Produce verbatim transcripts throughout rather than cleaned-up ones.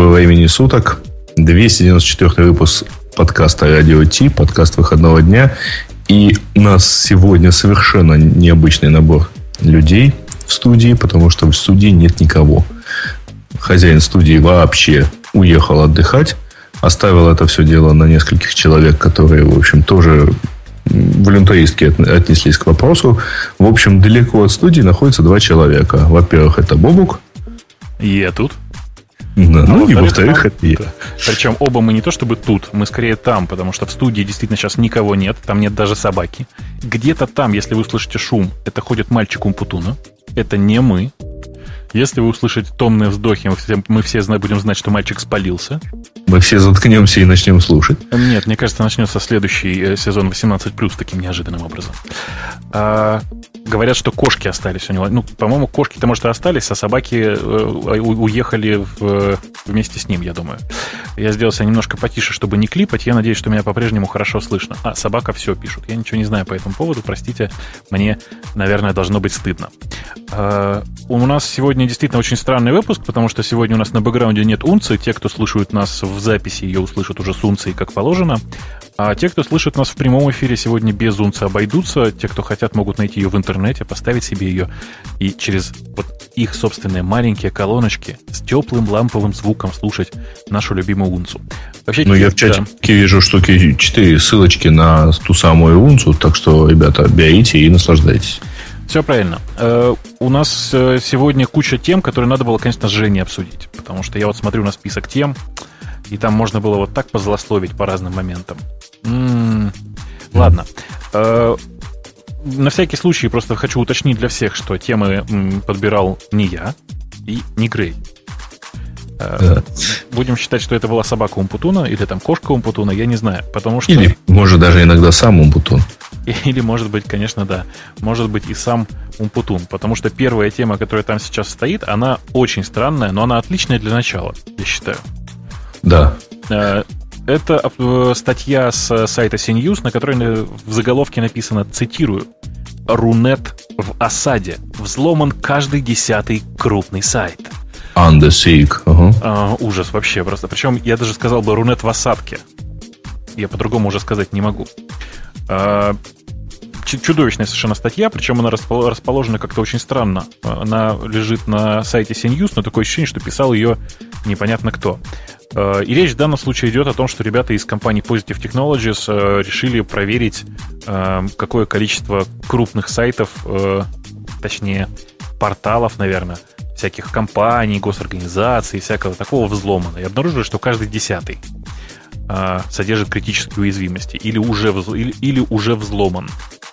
Доброго времени суток. двести девяносто четвёртый выпуск подкаста «Радио Ти», подкаст выходного дня. И у нас сегодня совершенно необычный набор людей в студии, потому что в студии нет никого. Хозяин студии вообще уехал отдыхать. Оставил это все дело на нескольких человек, которые, в общем, тоже волюнтаристски отнеслись к вопросу. В общем, далеко от студии находится два человека. Во-первых, это Бобук. И я тут. Да, а ну во и во-вторых, это я. Причем оба мы не то чтобы тут, мы скорее там, потому что в студии действительно сейчас никого нет, там нет даже собаки. Где-то там, если вы услышите шум, это ходит мальчик Умпутуна. Это не мы. Если вы услышите томные вздохи, мы все, мы все будем знать, что мальчик спалился. Мы все заткнемся и начнем слушать. Нет, мне кажется, начнется следующий сезон восемнадцать плюс таким неожиданным образом. А, говорят, что кошки остались у него. Ну, по-моему, кошки-то, может, и остались, а собаки э, уехали в, вместе с ним, я думаю. Я сделал себя немножко потише, чтобы не клипать. Я надеюсь, что меня по-прежнему хорошо слышно. А, собака все пишут. Я ничего не знаю по этому поводу. Простите, мне, наверное, должно быть стыдно. А, у нас сегодня действительно очень странный выпуск, потому что сегодня у нас на бэкграунде нет унции. Те, кто слушают нас в записи, ее услышат уже с унцией, как положено. А те, кто слышит нас в прямом эфире, сегодня без унции обойдутся. Те, кто хотят, могут найти ее в интернете, поставить себе ее и через вот их собственные маленькие колоночки с теплым ламповым звуком слушать нашу любимую унцу. Вообще, ну, я в чатике да. вижу штуки четыре ссылочки на ту самую унцу, так что, ребята, берите и наслаждайтесь. Все правильно. Э, у нас сегодня куча тем, которые надо было, конечно, с Женей обсудить. Потому что я вот смотрю на список тем, и там можно было вот так позлословить по разным моментам. М-м-м. Ладно. Э, на всякий случай просто хочу уточнить для всех, что темы м, подбирал не я и не Грей. Э, да. Будем считать, что это была собака Умпутуна или там кошка Умпутуна, я не знаю. Потому что... Или, может, даже иногда сам Умпутун. Или, может быть, конечно, да. Может быть, и сам Умпутун. Потому что первая тема, которая там сейчас стоит, она очень странная, но она отличная для начала, я считаю. Да. Это статья с сайта CNews, на которой в заголовке написано, цитирую, «Рунет в осаде. Взломан каждый десятый крупный сайт». Underseek. Uh-huh. А, ужас вообще просто. Причем я даже сказал бы «Рунет в осадке». Я по-другому уже сказать не могу. Чудовищная совершенно статья, причем она расположена как-то очень странно. Она лежит на сайте CNews, но такое ощущение, что писал ее непонятно кто. И речь в данном случае идет о том, что ребята из компании Positive Technologies решили проверить, какое количество крупных сайтов, точнее, порталов, наверное, всяких компаний, госорганизаций, всякого такого взломано. И обнаружили, что каждый десятый содержит критические уязвимости или уже, или, или уже взломан.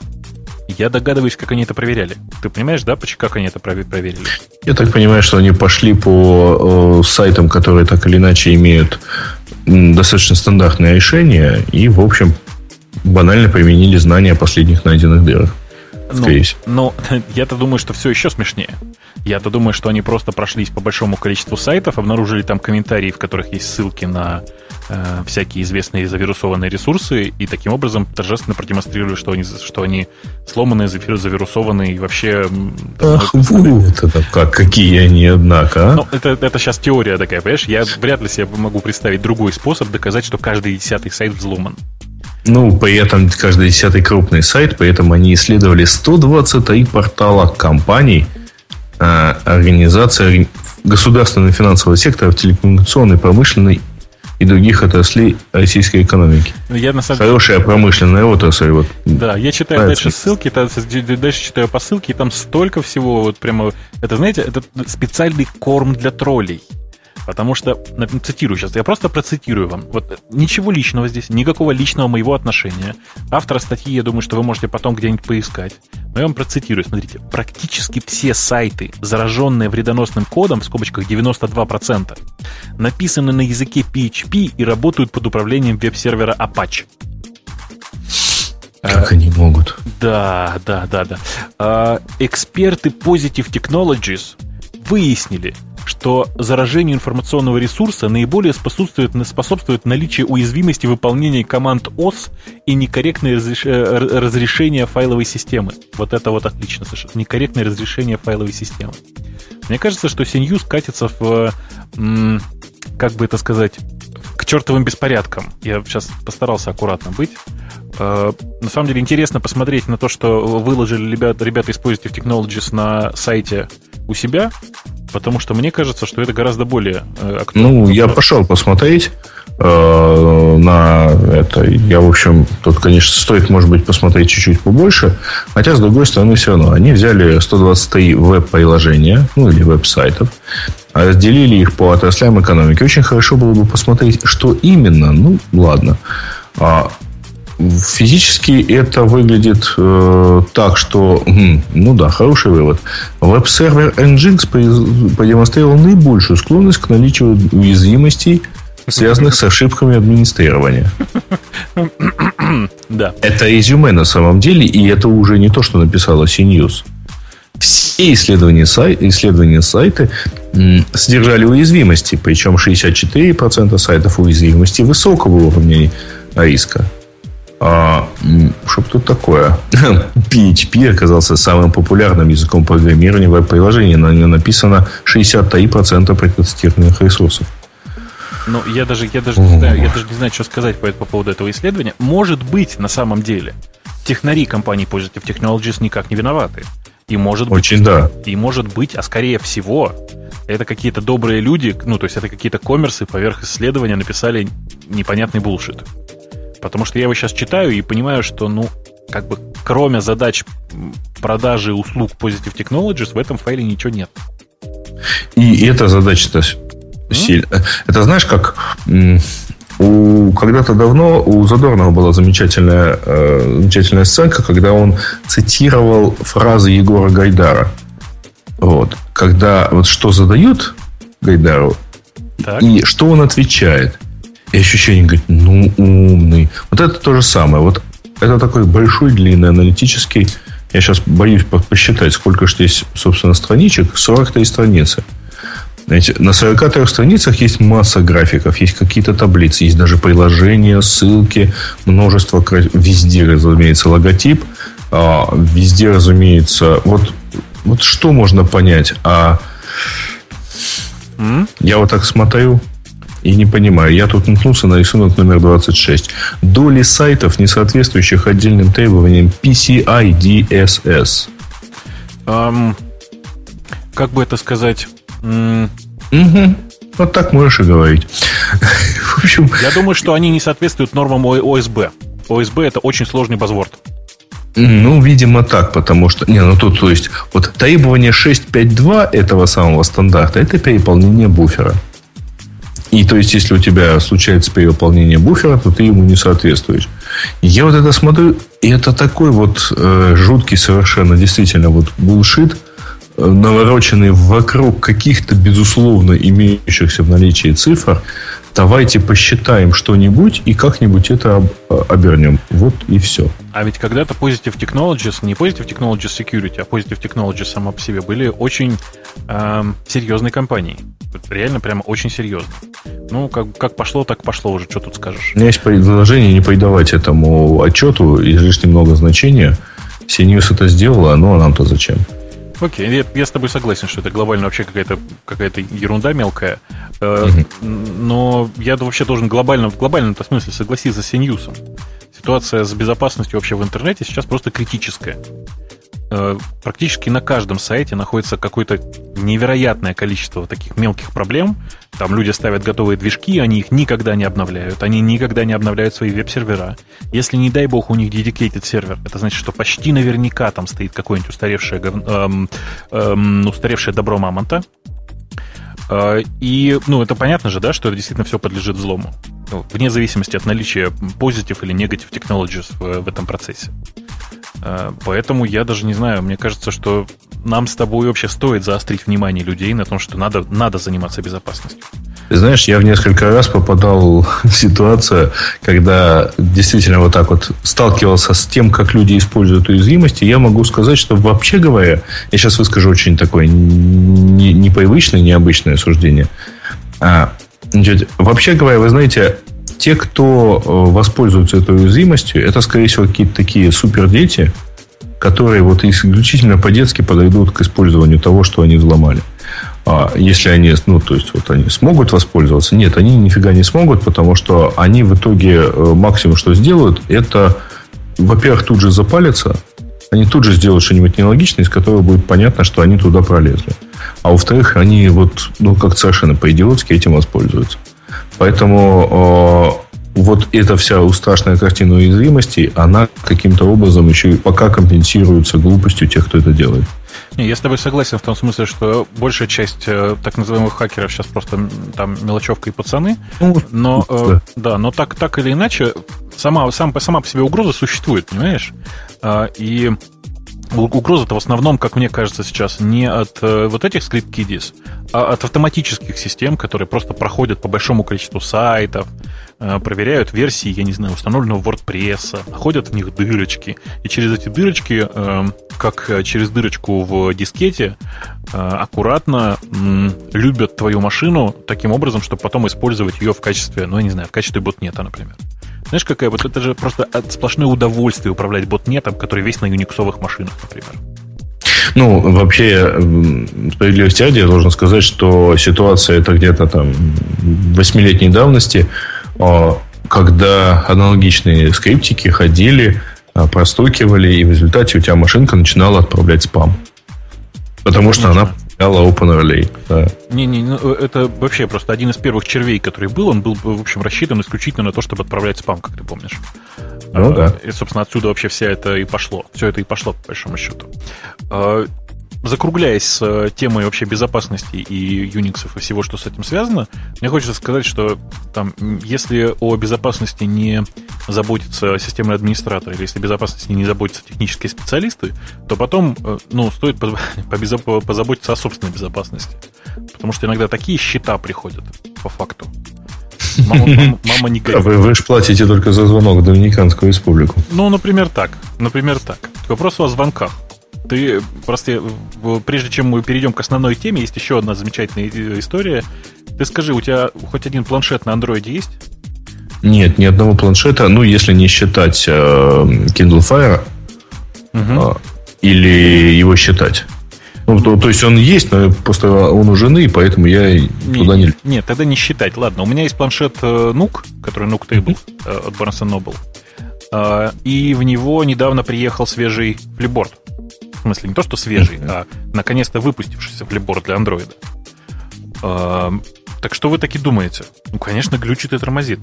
Я догадываюсь, как они это проверяли. Ты понимаешь, да, как они это проверили? Я так понимаю, что они пошли по э, сайтам, которые так или иначе имеют достаточно стандартные решения, и, в общем, банально применили знания о последних найденных дырах. Ну, но я-то думаю, что все еще смешнее. Я-то думаю, что они просто прошлись по большому количеству сайтов, обнаружили там комментарии, в которых есть ссылки на э, всякие известные завирусованные ресурсы, и таким образом торжественно продемонстрировали, что они, что они сломанные, завирусованные и вообще... Ах, вот это как, какие они, однако, а? Ну, это, это сейчас теория такая, понимаешь? Я вряд ли себе могу представить другой способ доказать, что каждый десятый сайт взломан. Ну, при этом каждый десятый крупный сайт, при этом они исследовали сто двадцать три портала компаний, э, организаций государственного финансового сектора, телекоммуникационной, промышленной и других отраслей российской экономики. Я, на самом... Хорошая промышленная отрасль. Вот. Да, я читаю нравится. Дальше ссылки, дальше читаю по ссылке, и там столько всего, вот прямо, это, знаете, это специальный корм для троллей. Потому что, цитирую сейчас, я просто процитирую вам. Вот ничего личного здесь, никакого личного моего отношения. Автора статьи, я думаю, что вы можете потом где-нибудь поискать. Но я вам процитирую. Смотрите, практически все сайты, зараженные вредоносным кодом, в скобочках девяносто два процента, написаны на языке пи эйч пи и работают под управлением веб-сервера Apache. Как а, они могут? Да, да, да, да. А, эксперты Positive Technologies выяснили, что заражению информационного ресурса наиболее способствует, способствует наличие уязвимости выполнения команд ОС и некорректное разреш... разрешение файловой системы. Вот это вот отлично, совершенно. Некорректное разрешение файловой системы. Мне кажется, что CNews катится в м, как бы это сказать, к чертовым беспорядкам. Я сейчас постарался аккуратно быть. На самом деле интересно посмотреть на то, что выложили ребята, ребята из Positive Technologies на сайте у себя, потому что мне кажется, что это гораздо более актуально. Ну, я пошел посмотреть э, на это. Я, в общем, тут, конечно, стоит, может быть, посмотреть чуть-чуть побольше. Хотя, с другой стороны, все равно. Они взяли сто двадцать три веб-приложения, ну, или веб-сайтов, разделили их по отраслям экономики. Очень хорошо было бы посмотреть, что именно. Ну, ладно. Физически это выглядит э, так, что, хм, ну да, хороший вывод. Веб-сервер Nginx продемонстрировал наибольшую склонность к наличию уязвимостей, связанных с ошибками администрирования. Да. Это резюме на самом деле, и это уже не то, что написала CNews. Все исследования, сай- исследования сайта м, содержали уязвимости, причем шестьдесят четыре процента сайтов уязвимости высокого уровня риска. А, что тут такое? пи эйч пи оказался самым популярным языком программирования веб-приложений. На нем написано шестьдесят три процента протестированных ресурсов. Ну, я даже, я, даже не знаю, я даже не знаю, что сказать по, по поводу этого исследования. Может быть, на самом деле, технари компании Positive Technologies никак не виноваты. И может быть, Очень да. И может быть, а скорее всего, это какие-то добрые люди, ну, то есть это какие-то коммерсы поверх исследования написали непонятный булшит. Потому что я его сейчас читаю и понимаю, что, ну, как бы, кроме задач продажи услуг Positive Technologies, в этом файле ничего нет. И эта задача-то mm-hmm. сильная. Это знаешь, как у, когда-то давно у Задорнова была замечательная, э, замечательная сценка, когда он цитировал фразы Егора Гайдара. Вот. Когда вот что задают Гайдару, так. И что он отвечает. И ощущение, говорит, ну, умный. Вот это то же самое. Вот это такой большой, длинный, аналитический. Я сейчас боюсь посчитать, сколько же здесь, собственно, страничек. сорок три страницы. Знаете, на сорока трёх страницах есть масса графиков, есть какие-то таблицы, есть даже приложения, ссылки, множество. Везде, разумеется, логотип. Везде, разумеется, вот, вот что можно понять. А mm? я вот так смотрю и не понимаю. Я тут наткнулся на рисунок номер двадцать шесть. Доли сайтов, не соответствующих отдельным требованиям пи си ай ди эс эс. Um, как бы это сказать? Mm. Угу. Вот так можешь и говорить. В общем... Я думаю, что они не соответствуют нормам о эс би. о эс би это очень сложный базворд. Ну, видимо, так, потому что... Не, ну тут, то есть, вот требование шесть точка пять точка два этого самого стандарта, это переполнение буфера. И то есть, если у тебя случается переполнение буфера, то ты ему не соответствуешь. Я вот это смотрю, и это такой вот э, жуткий совершенно, действительно, вот булшит, э, навороченный вокруг каких-то, безусловно, имеющихся в наличии цифр. Давайте посчитаем что-нибудь и как-нибудь это об, обернем. Вот и все. А ведь когда-то Positive Technologies, не Positive Technologies Security, а Positive Technologies сама по себе были очень э, серьезной компанией. Реально прямо очень серьезно. Ну, как, как пошло, так пошло уже. Что тут скажешь? У меня есть предложение не придавать этому отчету излишне много значения. CNews это сделала, ну а нам-то зачем? Окей, я, я с тобой согласен, что это глобально вообще какая-то, какая-то ерунда мелкая. Mm-hmm. Но я вообще должен глобально, в глобальном смысле согласиться с CNews. Ситуация с безопасностью вообще в интернете сейчас просто критическая. Практически на каждом сайте находится какое-то невероятное количество таких мелких проблем. Там люди ставят готовые движки, они их никогда не обновляют, они никогда не обновляют свои веб-сервера. Если, не дай бог, у них dedicated сервер, это значит, что почти наверняка там стоит какое-нибудь устаревшее, эм, эм, устаревшее добро мамонта. И, ну, это понятно же, да, что это действительно все подлежит взлому. Вне зависимости от наличия positive или negative technologies в, в этом процессе. Поэтому я даже не знаю, мне кажется, что нам с тобой вообще стоит заострить внимание людей на том, что надо, надо заниматься безопасностью. Ты знаешь, я в несколько раз попадал в ситуацию, когда действительно вот так вот сталкивался с тем, как люди используют уязвимости. Я могу сказать, что вообще говоря, я сейчас выскажу очень такое непривычное, необычное суждение. А, значит, вообще говоря, вы знаете, те, кто воспользуются этой уязвимостью, это, скорее всего, какие-то такие супердети, которые вот исключительно по-детски подойдут к использованию того, что они взломали. А если они, ну, то есть, вот они смогут воспользоваться? Нет, они нифига не смогут, потому что они в итоге максимум, что сделают, это, во-первых, тут же запалятся, они тут же сделают что-нибудь нелогичное, из которого будет понятно, что они туда пролезли. А во-вторых, они вот, ну, как совершенно по-идиотски этим воспользуются. Поэтому э, вот эта вся страшная картина уязвимостей, она каким-то образом еще и пока компенсируется глупостью тех, кто это делает. Не, я с тобой согласен в том смысле, что большая часть э, так называемых хакеров сейчас просто там мелочевка и пацаны. Ну, но, э, да. да, но так, так или иначе, сама, сам, сама по себе угроза существует, понимаешь? А, и угроза-то в основном, как мне кажется сейчас, не от э, вот этих скрипт-киддис, а от автоматических систем, которые просто проходят по большому количеству сайтов, э, проверяют версии, я не знаю, установленного WordPress, находят в них дырочки, и через эти дырочки, э, как через дырочку в дискете, э, аккуратно м, любят твою машину таким образом, чтобы потом использовать ее в качестве, ну, я не знаю, в качестве ботнета, например. Знаешь, какая вот это же просто сплошное удовольствие управлять ботнетом, который весь на юниксовых машинах, например. Ну, вообще, справедливости ради, я должен сказать, что ситуация это где-то там восьмилетней давности, когда аналогичные скриптики ходили, простукивали, и в результате у тебя машинка начинала отправлять спам. Потому что она OpenRelay. Да. Не-не, это вообще просто один из первых червей, который был. Он был, в общем, рассчитан исключительно на то, чтобы отправлять спам, как ты помнишь. Ну, а, да. И, собственно, отсюда вообще вся это и пошло. Все это и пошло, по большому счету. Закругляясь с темой вообще безопасности и Unix и всего, что с этим связано, мне хочется сказать, что там, если о безопасности не заботится системный администратор, или если о безопасности не заботятся технические специалисты, то потом, ну, стоит позаботиться о собственной безопасности. Потому что иногда такие счета приходят, по факту. Мама, мама, мама не горит. Вы, вы же платите только за звонок в Доминиканскую республику. Ну, например, так. Например, так. Вопрос о звонках. Ты просто, прежде чем мы перейдем к основной теме, есть еще одна замечательная история. Ты скажи, у тебя хоть один планшет на андроиде есть? Нет, ни одного планшета. Ну, если не считать э, Kindle Fire, угу. э, или его считать. Ну, то, то есть он есть, но просто он у жены, поэтому я не, туда не... Нет, тогда не считать. Ладно, у меня есть планшет э, Nook, который Nook Table э, от Barnes энд Noble. Э, и в него недавно приехал свежий флипборд. В смысле, не то, что свежий, mm-hmm. а наконец-то выпустившийся флипборд для андроида. Э, так что вы таки думаете? Ну, конечно, глючит и тормозит.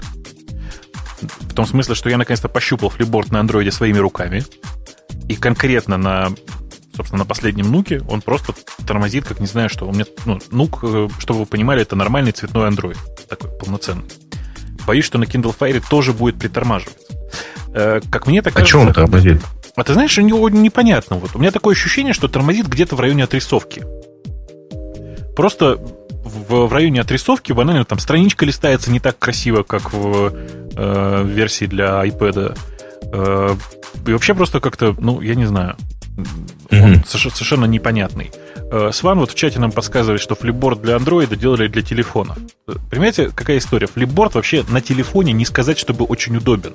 В том смысле, что я наконец-то пощупал флипборд на андроиде своими руками. И конкретно на, собственно, на последнем нуке он просто тормозит, как не знаю что. У меня, ну, нук, чтобы вы понимали, это нормальный цветной андроид. Такой полноценный. Боюсь, что на Kindle Fire тоже будет притормаживать. Э, как мне так кажется... А что он тормозит? А ты знаешь, у него непонятно. Вот. У меня такое ощущение, что тормозит где-то в районе отрисовки. Просто в, в районе отрисовки банально там страничка листается не так красиво, как в э, версии для iPad. Э, и вообще просто как-то, ну, я не знаю. Он mm-hmm. совершенно непонятный. Э, Сван вот в чате нам подсказывает, что флипборд для андроида делали для телефонов. Понимаете, какая история? Флипборд вообще на телефоне не сказать, чтобы очень удобен.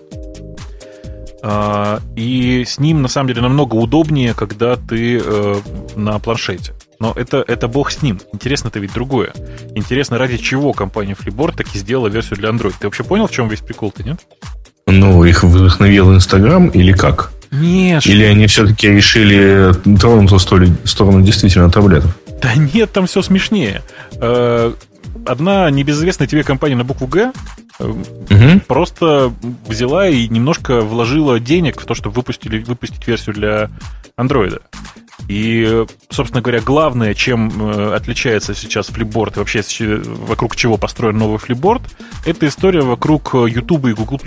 И с ним, на самом деле, намного удобнее, когда ты э, на планшете. Но это, это бог с ним. Интересно-то ведь другое. Интересно, ради чего компания Flipboard таки сделала версию для Android. Ты вообще понял, в чем весь прикол-то, нет? Ну, их вдохновил Инстаграм или как? Нет. Или они все-таки решили тронуться в сторону действительно таблетов? Да нет, там все смешнее. Одна небезызвестная тебе компания на букву «Г» угу. просто взяла и немножко вложила денег в то, чтобы выпустили, выпустить версию для Андроида. И, собственно говоря, главное, чем отличается сейчас флипборд и вообще вокруг чего построен новый флипборд, это история вокруг YouTube и Google+.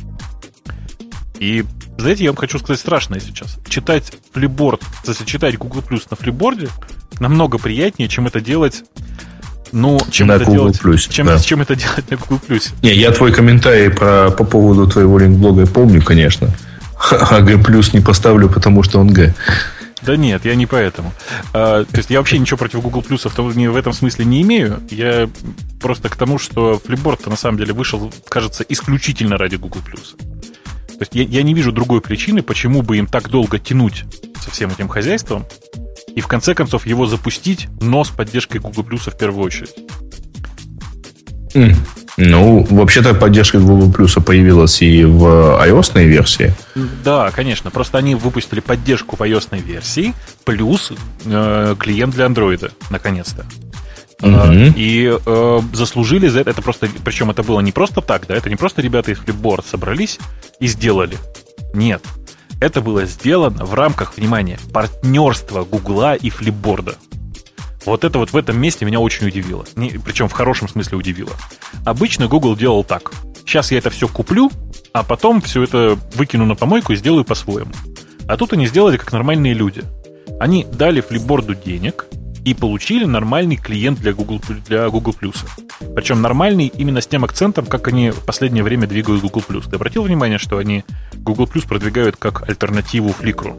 И, знаете, я вам хочу сказать страшное сейчас. Читать флипборд, если читать Google+ на флипборде, намного приятнее, чем это делать... Ну, чем на это Google делать, Plus, чем, да. чем это делать на Google Plus? Не, я твой комментарий про, по поводу твоего линк-блога помню, конечно. А G плюс не поставлю, потому что он G. Да нет, я не поэтому. А, то есть я вообще ничего против Google Plus в этом смысле не имею. Я просто к тому, что флипборд-то на самом деле вышел, кажется, исключительно ради Google Plus. То есть я, я не вижу другой причины, почему бы им так долго тянуть со всем этим хозяйством, и в конце концов его запустить, но с поддержкой Google Plus в первую очередь. Mm. Ну, вообще-то поддержка Google Plus появилась и в iOS версии. Да, конечно. Просто они выпустили поддержку в iOS версии плюс э, клиент для Android, наконец-то. Mm-hmm. И э, заслужили за это, это просто, причем это было не просто так, да, это не просто ребята из Flipboard собрались и сделали. Нет. Это было сделано в рамках, внимания, партнерства Гугла и Flipboard. Вот это вот в этом месте меня очень удивило. Не, причем в хорошем смысле удивило. Обычно Google делал так. Сейчас я это все куплю, а потом все это выкину на помойку и сделаю по-своему. А тут они сделали как нормальные люди. Они дали Flipboard денег и получили нормальный клиент для Google, для Google+. Причем нормальный именно с тем акцентом, как они в последнее время двигают Google+. Ты обратил внимание, что они Google+ продвигают как альтернативу Flickr?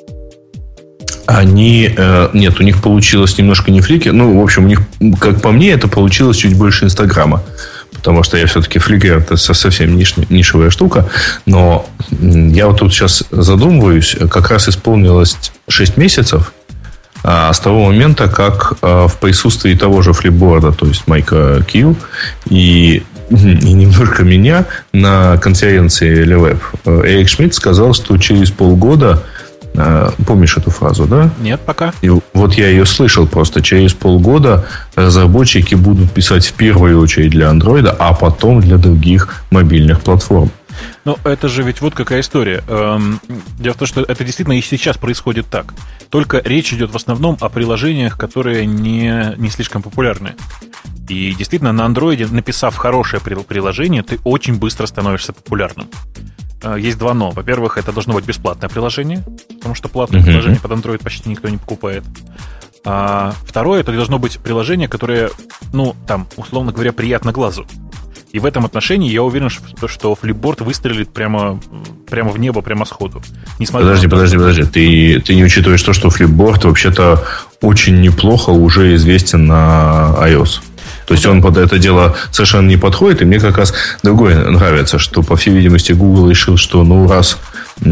Они... Э, нет, у них получилось немножко не Flickr. Ну, в общем, у них, как по мне, это получилось чуть больше Инстаграма. Потому что я все-таки Flickr — это совсем ниш, нишевая штука. Но я вот тут сейчас задумываюсь. Как раз исполнилось шесть месяцев а, с того момента, как а, в присутствии того же Flipboard, то есть Майка Кью и, и немножко меня на конференции LeWeb Эрик Шмидт сказал, что через полгода... Помнишь эту фразу, да? Нет, пока. И вот я ее слышал просто. Через полгода разработчики будут писать в первую очередь для Android, а потом для других мобильных платформ. Ну, это же ведь вот какая история. Дело в том, что это действительно и сейчас происходит так. Только речь идет в основном о приложениях, которые не, не слишком популярны. И действительно, на Android, написав хорошее приложение, ты очень быстро становишься популярным. Есть два но. Во-первых, это должно быть бесплатное приложение, потому что платное uh-huh. приложение под Android почти никто не покупает. А второе, это должно быть приложение, которое, ну, там, условно говоря, приятно глазу. И в этом отношении я уверен, что, что Flipboard выстрелит прямо, прямо в небо, прямо сходу. Подожди, на... подожди, подожди. Ты, ты не учитываешь то, что Flipboard вообще-то очень неплохо уже известен на iOS. То есть он под это дело совершенно не подходит. И мне как раз другое нравится, что, по всей видимости, Google решил, что ну раз...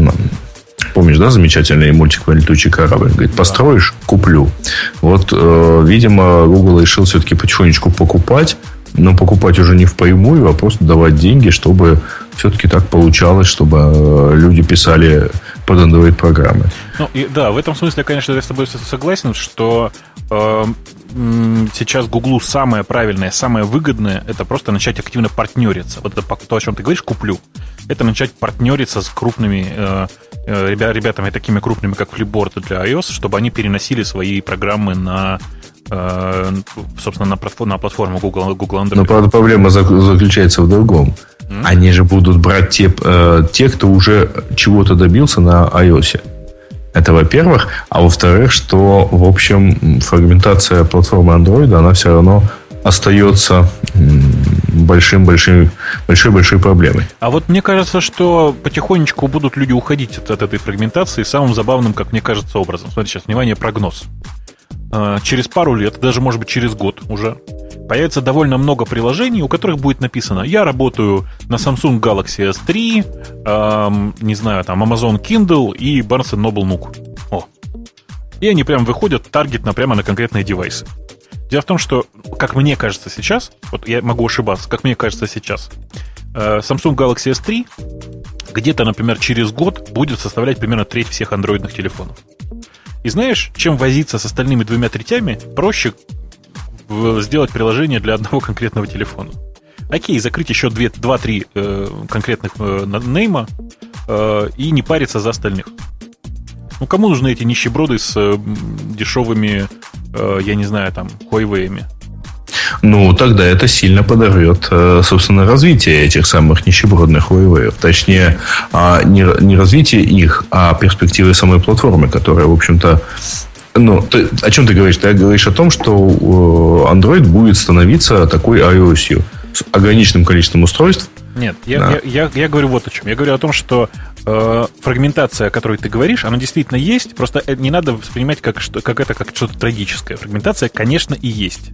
Помнишь, да, замечательный мультик про летучий корабль? Говорит, построишь, куплю. Вот, э, видимо, Google решил все-таки потихонечку покупать, но покупать уже не впрямую, а просто давать деньги, чтобы все-таки так получалось, чтобы люди писали под Android-программы. Ну, и, да, в этом смысле, конечно, я с тобой согласен, что э, сейчас Гуглу самое правильное, самое выгодное — это просто начать активно партнериться. Вот это то, о чем ты говоришь, куплю. Это начать партнериться с крупными э, э, ребятами, такими крупными, как Flipboard для iOS, чтобы они переносили свои программы на, э, собственно, на, на платформу Google, Google Android. Но, правда, проблема заключается в другом. Mm-hmm. Они же будут брать те, э, те, кто уже чего-то добился на iOS. Это, во-первых. А во-вторых, что, в общем, фрагментация платформы Android, она все равно остается большим-большим, большой-большой проблемой. А вот мне кажется, что потихонечку будут люди уходить от, от этой фрагментации самым забавным, как мне кажется, образом. Смотри, сейчас, внимание, прогноз. Через пару лет, даже, может быть, через год уже, появится довольно много приложений, у которых будет написано: я работаю на Samsung Galaxy эс три, эм, не знаю, там, Amazon Kindle и Barnes энд Noble Nook. О. И они прям выходят таргетно прямо на конкретные девайсы. Дело в том, что, как мне кажется сейчас, вот я могу ошибаться, как мне кажется сейчас, э, Samsung Galaxy эс три где-то, например, через год будет составлять примерно треть всех андроидных телефонов. И знаешь, чем возиться с остальными двумя третями, проще сделать приложение для одного конкретного телефона. Окей, закрыть еще два-три э, конкретных э, нейма э, и не париться за остальных. Ну, кому нужны эти нищеброды с э, дешевыми, э, я не знаю, там, Huawei-ами? Ну, тогда это сильно подорвет, собственно, развитие этих самых нищебродных Huawei. Точнее, не, не развитие их, а перспективы самой платформы, которая, в общем-то... Ну, ты, о чем ты говоришь? Ты говоришь о том, что Android будет становиться такой iOS с ограниченным количеством устройств. Нет, я, да. я, я, я говорю вот о чем. Я говорю о том, что э, фрагментация, о которой ты говоришь, она действительно есть, просто не надо воспринимать как, что, как это как что-то трагическое. Фрагментация, конечно, и есть.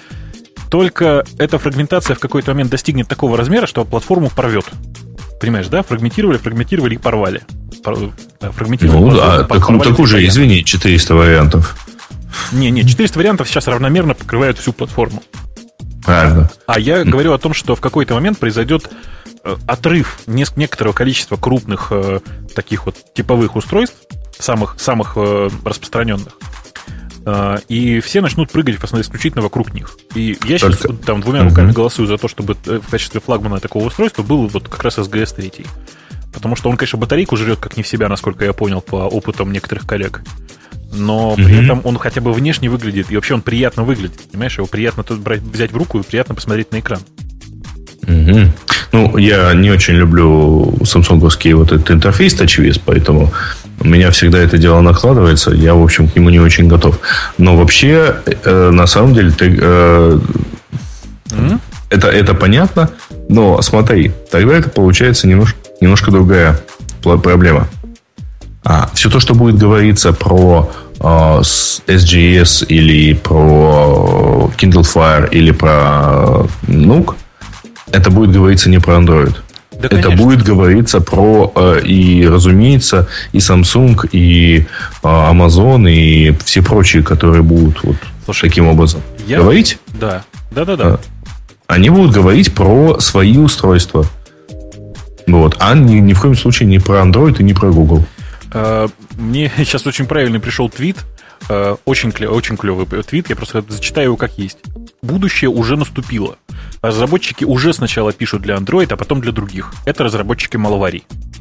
Только эта фрагментация в какой-то момент достигнет такого размера, что платформу порвет. Понимаешь, да? Фрагментировали, фрагментировали и порвали. Фрагментировали. Ну да, так, так уже, извини, четыреста вариантов. Не, не, четыреста вариантов сейчас равномерно покрывают всю платформу. Правильно. А я говорю о том, что в какой-то момент произойдет отрыв некоторого количества крупных э, таких вот типовых устройств, самых, самых э, распространенных, э, и все начнут прыгать в основном исключительно вокруг них. И я сейчас Только... там двумя руками угу. голосую за то, чтобы в качестве флагмана такого устройства был вот как раз эс джи эс три. Потому что он, конечно, батарейку жрет как не в себя, насколько я понял, по опытам некоторых коллег. Но при mm-hmm. этом он хотя бы внешне выглядит, и вообще он приятно выглядит, понимаешь? Его приятно тут брать, взять в руку и приятно посмотреть на экран. Mm-hmm. Ну, я не очень люблю самсунговский вот этот интерфейс TouchWiz, поэтому у меня всегда это дело накладывается. Я, в общем, к нему не очень готов. Но вообще, э, на самом деле, ты, э, mm-hmm. это, это понятно, но смотри, тогда это получается немножко, немножко другая проблема. А, все то, что будет говориться про э, эс джи эс или про Kindle Fire или про Nook, это будет говориться не про Android. Да, это будет говориться про э, и, разумеется, и Samsung, и э, Amazon, и все прочие, которые будут вот Слушай, таким образом я... говорить. Да, да, да, да. Они будут говорить про свои устройства. Вот. А ни, ни в коем случае не про Android и не про Google. Мне сейчас очень правильный пришел твит. Очень, очень клевый твит. Я просто зачитаю его как есть. Будущее уже наступило. Разработчики уже сначала пишут для Android, а потом для других. Это разработчики маловарий.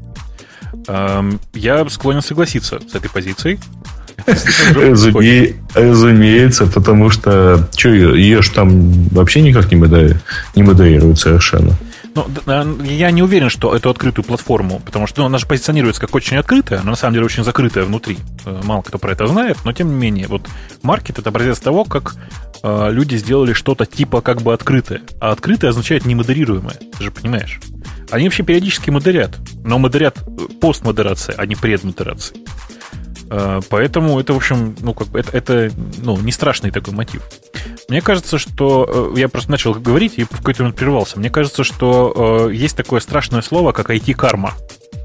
Я склонен согласиться с этой позицией. Разумеется, потому что что, ее же там вообще никак не модерируют совершенно. Ну, я не уверен, что эту открытую платформу, потому что ну, она же позиционируется как очень открытая, но на самом деле очень закрытая внутри. Мало кто про это знает, но тем не менее, вот маркет — это образец того, как э, люди сделали что-то типа как бы открытое. А открытое означает немодерируемое, ты же понимаешь. Они вообще периодически модерят, но модерят постмодерация, а не предмодерация. Э, поэтому это, в общем, ну, как бы это, это ну, не страшный такой мотив. Мне кажется, что... Я просто начал говорить и в какой-то момент прервался. Мне кажется, что э, есть такое страшное слово, как ай ти-карма.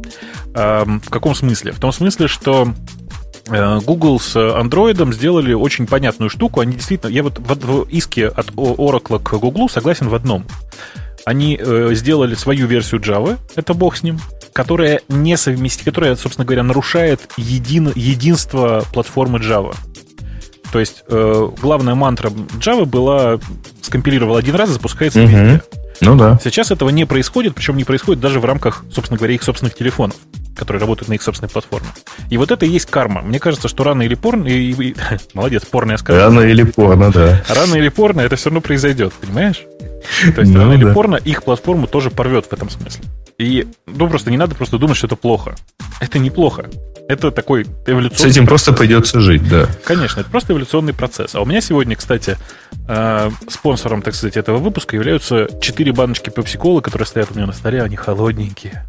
Э, в каком смысле? В том смысле, что э, Google с Android сделали очень понятную штуку. Они действительно... Я вот в, в иске от Oracle к Google согласен в одном. Они э, сделали свою версию Java, это бог с ним, которая не совместит, которая, собственно говоря, нарушает един, единство платформы Java. То есть э, главная мантра Java была: скомпилировал один раз, запускается везде. Uh-huh. Ну да. Сейчас этого не происходит, причем не происходит даже в рамках, собственно говоря, их собственных телефонов, которые работают на их собственной платформе. И вот это и есть карма. Мне кажется, что рано или поздно... И, и, молодец, порно я сказал. Рано или поздно, да. Рано или поздно это все равно произойдет, понимаешь? То есть ну, рано да. или поздно их платформу тоже порвет в этом смысле. И ну просто не надо просто думать, что это плохо. Это неплохо. Это такой эволюционный С этим процесс. Просто придется жить, да. Конечно, это просто эволюционный процесс. А у меня сегодня, кстати, э, спонсором, так сказать, этого выпуска являются четыре баночки пепси-колы, которые стоят у меня на столе, они холодненькие.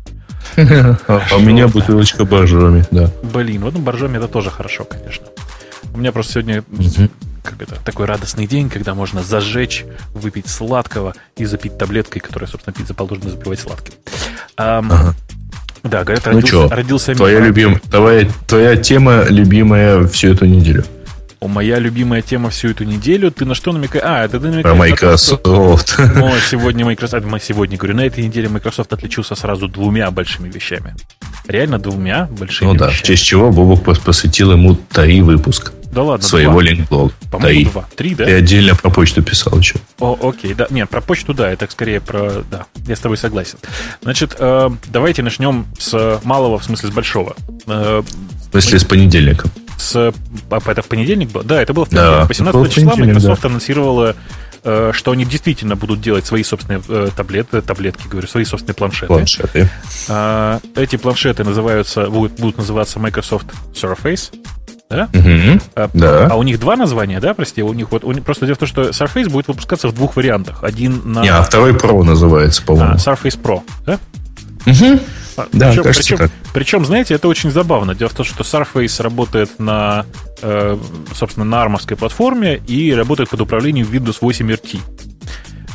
А у меня бутылочка боржоми, да. Блин, вот боржоми это тоже хорошо, конечно. У меня просто сегодня как это, такой радостный день, когда можно зажечь, выпить сладкого и запить таблеткой, которая, собственно, пить запал должен запивать сладким. Ага. Да, говорят, ну родился, что, родился твоя, любим, твоя, твоя тема любимая всю эту неделю. О, моя любимая тема всю эту неделю. Ты на что намекаешь? А, это ты намекаешь про Microsoft. На то, что... Но сегодня Microsoft... Мы сегодня, говорю, на этой неделе Microsoft отличился сразу двумя большими вещами. Реально двумя большими ну, да, вещами. В честь чего Бобок посвятил ему три выпуска. Да ладно, своего линкблога. По-моему, два. Три, да? Ты отдельно про почту писал еще. О, окей, да. Нет, про почту, да, это скорее про... Да, я с тобой согласен. Значит, э, давайте начнем с малого, в смысле с большого. Э, в смысле мы... с понедельника. С... А, это в понедельник было? Да, это было в понедельник. Да, восемнадцатого числа Microsoft да. анонсировала, э, что они действительно будут делать свои собственные э, таблеты, таблетки, говорю, свои собственные планшеты. Планшеты. Э, эти планшеты называются, будут, будут называться Microsoft Surface. Да? Угу, а, да. а у них два названия, да, прости, у них вот у них, просто дело в том, что Surface будет выпускаться в двух вариантах. Один на... Не, а второй Pro называется, по-моему. А, Surface Pro, да? Угу. А, да, причем, кажется причем, так. причем, знаете, это очень забавно. Дело в том, что Surface работает на, э, собственно, на армовской платформе и работает под управлением Windows восемь эр ти.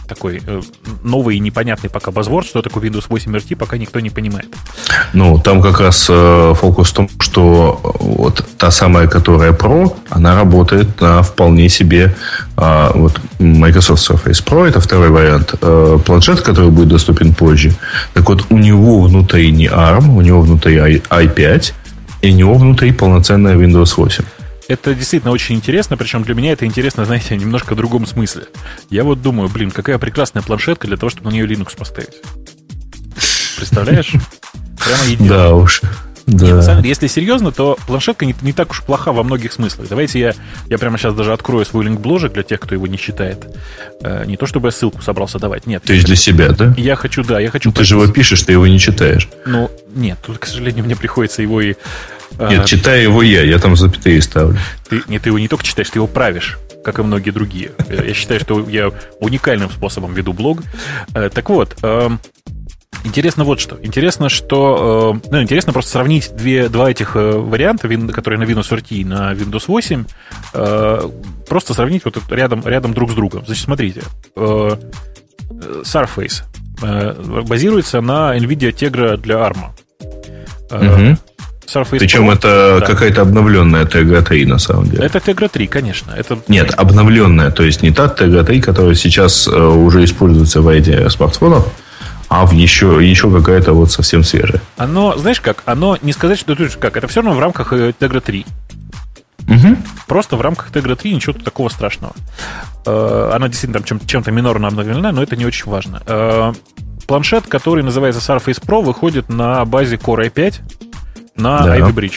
такой э, новый и непонятный пока базворд, что такое Windows восемь эр ти, пока никто не понимает. Ну, там как раз э, фокус в том, что вот та самая, которая Pro, она работает на вполне себе э, вот Microsoft Surface Pro, это второй вариант. Э, планшет, который будет доступен позже. Так вот, у него внутри не арм, у него внутри ай пять, и у него внутри полноценная Windows восемь. Это действительно очень интересно, причем для меня это интересно, знаете, немножко в другом смысле. Я вот думаю, блин, какая прекрасная планшетка для того, чтобы на нее Linux поставить. Представляешь? Прямо идеально. Да уж. Да. Нет, на самом деле, если серьезно, то планшетка не, не так уж плоха во многих смыслах. Давайте я, я прямо сейчас даже открою свой линк-бложек для тех, кто его не читает. Э, не то, чтобы я ссылку собрался давать, нет. То есть для себя, да? Я хочу, да, я хочу... Ну, ты же его пишешь, ты его не читаешь. Ну, нет, тут, к сожалению, мне приходится его и... Э, нет, читаю его я, я там запятые ставлю. Ты, нет, ты его не только читаешь, ты его правишь, как и многие другие. Я считаю, что я уникальным способом веду блог. Э, так вот... Э, Интересно вот что. Интересно, что... Э, ну, интересно просто сравнить две, два этих э, варианта, вин, которые на Windows эр ти и на Windows восемь. Э, просто сравнить вот рядом, рядом друг с другом. Значит, смотрите. Э, Surface э, базируется на NVIDIA Tegra для арм. Э, угу. Surface Причем Pro, это да. какая-то обновленная Tegra три, на самом деле. Это Tegra три, конечно. Это... Нет, обновленная. То есть не та Tegra три, которая сейчас э, уже используется в ряде смартфонов, а в еще, еще какая-то вот совсем свежая. Оно, знаешь как, оно не сказать, что это как, это все равно в рамках Tegra три. Угу. Просто в рамках Tegra три ничего такого страшного. Она действительно там чем- чем-то минорно обновлена, но это не очень важно. Планшет, который называется Surface Pro, выходит на базе Core ай пять на да. Ivy Bridge.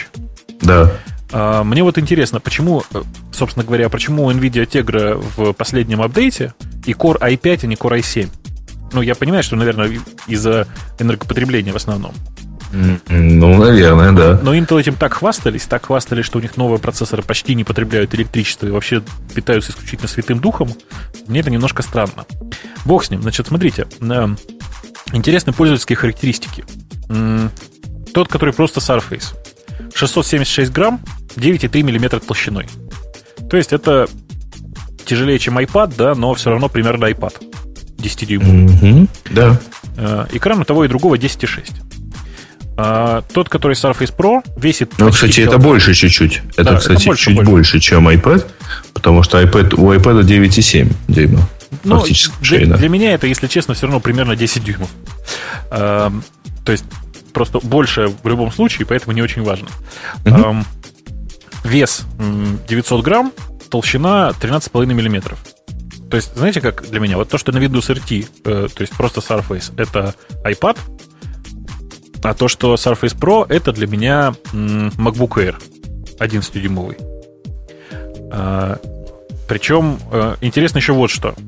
Да. Мне вот интересно, почему, собственно говоря, почему NVIDIA Tegra в последнем апдейте и Core ай пять, а не Core ай семь? Ну, я понимаю, что, наверное, из-за энергопотребления в основном. Ну, наверное, да. Но Intel этим так хвастались, так хвастались, что у них новые процессоры почти не потребляют электричество и вообще питаются исключительно Святым Духом. Мне это немножко странно. Бог с ним. Значит, смотрите. Интересные пользовательские характеристики. Тот, который просто Surface. шестьсот семьдесят шесть грамм, девять и три миллиметра толщиной. То есть это тяжелее, чем iPad, да, но все равно примерно iPad. десятидюймовый. Mm-hmm, да. Экран у того и другого десять и шесть. А, тот, который Surface Pro, весит... Ну, кстати, это больше чуть-чуть. Это, да, кстати, это больше, чуть больше. больше, чем iPad, потому что iPad, у iPad девять и семь дюйма. Ну, для, для меня это, если честно, все равно примерно десять дюймов. А, то есть просто больше в любом случае, поэтому не очень важно. Mm-hmm. А, вес девятьсот грамм, толщина тринадцать и пять миллиметров. То есть, знаете, как для меня? Вот то, что на Windows эр ти, э, то есть просто Surface, это iPad, а то, что Surface Pro, это для меня м, MacBook Air одиннадцатидюймовый. А, причем э, интересно еще вот что.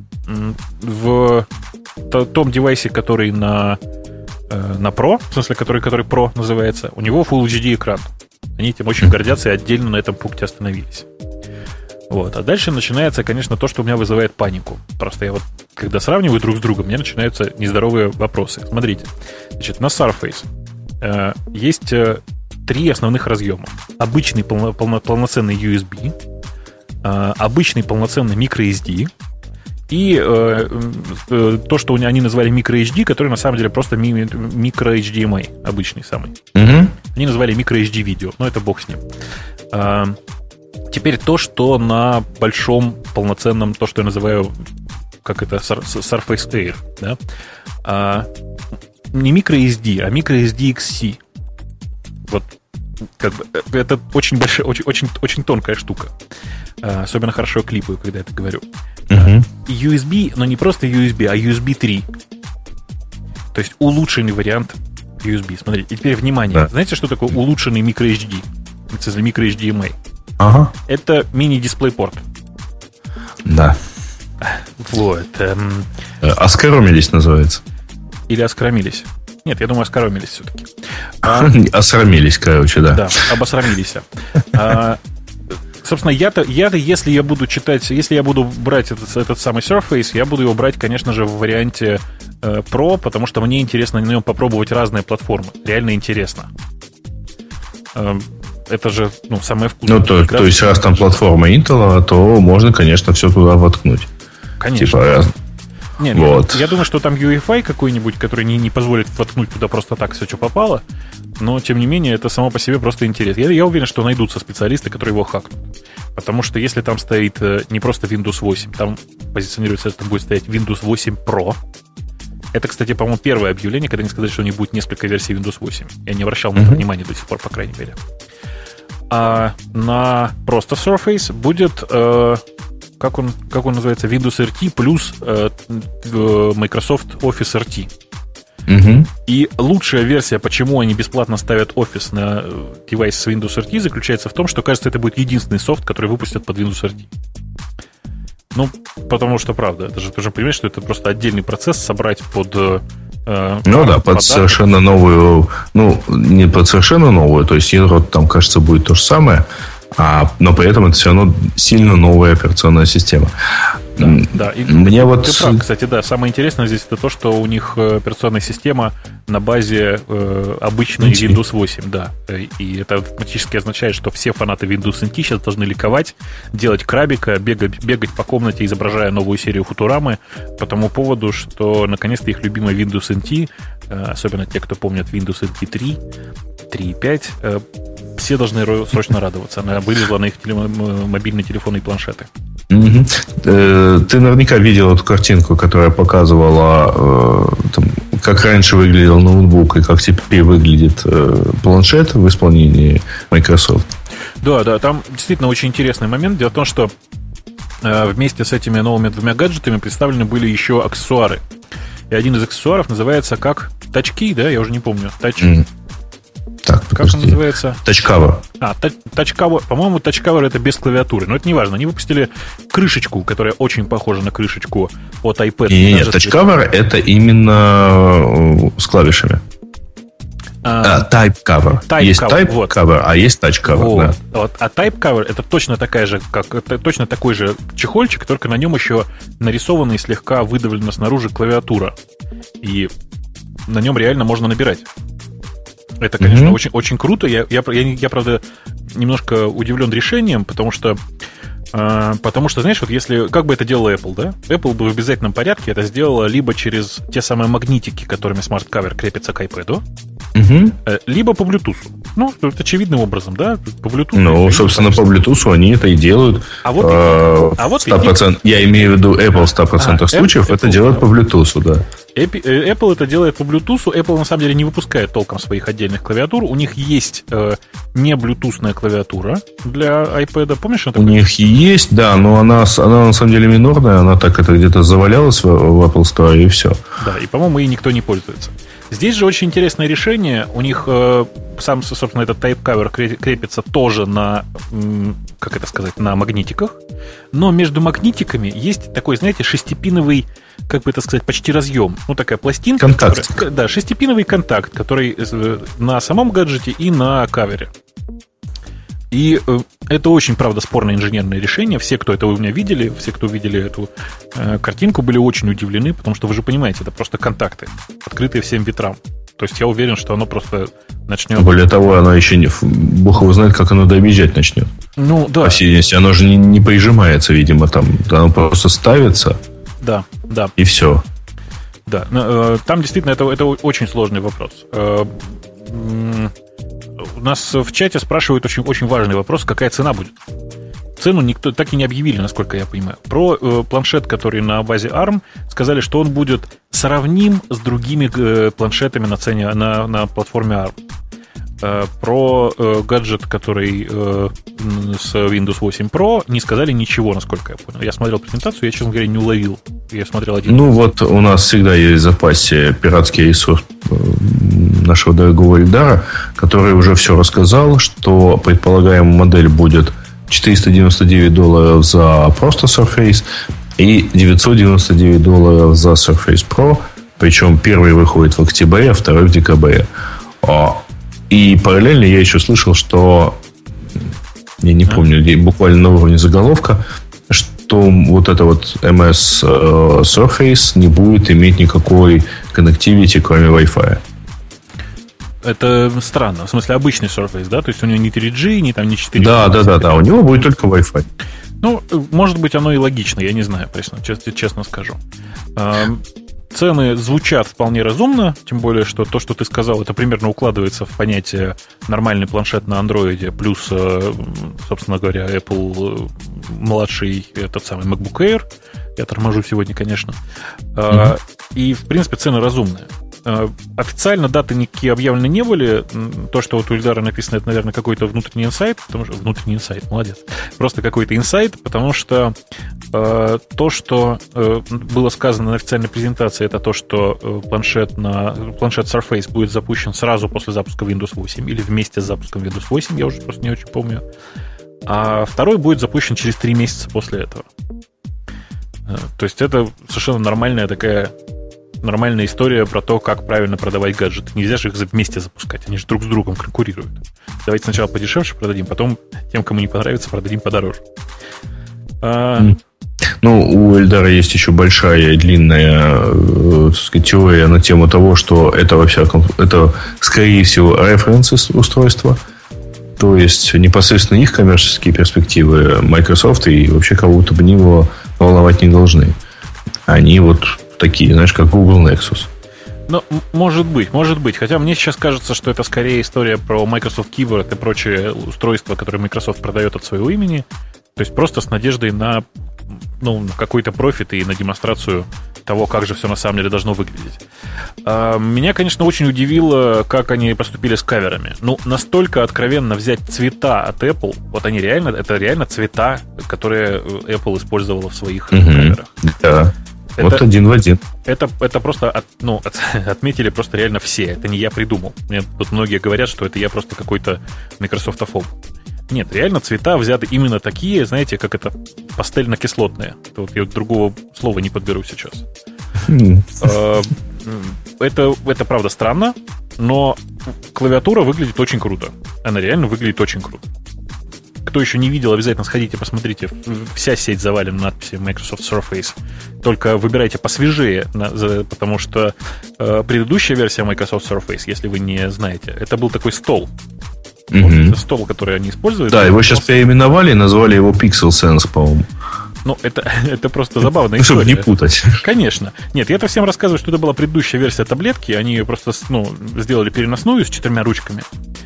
В том девайсе, который на, э, на Pro, в смысле, который, который Pro называется, у него Full эйч ди экран. Они этим очень гордятся и отдельно на этом пункте остановились. Вот. А дальше начинается, конечно, то, что у меня вызывает панику. Просто я вот, когда сравниваю друг с другом, у меня начинаются нездоровые вопросы. Смотрите. Значит, на Surface э, есть э, три основных разъема. Обычный полно, полно, полноценный ю эс би, э, обычный полноценный microSD и э, э, то, что они назвали microHD, который на самом деле просто ми- microHDMI, обычный самый. Mm-hmm. Они назвали microHD видео, но это бог с ним. Э, Теперь то, что на большом полноценном, то, что я называю, как это, Surface Air, да? А, не microSD, а microSD-XC. Вот, как бы, это очень большая, очень, очень, очень тонкая штука. А, особенно хорошо клипаю, когда это говорю. Uh-huh. А, ю эс би, но не просто ю эс би, а ю эс би три. То есть улучшенный вариант ю эс би. Смотрите, и теперь внимание. Да. Знаете, что такое улучшенный microHD? Это microHDMI. Ага. Это мини-дисплей-порт. Да. Вот. Эм... Оскоромились называется. Или оскоромились. Нет, я думаю, оскоромились все-таки. А... Осрамились, короче, да. Да, обосрамились. а, собственно, я-то, я-то, если я буду читать, если я буду брать этот, этот самый Surface, я буду его брать, конечно же, в варианте э, Pro, потому что мне интересно на нем попробовать разные платформы. Реально интересно. Эм... Это же, ну, самое вкусное. Ну, то, то есть, раз там платформа Intel, то можно, конечно, все туда воткнуть. Конечно. Типа, Нет, вот. я, я думаю, что там ю эф ай какой-нибудь, который не, не позволит воткнуть туда просто так все, что попало, но, тем не менее, это само по себе просто интересно. Я, я уверен, что найдутся специалисты, которые его хакнут. Потому что если там стоит не просто Windows восемь, там позиционируется, что будет стоять Windows восемь Pro. Это, кстати, по-моему, первое объявление, когда они сказали, что у них будет несколько версий Windows восемь. Я не обращал на это mm-hmm. внимания до сих пор, по крайней мере. А на просто Surface будет... Э, Как он, как он называется? Windows эр ти плюс э, Microsoft Office эр ти. Угу. И лучшая версия, почему они бесплатно ставят Office на девайс с Windows эр ти, заключается в том, что, кажется, это будет единственный софт, который выпустят под Windows эр ти. Ну, потому что, правда, это же, ты же понимаешь, что это просто отдельный процесс собрать под... Э, ну да, под совершенно новую... Ну, не под совершенно новую, то есть Enroad там, кажется, будет то же самое, А, но при этом это все равно сильно новая операционная система. Да, да. И Мне ты, вот... ты прав, кстати, да. Самое интересное здесь это то, что у них операционная система на базе э, обычной эн ти. Windows восемь, да. И это автоматически означает, что все фанаты Windows эн ти сейчас должны ликовать, делать крабика, бегать, бегать по комнате, изображая новую серию Футурамы по тому поводу, что наконец-то их любимый Windows эн ти, э, особенно те, кто помнит Windows эн ти три, три и пять, э, все должны срочно радоваться. Она вылезла на их теле- мобильные телефоны и планшеты. Угу. Ты наверняка видел эту картинку, которая показывала, там, как раньше выглядел ноутбук и как теперь выглядит планшет в исполнении Microsoft. Да, да, там действительно очень интересный момент. Дело в том, что вместе с этими новыми двумя гаджетами представлены были еще аксессуары. И один из аксессуаров называется как TouchKey, да, я уже не помню. Touch... Mm. Так, как он называется? TouchCover. А, TouchCover. По-моему, TouchCover это без клавиатуры. Но это не важно. Они выпустили крышечку, которая очень похожа на крышечку от iPad. Нет, нет, TouchCover это именно с клавишами. А, а, TypeCover. Type есть TypeCover, вот. А есть TouchCover. Вот. Да. Вот. А TypeCover это точно такая же, как это точно такой же чехольчик, только на нем еще нарисована и слегка выдавлена снаружи клавиатура. И на нем реально можно набирать. Это, конечно, mm-hmm. очень, очень круто. Я, я, я, я, правда, немножко удивлен решением, потому что, э, потому что, знаешь, вот если... Как бы это делала Apple, да? Apple бы в обязательном порядке это сделала либо через те самые магнитики, которыми Smart Cover крепится к iPad, mm-hmm. э, либо по Bluetooth. Ну, это очевидным образом, да? По Bluetooth. Ну, собственно, по Bluetooth они это и делают. А вот, э, а вот сто процентов, я имею в виду Apple в ста процентах а, случаев Apple, это Apple, делает да. по Bluetooth, да. Apple это делает по Bluetooth. Apple, на самом деле, не выпускает толком своих отдельных клавиатур. У них есть э, не блютусная клавиатура для iPad. Помнишь, она У такая? них есть, да, но она, она на самом деле минорная. Она так это где-то завалялась в, в Apple Store, и все. Да, и, по-моему, ей никто не пользуется. Здесь же очень интересное решение. У них э, сам, собственно, этот TypeCover крепится тоже на, как это сказать, на магнитиках. Но между магнитиками есть такой, знаете, шестипиновый, как бы это сказать, почти разъем. Ну, такая пластинка. Контакт. Которая, да, шестипиновый контакт, который на самом гаджете и на кавере. И э, это очень, правда, спорное инженерное решение. Все, кто это у меня видели, все, кто видели эту э, картинку, были очень удивлены, потому что, вы же понимаете, это просто контакты, открытые всем ветрам. То есть я уверен, что оно просто начнет... Более того, оно еще не... Бог его знает, как оно доезжать начнет. Ну, да. По всей видимости, оно же не, не прижимается, видимо, там. Оно просто ставится. Да, да. И все. Да. Там действительно это, это очень сложный вопрос. У нас в чате спрашивают очень, очень важный вопрос, какая цена будет. Цену никто так и не объявили, насколько я понимаю. Про э, планшет, который на базе арм, сказали, что он будет сравним с другими э, планшетами на цене на, на платформе арм. Э, про э, гаджет, который э, с Windows восемь Pro, не сказали ничего, насколько я понял. Я смотрел презентацию, я, честно говоря, не уловил. Я смотрел один. Ну вот у нас всегда есть в запасе пиратский ресурс нашего дорогого Эльдара, который уже все рассказал, что предполагаемая модель будет четыреста девяносто девять долларов за просто Surface и девятьсот девяносто девять долларов за Surface Pro. Причем первый выходит в октябре, а второй в декабре. И параллельно я еще слышал, что я не помню, буквально на уровне заголовка, что вот это вот эм эс Surface не будет иметь никакой connectivity, кроме Wi-Fi. Это странно. В смысле, обычный Surface, да? То есть у него не три джи, не там, не четыре джи. Да, да, да, да. У него будет только Wi-Fi. Ну, может быть, оно и логично, я не знаю, честно, честно скажу. Цены звучат вполне разумно, тем более, что то, что ты сказал, это примерно укладывается в понятие нормальный планшет на андроиде, плюс, собственно говоря, Apple младший, этот самый MacBook Air. Я торможу сегодня, конечно. Mm-hmm. И, в принципе, цены разумные. Официально даты никакие объявлены не были. То, что вот у Ильдара написано, это, наверное, какой-то внутренний инсайт. Потому что внутренний инсайт, молодец. Просто какой-то инсайт, потому что э, то, что э, было сказано на официальной презентации, это то, что э, планшет, на, планшет Surface будет запущен сразу после запуска Windows восемь или вместе с запуском Windows восемь, я уже просто не очень помню. А второй будет запущен через три месяца после этого. Э, то есть это совершенно нормальная такая... Нормальная история про то, как правильно продавать гаджеты. Нельзя же их вместе запускать, они же друг с другом конкурируют. Давайте сначала подешевше продадим, потом тем, кому не понравится, продадим подороже. А... Ну, у Эльдара есть еще большая и длинная, так сказать, теория на тему того, что это, во всяком, это скорее всего, референс устройства. То есть, непосредственно их коммерческие перспективы Microsoft и вообще кого-то бы него волновать не должны. Они вот такие, знаешь, как Google Nexus. Ну, может быть, может быть. Хотя мне сейчас кажется, что это скорее история про Microsoft Keyboard и прочие устройства, которые Microsoft продает от своего имени. То есть просто с надеждой на, ну, на какой-то профит и на демонстрацию того, как же все на самом деле должно выглядеть. Меня, конечно, очень удивило, как они поступили с каверами. Ну, настолько откровенно взять цвета от Apple. Вот они реально, это реально цвета, которые Apple использовала в своих mm-hmm. каверах. Да. Это, вот один в один. Это, это просто от, ну, от, отметили просто реально все. Это не я придумал. Мне тут многие говорят, что это я просто какой-то Microsoft-офоб. Нет, реально цвета взяты именно такие, знаете, как это пастельно-кислотные. Это вот я другого слова не подберу сейчас. Mm. Это, это правда странно, но клавиатура выглядит очень круто. Она реально выглядит очень круто. Кто еще не видел, обязательно сходите, посмотрите. Вся сеть завалена надписью Microsoft Surface. Только выбирайте посвежее, потому что э, предыдущая версия Microsoft Surface, если вы не знаете, это был такой стол. Mm-hmm. Это стол, который они используют. Да, его сейчас переименовали и назвали его Pixel Sense, по-моему. Ну, это, это просто забавная ну, история. Чтобы не путать. Конечно. Нет, я-то всем рассказываю, что это была предыдущая версия таблетки. Они ее просто, ну, сделали переносную с четырьмя ручками.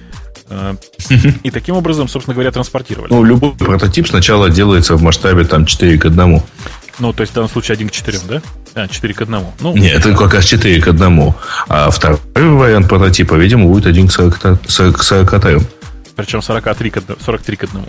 И таким образом, собственно говоря, транспортировали. Ну, любой прототип сначала делается в масштабе там четыре к одному. Ну, то есть в данном случае один к четырем, да? А, четыре к одному. Ну, нет, это как раз четыре к одному. А второй вариант прототипа, видимо, будет один к сорока трем. Причем сорок три к одному.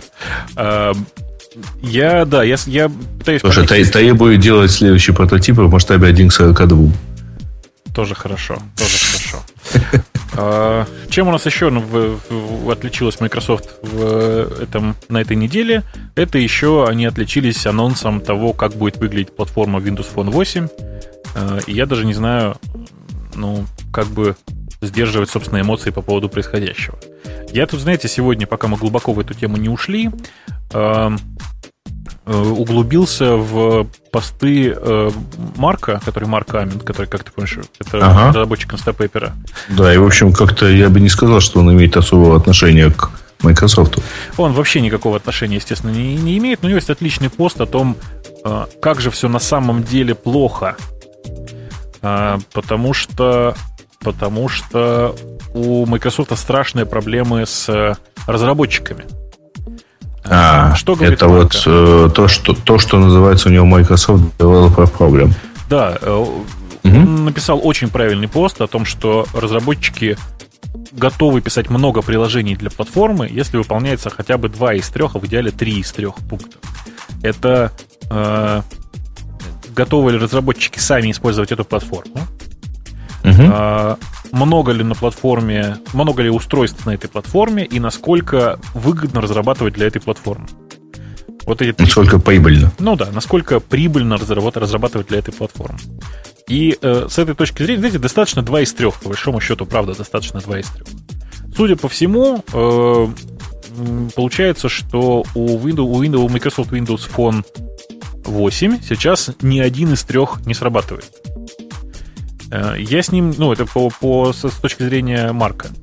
Я, да, я, я пытаюсь... Слушай, понять, Тай будет делать следующий прототип в масштабе один к сорока двум. Тоже хорошо, тоже хорошо. А, чем у нас еще ну, в, в, отличилась Microsoft в этом, на этой неделе? Это еще они отличились анонсом того, как будет выглядеть платформа Windows Phone восемь. А, и я даже не знаю, ну, как бы сдерживать собственные эмоции по поводу происходящего. Я тут, знаете, сегодня, пока мы глубоко в эту тему не ушли, а, углубился в посты э, Марка, который Марк Амин, который, как ты помнишь, это ага. разработчик Instapaper. Да, и, в общем, как-то я бы не сказал, что он имеет особого отношения к Microsoft. Он вообще никакого отношения, естественно, не, не имеет, но у него есть отличный пост о том, э, как же все на самом деле плохо. Э, потому что, потому что у Microsoft страшные проблемы с разработчиками. А, что говорит это Марка? Вот э, то, что, то, что называется у него Microsoft Developer Problem. Да, э, угу. Он написал очень правильный пост о том, что разработчики готовы писать много приложений для платформы, если выполняется хотя бы два из трех, а в идеале три из трех пунктов. Это э, готовы ли разработчики сами использовать эту платформу? Угу. Э, много ли на платформе, много ли устройств на этой платформе и насколько выгодно разрабатывать для этой платформы. Вот эти три... Насколько прибыльно. Ну да, насколько прибыльно разрабатывать для этой платформы. И э, с этой точки зрения, знаете, достаточно два из трех, по большому счету, правда, достаточно два из трех. Судя по всему, э, получается, что у Windows, у Windows, у Microsoft Windows Phone восемь сейчас ни один из трех не срабатывает. Я с ним, ну, это по, по, с точки зрения Марка.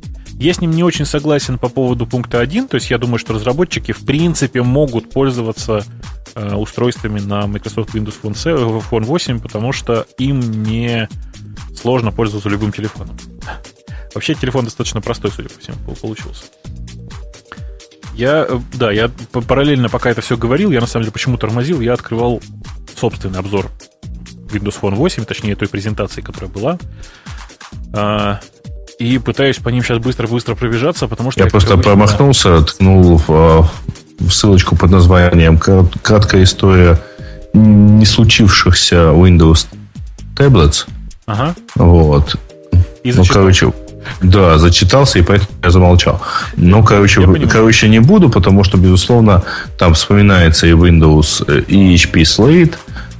Я с ним не очень согласен по поводу пункта один. То есть я думаю, что разработчики в принципе могут пользоваться э, устройствами на Microsoft Windows Phone восемь, потому что им не сложно пользоваться любым телефоном. Вообще телефон достаточно простой, судя по всему, получился. Я, да, я параллельно, пока это все говорил, я на самом деле почему тормозил, я открывал собственный обзор Windows Phone восемь, точнее той презентации, которая была, и пытаюсь по ним сейчас быстро-быстро пробежаться, потому что... Я, я просто промахнулся, на... ткнул в, в ссылочку под названием «Краткая история не случившихся Windows Tablets». Ага. Вот. И ну, короче... Да, зачитался, и поэтому я замолчал. Но, короче, короче, не буду, потому что, безусловно, там вспоминается и Windows, и эйч пи Slate.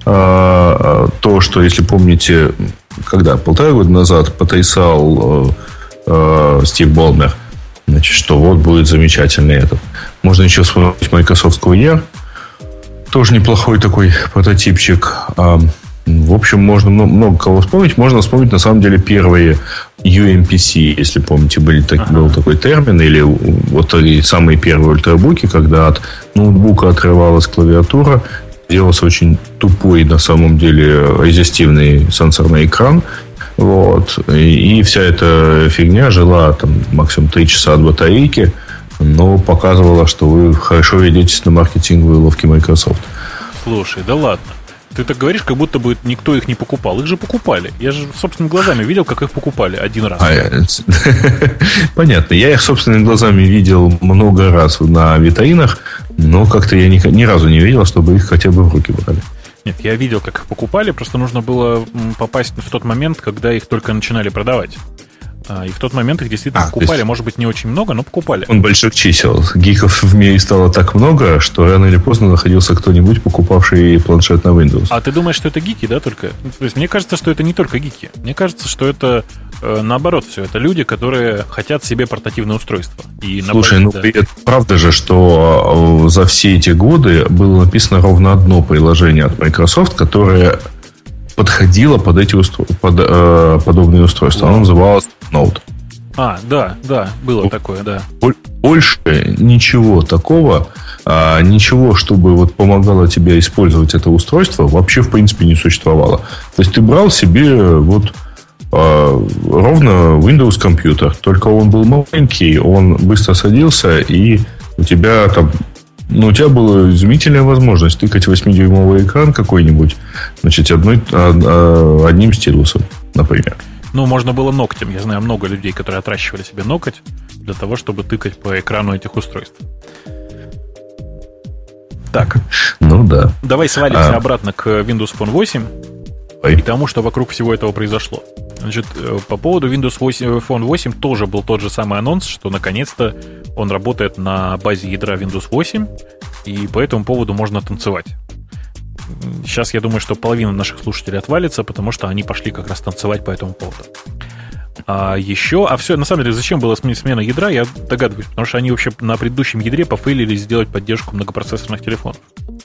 А, то, что, если помните, когда, полтора года назад потрясал а, а, Стив Болмер, значит, что вот будет замечательный этот. Можно еще вспомнить Microsoft Courier. Тоже неплохой такой прототипчик. А, в общем, можно много кого вспомнить. Можно вспомнить, на самом деле, первые ю эм пи си, если помните, были, так, ага. был такой термин, или вот самые первые ультрабуки, когда от ноутбука отрывалась клавиатура, делался очень тупой, на самом деле, резистивный сенсорный экран. Вот. И, и вся эта фигня жила там, максимум три часа от батарейки, но показывала, что вы хорошо ведетесь на маркетинговые уловки Microsoft. Слушай, да ладно. Ты так говоришь, как будто бы никто их не покупал. Их же покупали. Я же собственными глазами видел, как их покупали один раз. А, понятно. Я их собственными глазами видел много раз на витринах, но как-то я ни, ни разу не видел, чтобы их хотя бы в руки брали. Нет, я видел, как их покупали. Просто нужно было попасть в тот момент, когда их только начинали продавать. И в тот момент их действительно а, покупали. Есть... Может быть, не очень много, но покупали. Он больших чисел. Гиков в мире стало так много, что рано или поздно находился кто-нибудь, покупавший планшет на Windows. А ты думаешь, что это гики, да, только? То есть мне кажется, что это не только гики. Мне кажется, что это э, наоборот все. Это люди, которые хотят себе портативное устройство. И Слушай, ну да. это правда же, что за все эти годы было написано ровно одно приложение от Microsoft, которое подходило под эти устро... под, э, подобные устройства. Оно называлось Note. А, да, да, было такое, да. Больше ничего такого, а, ничего, чтобы вот помогало тебе использовать это устройство, вообще в принципе не существовало. То есть ты брал себе вот а, ровно Windows компьютер, только он был маленький, он быстро садился, и у тебя там Ну, у тебя была изумительная возможность тыкать восьмидюймовый экран какой-нибудь, значит, одной, одним стилусом, например. Ну, можно было ногтем. Я знаю много людей, которые отращивали себе ноготь для того, чтобы тыкать по экрану этих устройств. Так. Ну, да. Давай свалимся а... обратно к Windows Phone восемь Ой. и тому, что вокруг всего этого произошло. Значит, по поводу Windows Phone восемь тоже был тот же самый анонс, что наконец-то он работает на базе ядра Windows восемь, и по этому поводу можно танцевать. Сейчас я думаю, что половина наших слушателей отвалится, потому что они пошли как раз танцевать по этому поводу. А еще, а все, на самом деле, зачем была смена ядра, я догадываюсь, потому что они вообще на предыдущем ядре пофейлили сделать поддержку многопроцессорных телефонов.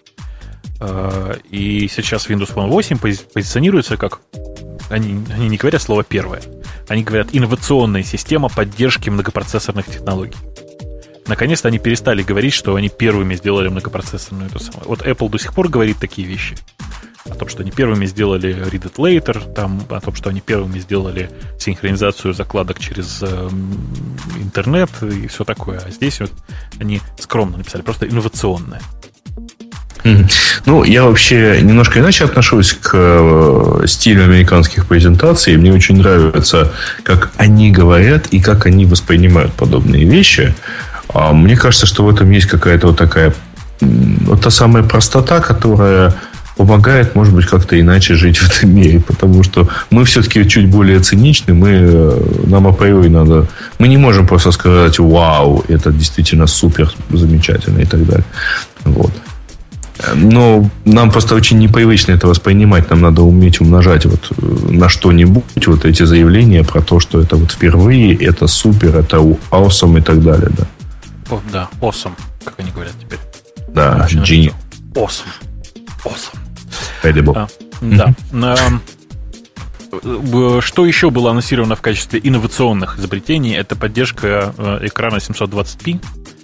И сейчас Windows Phone восемь позиционируется как, они, они не говорят слово первое, они говорят инновационная система поддержки многопроцессорных технологий. Наконец-то они перестали говорить, что они первыми сделали многопроцессорную эту самую. Вот Apple до сих пор говорит такие вещи. О том, что они первыми сделали Read It Later, там, о том, что они первыми сделали синхронизацию закладок через э, интернет и все такое. А здесь вот они скромно написали, просто инновационное. Ну, я вообще немножко иначе отношусь к стилю американских презентаций. Мне очень нравится, как они говорят и как они воспринимают подобные вещи. Мне кажется, что в этом есть какая-то вот такая вот та самая простота, которая помогает, может быть, как-то иначе жить в этом мире. Потому что мы все-таки чуть более циничны. Мы, нам априори надо... Мы не можем просто сказать: вау, это действительно супер замечательно и так далее. Вот. Но нам просто очень непривычно это воспринимать. Нам надо уметь умножать вот на что-нибудь вот эти заявления про то, что это вот впервые, это супер, это awesome и так далее, да. О, да, awesome, как они говорят теперь. Да, genius. Awesome. Awesome. Edible. А, да. Mm-hmm. Что еще было анонсировано в качестве инновационных изобретений? Это поддержка экрана семьсот двадцать пи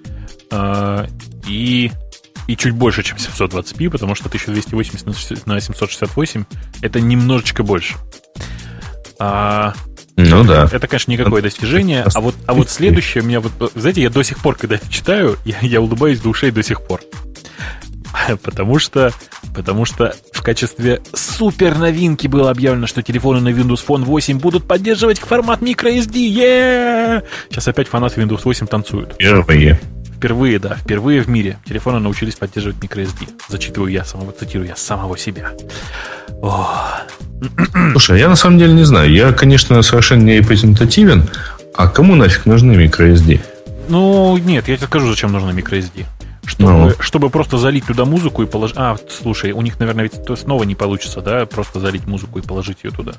и, и чуть больше, чем семьсот двадцать пи, потому что тысяча двести восемьдесят на семьсот шестьдесят восемь это немножечко больше. А, ну да. Это, конечно, никакое достижение. А вот, а вот следующее у меня вот, знаете, я до сих пор, когда это читаю, я, я улыбаюсь до ушей до сих пор. Потому что, потому что в качестве супер новинки было объявлено, что телефоны на Windows Phone восемь будут поддерживать формат microSD. Yeah! Сейчас опять фанаты Windows восемь танцуют. Впервые. Впервые, да, впервые в мире телефоны научились поддерживать microSD. Зачитываю я самого, цитирую я самого себя. О. Слушай, я на самом деле не знаю. Я, конечно, совершенно не репрезентативен. А кому нафиг нужны microSD? Ну, нет, я тебе скажу, зачем нужны microSD. Чтобы, ну. чтобы просто залить туда музыку и положить... А, слушай, у них, наверное, ведь снова не получится, да? Просто залить музыку и положить ее туда.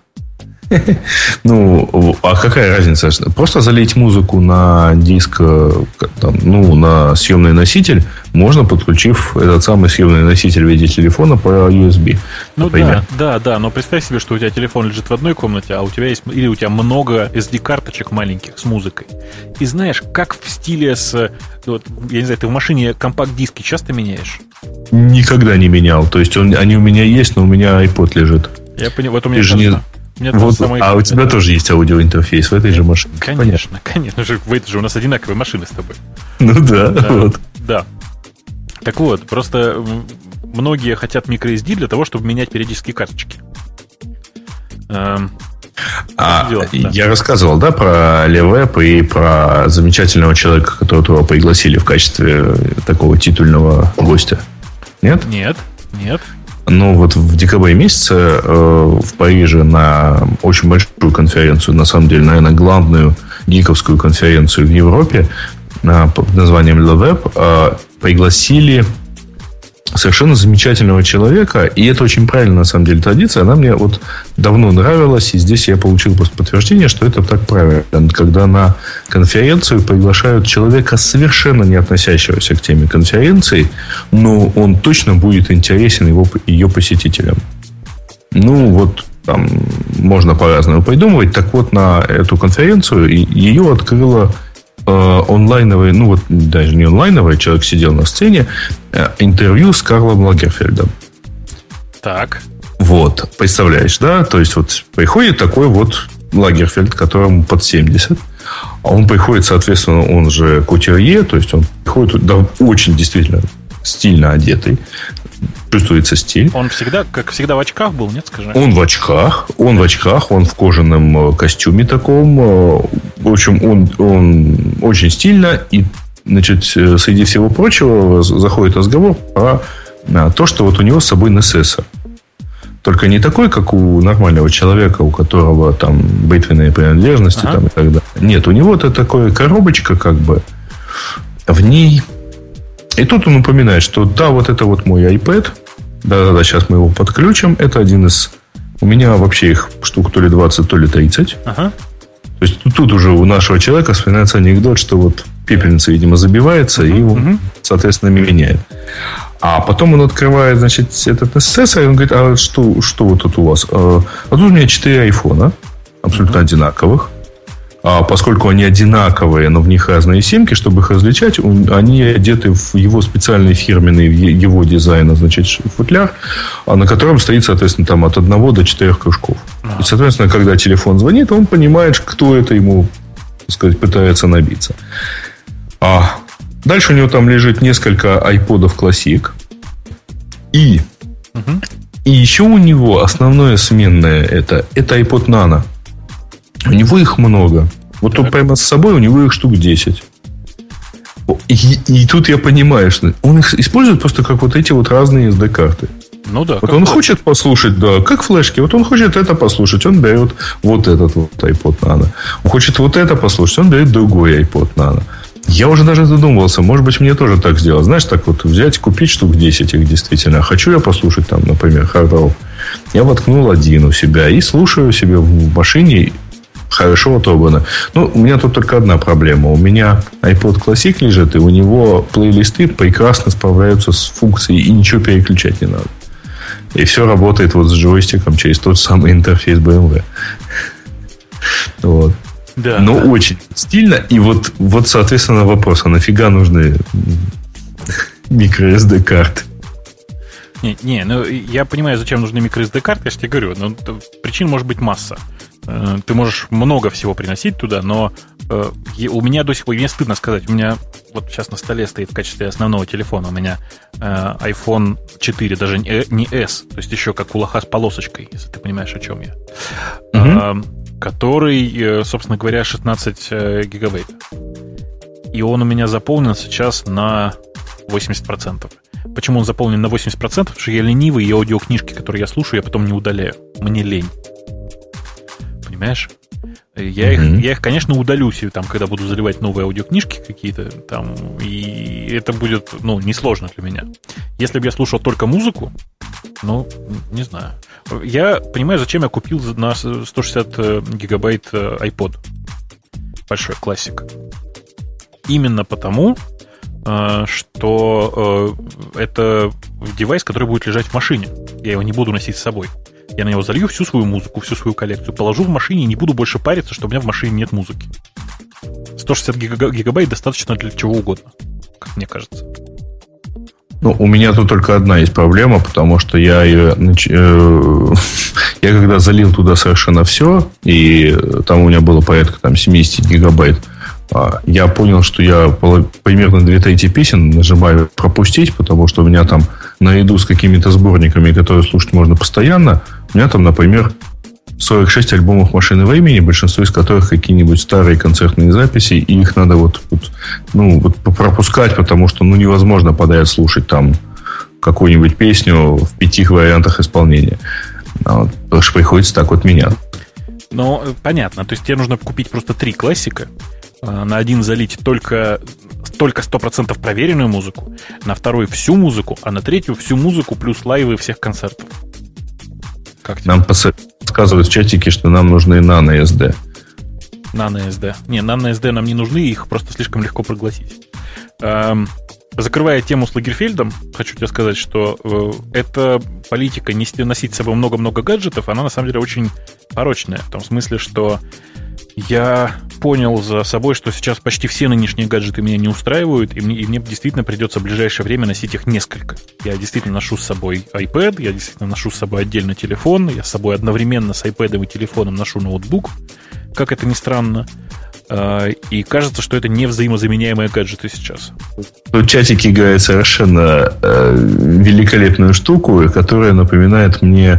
Ну, а какая разница? Просто залить музыку на диск, там, ну, на съемный носитель, можно, подключив этот самый съемный носитель в виде телефона по ю эс би. Ну да, да, да, но представь себе, что у тебя телефон лежит в одной комнате, а у тебя есть, или у тебя много эс ди-карточек маленьких с музыкой. И знаешь, как в стиле с... Вот, я не знаю, ты в машине компакт-диски часто меняешь? Никогда не менял. То есть он, они у меня есть, но у меня iPod лежит. Я понял, вот у меня не... Вот, а у тебя тоже есть аудиоинтерфейс в этой же машине. Конечно, конечно. Это же у нас одинаковые машины с тобой. Ну да, да, вот. Да. Так вот, просто многие хотят microSD для того, чтобы менять периодически карточки. Эм, а, да. Я рассказывал, да, про LevApp и про замечательного человека, которого пригласили в качестве такого титульного гостя. Нет? Нет, нет. Ну, вот в декабре месяце э, в Париже на очень большую конференцию, на самом деле, наверное, главную гиковскую конференцию в Европе э, под названием LevApp э, пригласили совершенно замечательного человека, и это очень правильная, на самом деле, традиция. Она мне вот давно нравилась, и здесь я получил просто подтверждение, что это так правильно. Когда на конференцию приглашают человека, совершенно не относящегося к теме конференции, но он точно будет интересен его, ее посетителям. Ну, вот там можно по-разному придумывать. Так вот, на эту конференцию ее открыла онлайновое, ну вот даже не онлайновое, человек сидел на сцене, интервью с Карлом Лагерфельдом. Так. Вот, представляешь, да? То есть вот приходит такой вот Лагерфельд, которому под семьдесят, а он приходит, соответственно, он же кутюрье, то есть он приходит да, очень действительно стильно одетый, чувствуется стиль. Он всегда, как всегда, в очках был, нет, скажи? Он в очках, он в очках, он в кожаном костюме таком. В общем, он, он очень стильно. И, значит, среди всего прочего заходит разговор про то, что вот у него с собой несессор. Только не такой, как у нормального человека, у которого там бритвенные принадлежности ага. там, и так далее. Нет, у него это такая коробочка, как бы. В ней... И тут он упоминает, что да, вот это вот мой iPad. Да-да-да, сейчас мы его подключим. Это один из... У меня вообще их штук то ли двадцать, то ли тридцать. Ага. То есть тут уже у нашего человека вспоминается анекдот, что вот пепельница, видимо, забивается, uh-huh. и его, uh-huh. соответственно, меняет. А потом он открывает, значит, этот несессор, и он говорит, а что, что вот тут у вас? А тут у меня четыре айфона, абсолютно uh-huh. одинаковых. А поскольку они одинаковые, но в них разные симки, чтобы их различать, они одеты в его специальный фирменный, его дизайна, значит, футляр, на котором стоит, соответственно, там от одного до четырех кружков. И, соответственно, когда телефон звонит, он понимает, кто это ему, так сказать, пытается набиться. А дальше у него там лежит несколько айподов Classic. И, угу. и еще у него основное сменное это, это iPod Nano. У него их много. Вот он прямо с собой, у него их штук десять. И, и тут я понимаю, что он их использует просто как вот эти вот разные эс ди-карты. Ну да. Вот он флешки. Хочет послушать, да, как флешки. Вот он хочет это послушать, он берет вот этот вот iPod Nano. Он хочет вот это послушать, он берет другой iPod Nano. Я уже даже задумывался, может быть, мне тоже так сделать. Знаешь, так вот взять, купить штук десять их действительно. Хочу я послушать там, например, Hard Rock. Я воткнул один у себя и слушаю себе в машине. Хорошо отобрано. Ну, у меня тут только одна проблема. У меня iPod Classic лежит, и у него плейлисты прекрасно справляются с функцией, и ничего переключать не надо. И все работает вот с джойстиком через тот самый интерфейс бэ эм вэ. Вот. Да, Но да. очень стильно. И вот, вот, соответственно, вопрос, а нафига нужны microSD-карты? Не, не, ну я понимаю, зачем нужны microSD-карты, я же тебе говорю, но причин может быть масса. Ты можешь много всего приносить туда, но э, у меня до сих пор, мне стыдно сказать, у меня вот сейчас на столе стоит в качестве основного телефона у меня э, айфон четыре, даже не, не S, то есть еще как у лоха с полосочкой, если ты понимаешь, о чем я, угу. э, который, э, собственно говоря, шестнадцать э, гигабайт. И он у меня заполнен сейчас на восемьдесят процентов. Почему он заполнен на восемьдесят процентов? Потому что я ленивый, и аудиокнижки, которые я слушаю, я потом не удаляю. Мне лень. Понимаешь? Я, mm-hmm. их, я их, конечно, удалю, там, когда буду заливать новые аудиокнижки какие-то, там, и это будет, ну, несложно для меня. Если бы я слушал только музыку, ну, не знаю. Я понимаю, зачем я купил на сто шестьдесят гигабайт iPod. Большой классик. Именно потому, что это девайс, который будет лежать в машине. Я его не буду носить с собой. Я на него залью всю свою музыку, всю свою коллекцию, положу в машине и не буду больше париться, что у меня в машине нет музыки. сто шестьдесят гигабайт достаточно для чего угодно, как мне кажется. Ну, у меня тут только одна есть проблема, потому что я ее... Э, я когда залил туда совершенно все, и там у меня было порядка там, семьдесят гигабайт, я понял, что я примерно две трети песен нажимаю пропустить, потому что у меня там наряду с какими-то сборниками, которые слушать можно постоянно, у меня там, например, сорок шесть альбомов «Машины времени», большинство из которых какие-нибудь старые концертные записи, и их надо вот, вот, ну, вот пропускать, потому что ну, невозможно подряд слушать там какую-нибудь песню в пяти вариантах исполнения. Вот, потому что приходится так вот менять. Ну, понятно. То есть тебе нужно купить просто три классика, на один залить только, только сто процентов проверенную музыку, на второй всю музыку, а на третью всю музыку плюс лайвы всех концертов. Как тебе? Нам подсказывают в чатике, что нам нужны nano-эс ди. nano-эс ди. Не, nano-эс ди нам не нужны, их просто слишком легко проглотить. Эм, закрывая тему с Лагерфельдом, хочу тебе сказать, что э, эта политика нести, носить с собой много-много гаджетов, она на самом деле очень порочная. В том смысле, что я понял за собой, что сейчас почти все нынешние гаджеты меня не устраивают, и мне, и мне действительно придется в ближайшее время носить их несколько. Я действительно ношу с собой iPad, я действительно ношу с собой отдельно телефон, я с собой одновременно с iPad и телефоном ношу ноутбук, как это ни странно. И кажется, что это не взаимозаменяемые гаджеты сейчас. В чатике играет совершенно э, великолепную штуку, которая напоминает мне,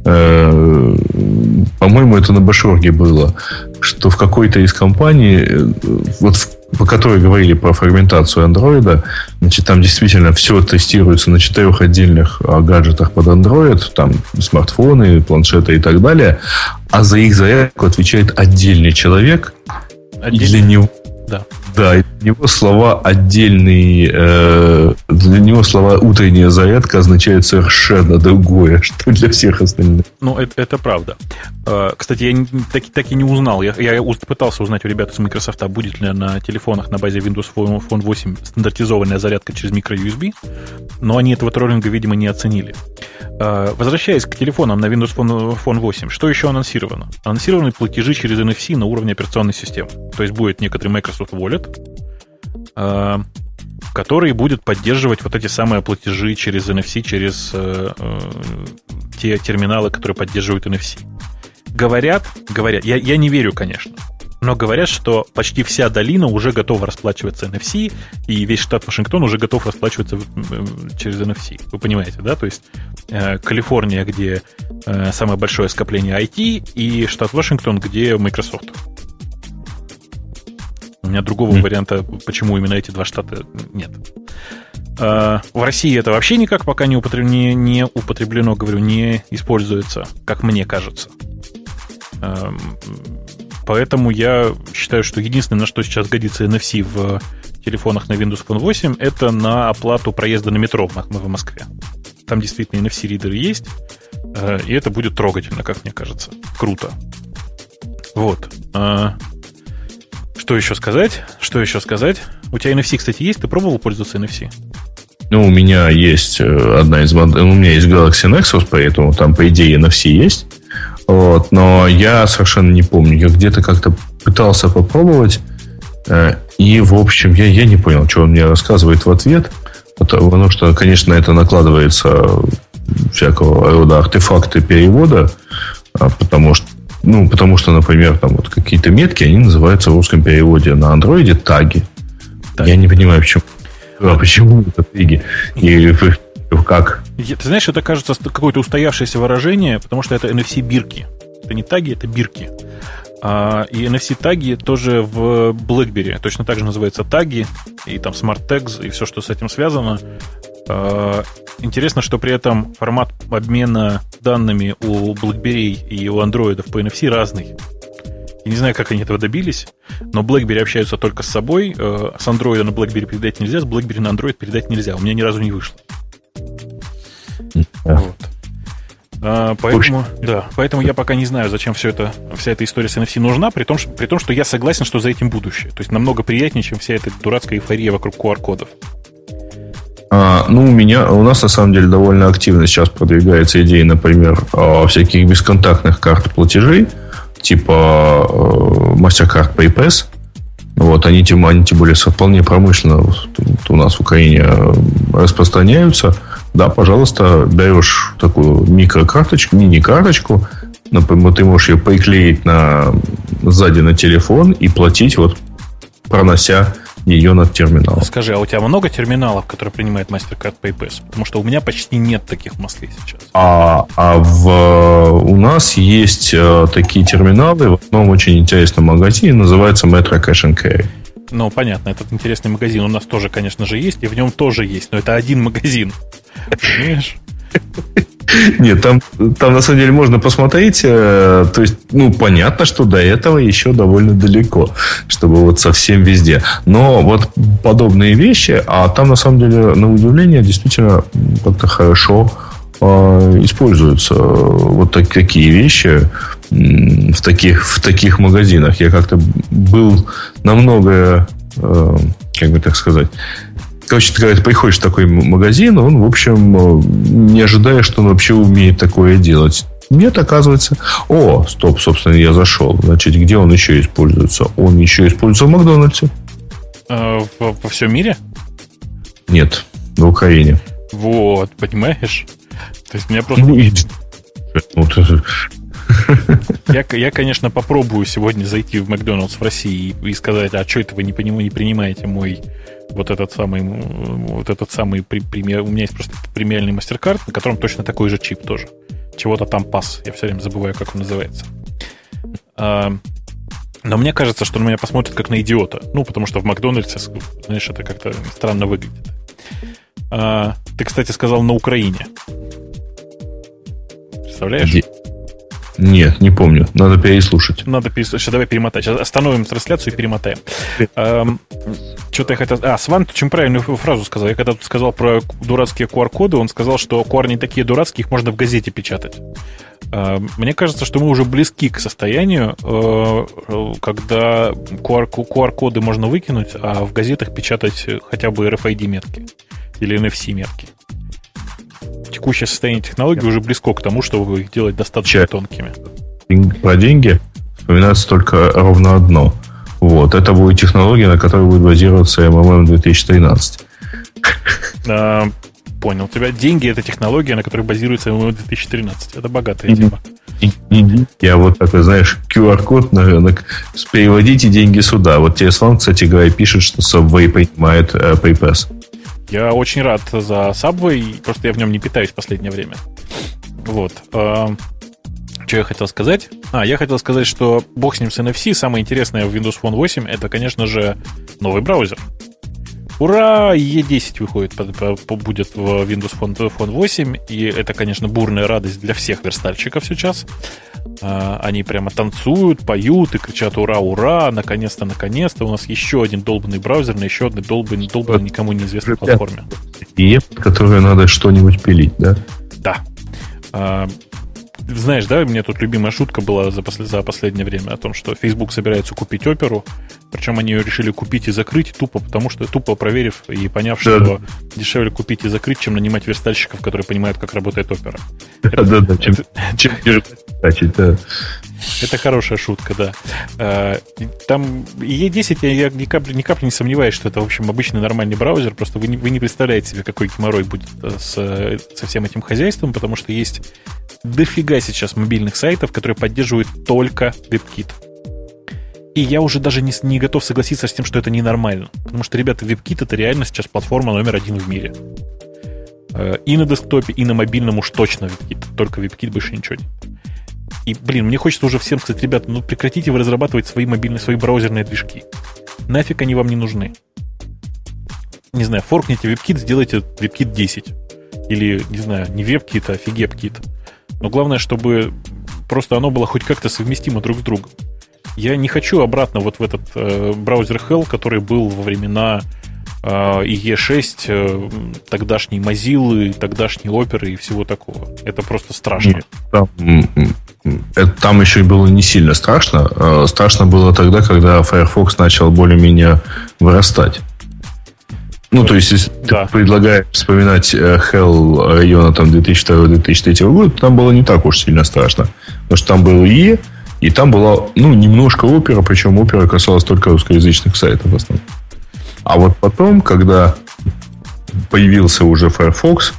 э, по-моему, это на Башорге было, что в какой-то из компаний, вот в, по которой говорили про фрагментацию андроида, значит, там действительно все тестируется на четырех отдельных гаджетах под Android, там смартфоны, планшеты и так далее, а за их зарядку отвечает отдельный человек. И для него, да. Да, и для него слова отдельный, э, для него слова утренняя зарядка означает совершенно другое, что для всех остальных. Ну, это, это правда. Кстати, я так, так и не узнал. Я, я пытался узнать у ребят из Microsoft, будет ли на телефонах на базе Windows Phone восемь стандартизованная зарядка через micro ю эс би, но они этого троллинга, видимо, не оценили. Возвращаясь к телефонам на Windows Phone восемь, что еще анонсировано? Анонсированы платежи через эн эф си на уровне операционной системы. То есть будет некоторый Microsoft Wallet, который будет поддерживать вот эти самые платежи через эн эф си, через э, э, те терминалы, которые поддерживают эн эф си. Говорят, говорят, я, я не верю, конечно, но говорят, что почти вся долина уже готова расплачиваться эн эф си, и весь штат Вашингтон уже готов расплачиваться через эн эф си. Вы понимаете, да? То есть э, Калифорния, где э, самое большое скопление ай ти, и штат Вашингтон, где Microsoft. У меня другого mm. варианта, почему именно эти два штата, нет. В России это вообще никак пока не, употреб... не, не употреблено, говорю, не используется, как мне кажется. Поэтому я считаю, что единственное, на что сейчас годится эн эф си в телефонах на Windows Phone восемь, это на оплату проезда на метро в Москве. Там действительно эн эф си-ридеры есть, и это будет трогательно, как мне кажется. Круто. Вот. Что еще сказать? Что еще сказать? У тебя эн эф си, кстати, есть? Ты пробовал пользоваться эн эф си? Ну, у меня есть одна из моделей, у меня есть Galaxy Nexus, поэтому там, по идее, эн эф си есть. Вот, но я совершенно не помню. Я где-то как-то пытался попробовать, и, в общем, я, я не понял, что он мне рассказывает в ответ. Потому что, конечно, это накладывается всякого рода артефакты перевода, потому что, ну, потому что, например, там вот какие-то метки, они называются в русском переводе на андроиде таги. Так. Я не понимаю, почему. А почему это таги? И как? Ты знаешь, это кажется какое-то устоявшееся выражение, потому что это эн эф си-бирки. Это не таги, это бирки. А, и эн эф си-таги тоже в BlackBerry. Точно так же называются таги, и там Smart Tags, и все, что с этим связано. А, интересно, что при этом формат обмена данными у BlackBerry и у андроидов по эн эф си разный. Я не знаю, как они этого добились, но BlackBerry общаются только с собой. С Android на BlackBerry передать нельзя, с BlackBerry на Android передать нельзя. У меня ни разу не вышло. Yeah. Вот. А, поэтому, да, поэтому я пока не знаю, зачем все это, вся эта история с эн эф си нужна, при том, что, при том, что я согласен, что за этим будущее. То есть намного приятнее, чем вся эта дурацкая эйфория вокруг ку ар-кодов. А, ну, у меня, у нас на самом деле довольно активно сейчас продвигается идея, например, всяких бесконтактных карт платежей, типа MasterCard PayPass. Вот, они, тем, они тем более вполне промышленно у нас в Украине распространяются. Да, пожалуйста, берешь такую микрокарточку, мини-карточку, например, ты можешь ее приклеить на, сзади на телефон и платить, вот, пронося ее над терминалом. Скажи, а у тебя много терминалов, которые принимают MasterCard PayPass? Потому что у меня почти нет таких в Москве сейчас. А, а в, у нас есть а, такие терминалы в одном очень интересном магазине, называется Metro Cash and Carry. Ну, понятно, этот интересный магазин у нас тоже, конечно же, есть, и в нем тоже есть, но это один магазин. Понимаешь? Нет, там, там на самом деле можно посмотреть. То есть, ну, понятно, что до этого еще довольно далеко, чтобы вот совсем везде. Но вот подобные вещи, а там на самом деле, на удивление, действительно как-то хорошо э, используются вот так, такие вещи в таких, в таких магазинах. Я как-то был намного, э, как бы так сказать... Короче, когда ты приходишь в такой магазин, он, в общем, не ожидая, что он вообще умеет такое делать. Нет, оказывается. О, стоп, собственно, я зашел. Значит, где он еще используется? Он еще используется в Макдональдсе. А, во, во всем мире? Нет, в Украине. Вот, понимаешь? То есть меня просто... Я, я, конечно, попробую сегодня зайти в Макдональдс в России и, и сказать, а что это вы не, не принимаете мой вот этот самый, вот этот самый премиальный, у меня есть просто премиальный MasterCard, на котором точно такой же чип тоже. Чего-то там пас, я все время забываю, как он называется. А, но мне кажется, что на меня посмотрят как на идиота. Ну, потому что в Макдональдсе, знаешь, это как-то странно выглядит. А, ты, кстати, сказал на Украине. Представляешь? Где? Нет, не помню. Надо переслушать. Надо переслушать. Сейчас давай перемотать. Сейчас остановим трансляцию и перемотаем. Эм, что-то я хотел... А, Сван очень правильную фразу сказал. Я когда тут сказал про дурацкие ку ар-коды, он сказал, что ку ар не такие дурацкие, их можно в газете печатать. Эм, мне кажется, что мы уже близки к состоянию, э, когда ку ар, ку ар-коды можно выкинуть, а в газетах печатать хотя бы эр эф ай ди-метки или эн эф си-метки. Текущее состояние технологий уже близко к тому, чтобы их делать достаточно Чай. тонкими. Про деньги вспоминается только ровно одно. Вот. Это будет технология, на которой будет базироваться эм эм эм две тысячи тринадцать. А, понял тебя. Деньги — это технология, на которой базируется эм эм эм две тысячи тринадцать. Это богатая тема. Я вот такой, знаешь, ку ар-код на рынок. Переводите деньги сюда. Вот Теслан, кстати говоря, пишет, что Subway принимает э, PayPass. Я очень рад за Subway, просто я в нем не питаюсь в последнее время. Вот. Что я хотел сказать? А, я хотел сказать, что бог с ним с эн эф си. Самое интересное в Windows Phone восемь — это, конечно же, новый браузер. Ура! и десять выходит, будет в Windows Phone, Phone восемь. И это, конечно, бурная радость для всех верстальщиков сейчас. Они прямо танцуют, поют и кричат «Ура, ура! Наконец-то, наконец-то! У нас еще один долбанный браузер на еще одной долбанной, долбанной никому неизвестной платформе». И которую надо что-нибудь пилить, да? Да. знаешь, да, у меня тут любимая шутка была за, после, за последнее время о том, что Facebook собирается купить Оперу, причем они ее решили купить и закрыть тупо, потому что тупо проверив и поняв, что да. дешевле купить и закрыть, чем нанимать верстальщиков, которые понимают, как работает Опера. Да-да-да, чем да. Это хорошая шутка, да. Там и и десять, я ни капли, ни капли не сомневаюсь, что это, в общем, обычный нормальный браузер, просто вы не, вы не представляете себе, какой геморрой будет с, со всем этим хозяйством, потому что есть дофига сейчас мобильных сайтов, которые поддерживают только WebKit. И я уже даже не, не готов согласиться с тем, что это ненормально. Потому что, ребята, WebKit — это реально сейчас платформа номер один в мире. И на десктопе, и на мобильном уж точно WebKit. Только WebKit, больше ничего нет. И, блин, мне хочется уже всем сказать, ребята, ну прекратите вы разрабатывать свои мобильные, свои браузерные движки. Нафиг они вам не нужны. Не знаю, форкните WebKit, сделайте WebKit десять. Или, не знаю, не WebKit, а FiGepKit. Но главное, чтобы просто оно было хоть как-то совместимо друг с другом. Я не хочу обратно вот в этот э, браузер Hell, который был во времена э, и и шесть, э, тогдашней Mozilla, тогдашней Оперы и всего такого. Это просто страшно. Там, это, там еще и было не сильно страшно. Страшно было тогда, когда Firefox начал более-менее вырастать. Ну, то есть, если да. ты предлагаешь вспоминать Hell района там, две тысячи второго - две тысячи третьего года, то там было не так уж сильно страшно. Потому что там был и и, и там была, ну, немножко Опера, причем Опера касалась только русскоязычных сайтов в основном. А вот потом, когда появился уже Firefox,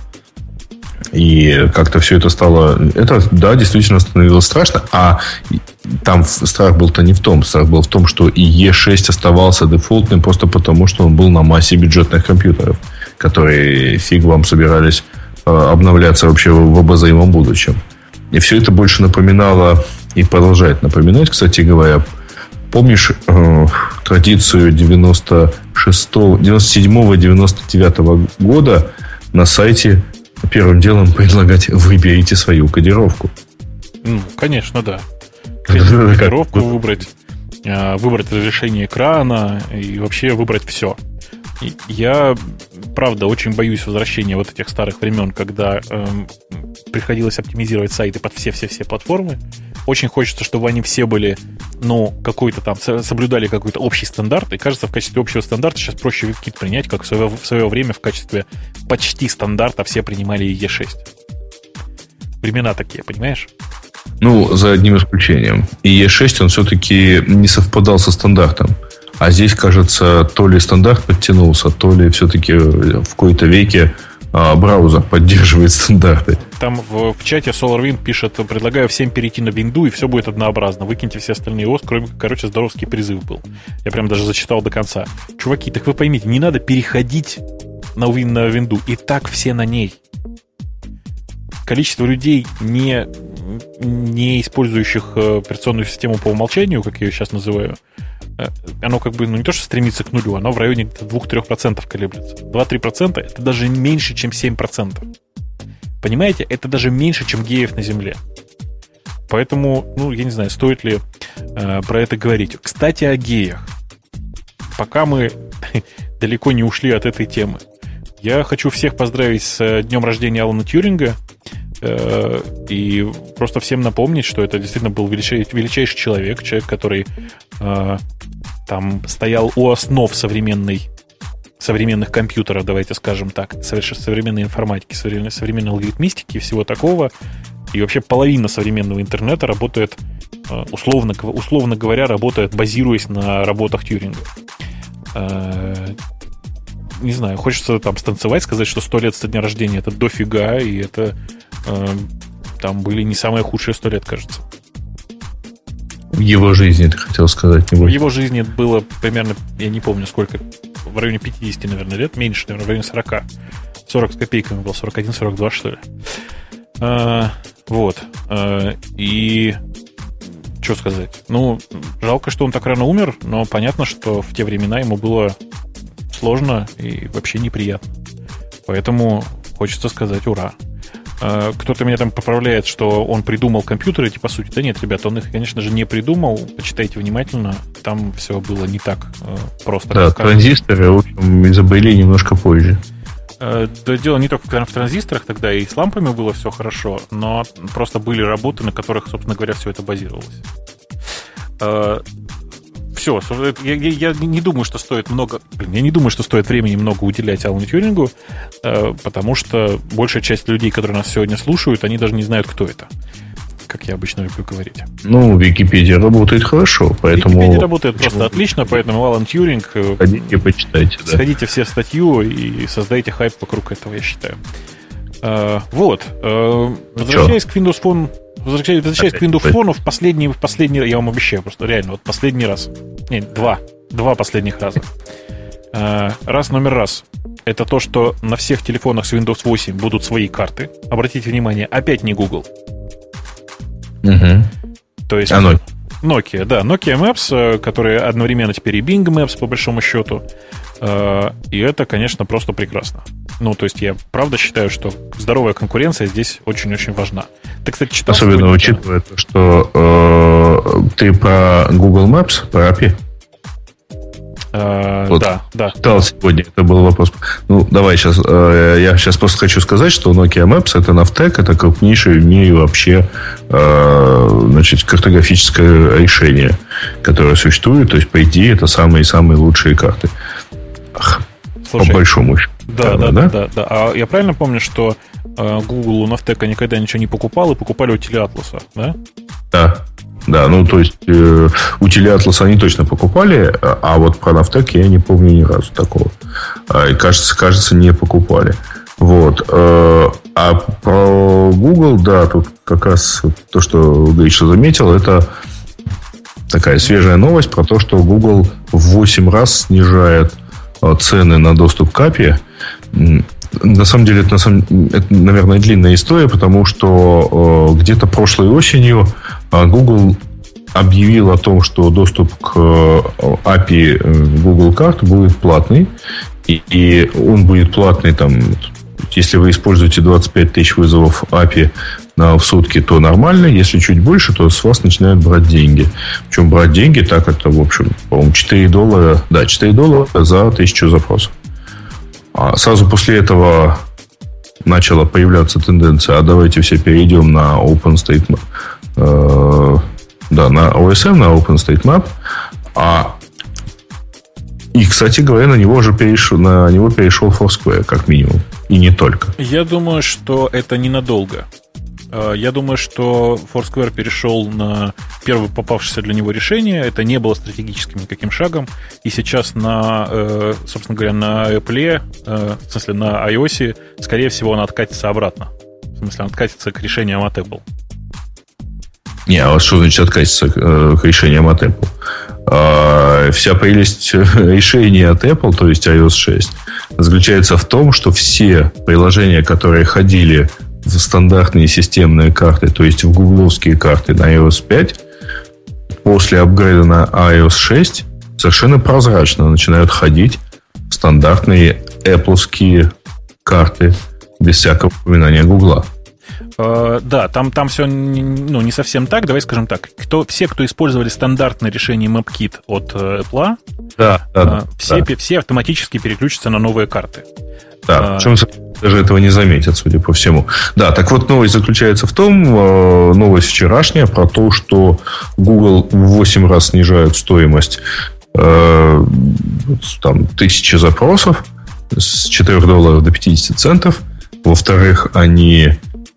и как-то все это стало... Это, да, действительно становилось страшно. А там страх был-то не в том. Страх был в том, что и и шесть оставался дефолтным просто потому, что он был на массе бюджетных компьютеров, которые фиг вам собирались обновляться вообще в обозримом будущем. И все это больше напоминало и продолжает напоминать, кстати говоря. Помнишь э, традицию девяносто шестого, девяносто седьмого - девяносто девятого года на сайте первым делом предлагать: выберите свою кодировку? Ну, конечно, да. Кодировку выбрать, выбрать разрешение экрана и вообще выбрать все. И я, правда, очень боюсь возвращения вот этих старых времен, когда эм, приходилось оптимизировать сайты под все-все-все платформы. Очень хочется, чтобы они все были, ну, какой-то там, соблюдали какой-то общий стандарт. И кажется, в качестве общего стандарта сейчас проще WebKit принять, как в свое, в свое время в качестве почти стандарта все принимали и и шесть. Времена такие, понимаешь? Ну, за одним исключением. и и шесть, он все-таки не совпадал со стандартом. А здесь, кажется, то ли стандарт подтянулся, то ли все-таки в какой-то веке а, браузер поддерживает стандарты. Там в, в чате SolarWind пишет: предлагаю всем перейти на винду, и все будет однообразно. Выкиньте все остальные ОС, кроме, короче, здоровский призыв был. Я прям даже зачитал до конца. Чуваки, так вы поймите, не надо переходить на, на винду. И так все на ней. Количество людей, не, не использующих операционную систему по умолчанию, как я ее сейчас называю, оно как бы, ну, не то, что стремится к нулю, оно в районе два-три процента колеблется. два-три процента это даже меньше, чем семь процентов. Понимаете? Это даже меньше, чем геев на Земле. Поэтому, ну, я не знаю, стоит ли э, про это говорить. Кстати, о геях. Пока мы далеко не ушли от этой темы, я хочу всех поздравить с днем рождения Алана Тьюринга. Э, и просто всем напомнить, что это действительно был величайший, величайший человек, человек, который э, там стоял у основ современной, современных компьютеров, давайте скажем так, современной информатики, современной, современной алгоритмистики и всего такого. И вообще половина современного интернета работает, э, условно, условно говоря, работает, базируясь на работах Тьюринга. Э, не знаю, хочется там станцевать, сказать, что сто лет со дня рождения — это дофига, и это э, там были не самые худшие сто лет, кажется. В его жизни, ты хотел сказать? Не в его жизни было примерно, я не помню сколько, в районе пятьдесят, наверное, лет, меньше, наверное, в районе сорок. сорок с копейками был, сорок один - сорок два, что ли. А, вот. А, и что сказать? Ну, жалко, что он так рано умер, но понятно, что в те времена ему было сложно и вообще неприятно. Поэтому хочется сказать ура. Кто-то меня там поправляет, что он придумал компьютеры эти, по сути. Да нет, ребята, он их, конечно же, не придумал. Почитайте внимательно. Там все было не так просто. Да, транзисторы, в общем, изобрели немножко позже. Да, дело не только в транзисторах, тогда и с лампами было все хорошо, но просто были работы, на которых, собственно говоря, все это базировалось. Все, я, я не думаю, что стоит много. Блин, я не думаю, что стоит времени много уделять Алану Тьюрингу, потому что большая часть людей, которые нас сегодня слушают, они даже не знают, кто это. Как я обычно люблю говорить. Ну, Википедия работает хорошо, поэтому... Википедия работает Почему? просто отлично, поэтому Алан Тьюринг... Сходите, почитайте, да. Сходите все в статью и создайте хайп вокруг этого, я считаю. А, вот. А, возвращаясь Чё? к Windows Phone... Возвращаясь, возвращаясь к Windows Phone, в последний, в последний... Я вам обещаю просто, реально, вот последний раз. Нет, два. Два последних раза. А, раз номер раз. Это то, что на всех телефонах с Windows восемь будут свои карты. Обратите внимание, опять не Google. Угу. То есть а Nokia. Nokia, да, Nokia Maps, которые одновременно теперь и Bing Maps, по большому счету. И это, конечно, просто прекрасно. Ну, то есть я правда считаю, что здоровая конкуренция здесь очень-очень важна. Ты, кстати, читал... Особенно учитывая то, что э, ты про Google Maps, про эй пи ай. Uh, вот. Да, да. Читал сегодня, это был вопрос. Ну, давай сейчас. Э, я сейчас просто хочу сказать, что Nokia Maps — это Navteq, это крупнейшее в мире вообще э, значит, картографическое решение, которое существует. То есть, по идее, это самые-самые лучшие карты. Ах, Слушай, по большому счету. Да, да, да, да, да, да. А я правильно помню, что э, Google у Navteq никогда ничего не покупал и покупали у Телеатласа, да? Да. Да, ну то есть э, у Телеатласа они точно покупали, а вот про Navteq я не помню ни разу такого. А, и кажется, кажется, не покупали. Вот. Э, а про Google, да, тут как раз то, что Гриша заметил, это такая свежая новость про то, что Google в восемь раз снижает цены на доступ к эй пи ай. На самом деле, это, на самом, это, наверное, длинная история, потому что э, где-то прошлой осенью э, Google объявил о том, что доступ к э, эй пи ай Google карт будет платный. И, и он будет платный, там, если вы используете двадцать пять тысяч вызовов эй пи ай на, в сутки, то нормально. Если чуть больше, то с вас начинают брать деньги. Причем брать деньги, так это, в общем, по-моему, четыре доллара, да, четыре доллара за тысячу запросов. А сразу после этого начала появляться тенденция, а давайте все перейдем на OpenStreetMap. Э, да, на о эс эм, на OpenStreetMap. А, и, кстати говоря, на него уже перешел, на него перешел Foursquare, как минимум. И не только. Я думаю, что это ненадолго. Я думаю, что Foursquare перешел на первое попавшееся для него решение. Это не было стратегическим никаким шагом. И сейчас на, собственно говоря, на Apple, в смысле на iOS, скорее всего, он откатится обратно. В смысле, он откатится к решениям от Apple. Не, а вот что значит откатиться к решениям от Apple? Вся прелесть решения от Apple, то есть ай о эс шесть, заключается в том, что все приложения, которые ходили в стандартные системные карты, то есть в гугловские карты на ай о эс пять, после апгрейда на ай о эс шесть совершенно прозрачно начинают ходить в стандартные Apple'ские карты без всякого упоминания Гугла. Uh, да, там, там все ну, не совсем так. Давай скажем так. Кто, все, кто использовали стандартное решение MapKit от Apple, да, да, uh, все, да. все автоматически переключатся на новые карты. Да, причем uh, даже этого не заметят, судя по всему. Да, так вот, новость заключается в том, новость вчерашняя, про то, что Google в восемь раз снижает стоимость э, там, тысячи запросов с четырёх долларов до пятидесяти центов. Во-вторых, они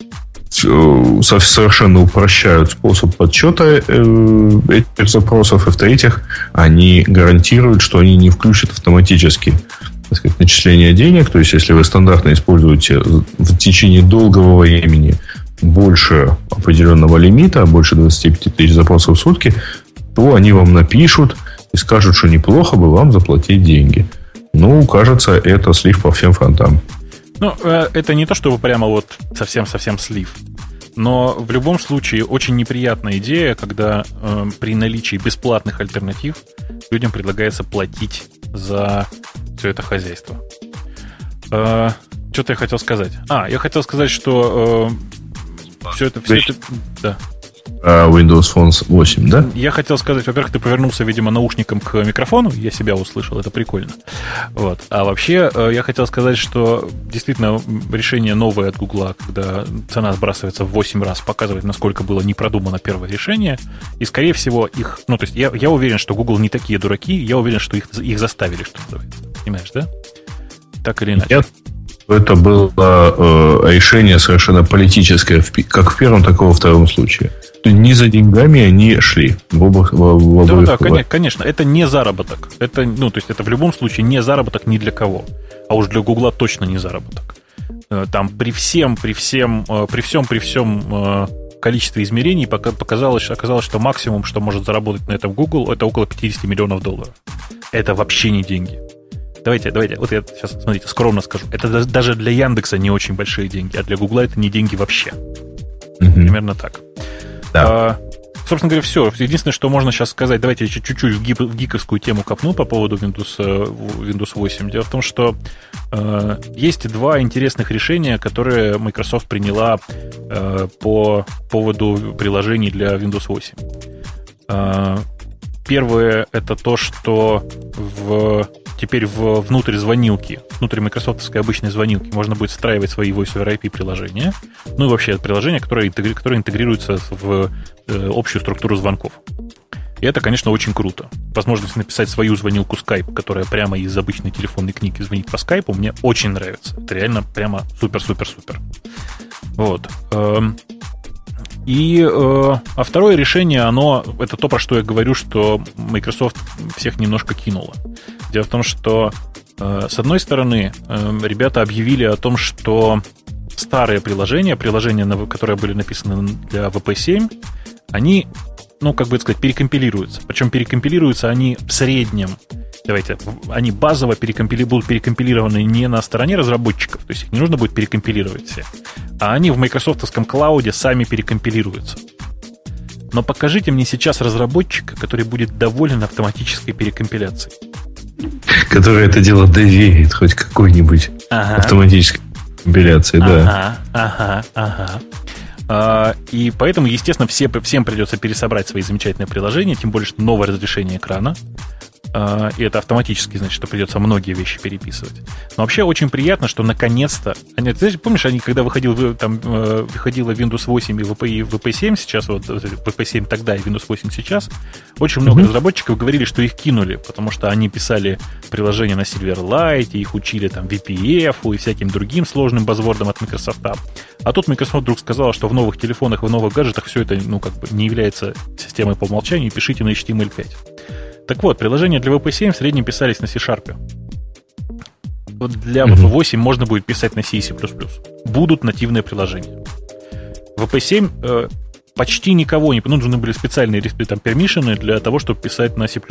совершенно упрощают способ подсчета этих запросов. И в-третьих, они гарантируют, что они не включат автоматически, так сказать, начисление денег. То есть, если вы стандартно используете в течение долгого времени больше определенного лимита, больше двадцати пяти тысяч запросов в сутки, то они вам напишут и скажут, что неплохо бы вам заплатить деньги. Ну, кажется, это слив по всем фронтам. Ну, это не то, чтобы прямо вот совсем-совсем слив. Но в любом случае очень неприятная идея, когда э, при наличии бесплатных альтернатив людям предлагается платить за все это хозяйство. Э, что-то я хотел сказать. А, я хотел сказать, что э, все это... Все это да. Windows Phone восемь, да? Я хотел сказать, во-первых, ты повернулся, видимо, наушником к микрофону, я себя услышал, это прикольно. Вот. А вообще, я хотел сказать, что действительно решение новое от Гугла, когда цена сбрасывается в восемь раз, показывает, насколько было не продумано первое решение. И, скорее всего, их... Ну, то есть я, я уверен, что Google не такие дураки, я уверен, что их, их заставили, что называется. Понимаешь, да? Так или иначе. Нет. Это было э, решение совершенно политическое, как в первом, так и во втором случае. Не за деньгами они шли. В обоих, в, в да, да, конечно, конечно, это не заработок. Это, ну, то есть это в любом случае не заработок ни для кого. А уж для Гугла точно не заработок. Там при всем, при всем, при всем, при всем количестве измерений показалось, оказалось, что максимум, что может заработать на этом Google, это около пятьдесят миллионов долларов. Это вообще не деньги. Давайте, давайте, вот я сейчас, смотрите, скромно скажу. Это даже для Яндекса не очень большие деньги, а для Гугла это не деньги вообще. Mm-hmm. Примерно так. Да. А, собственно говоря, все. Единственное, что можно сейчас сказать, давайте я чуть-чуть в, гип- в гиковскую тему копну по поводу Windows, Windows восемь. Дело в том, что э, есть два интересных решения, которые Microsoft приняла э, по поводу приложений для Windows восемь. Э, первое — это то, что в... теперь в, внутрь звонилки, внутрь майкрософтовской обычной звонилки можно будет встраивать свои Voice over ай пи приложения, ну и вообще приложения, которые, интегри, которые интегрируются в э, общую структуру звонков. И это, конечно, очень круто. Возможность написать свою звонилку Skype, которая прямо из обычной телефонной книги звонит по Skype, мне очень нравится. Это реально прямо супер-супер-супер. Вот. И, э, а второе решение, оно, это то, про что я говорю, что Microsoft всех немножко кинула. Дело в том, что, э, с одной стороны, э, ребята объявили о том, что старые приложения, приложения, которые были написаны для ви пи семь, они, ну, как бы сказать, перекомпилируются. Причем перекомпилируются они в среднем. Давайте, они базово перекомпили, будут перекомпилированы не на стороне разработчиков, то есть их не нужно будет перекомпилировать все, а они в майкрософтовском клауде сами перекомпилируются. Но покажите мне сейчас разработчика, который будет доволен автоматической перекомпиляцией. Который это дело доверит хоть какой-нибудь ага. автоматической компиляции, ага, да. Ага, ага. А, и поэтому, естественно, все, всем придется пересобрать свои замечательные приложения, тем более, что новое разрешение экрана. И это автоматически, значит, что придется многие вещи переписывать. Но вообще очень приятно, что наконец-то... Они, знаете, помнишь, они, когда выходил, там, выходила Windows восемь и ви пи семь сейчас, вот ви пи семь тогда и Windows восемь сейчас, очень много mm-hmm. разработчиков говорили, что их кинули, потому что они писали приложения на Silverlight, их учили там ви пи эф и всяким другим сложным базвордом от Microsoft. А тут Microsoft вдруг сказала, что в новых телефонах и в новых гаджетах все это, ну, как бы не является системой по умолчанию, пишите на эйч ти эм эль пять. Так вот, приложения для ви пи семь в среднем писались на C-Sharp. Вот для ви пи восемь mm-hmm. можно будет писать на C и C++. Будут нативные приложения. ви пи семь э, почти никого не... Нужны были специальные там, пермишины для того, чтобы писать на C++.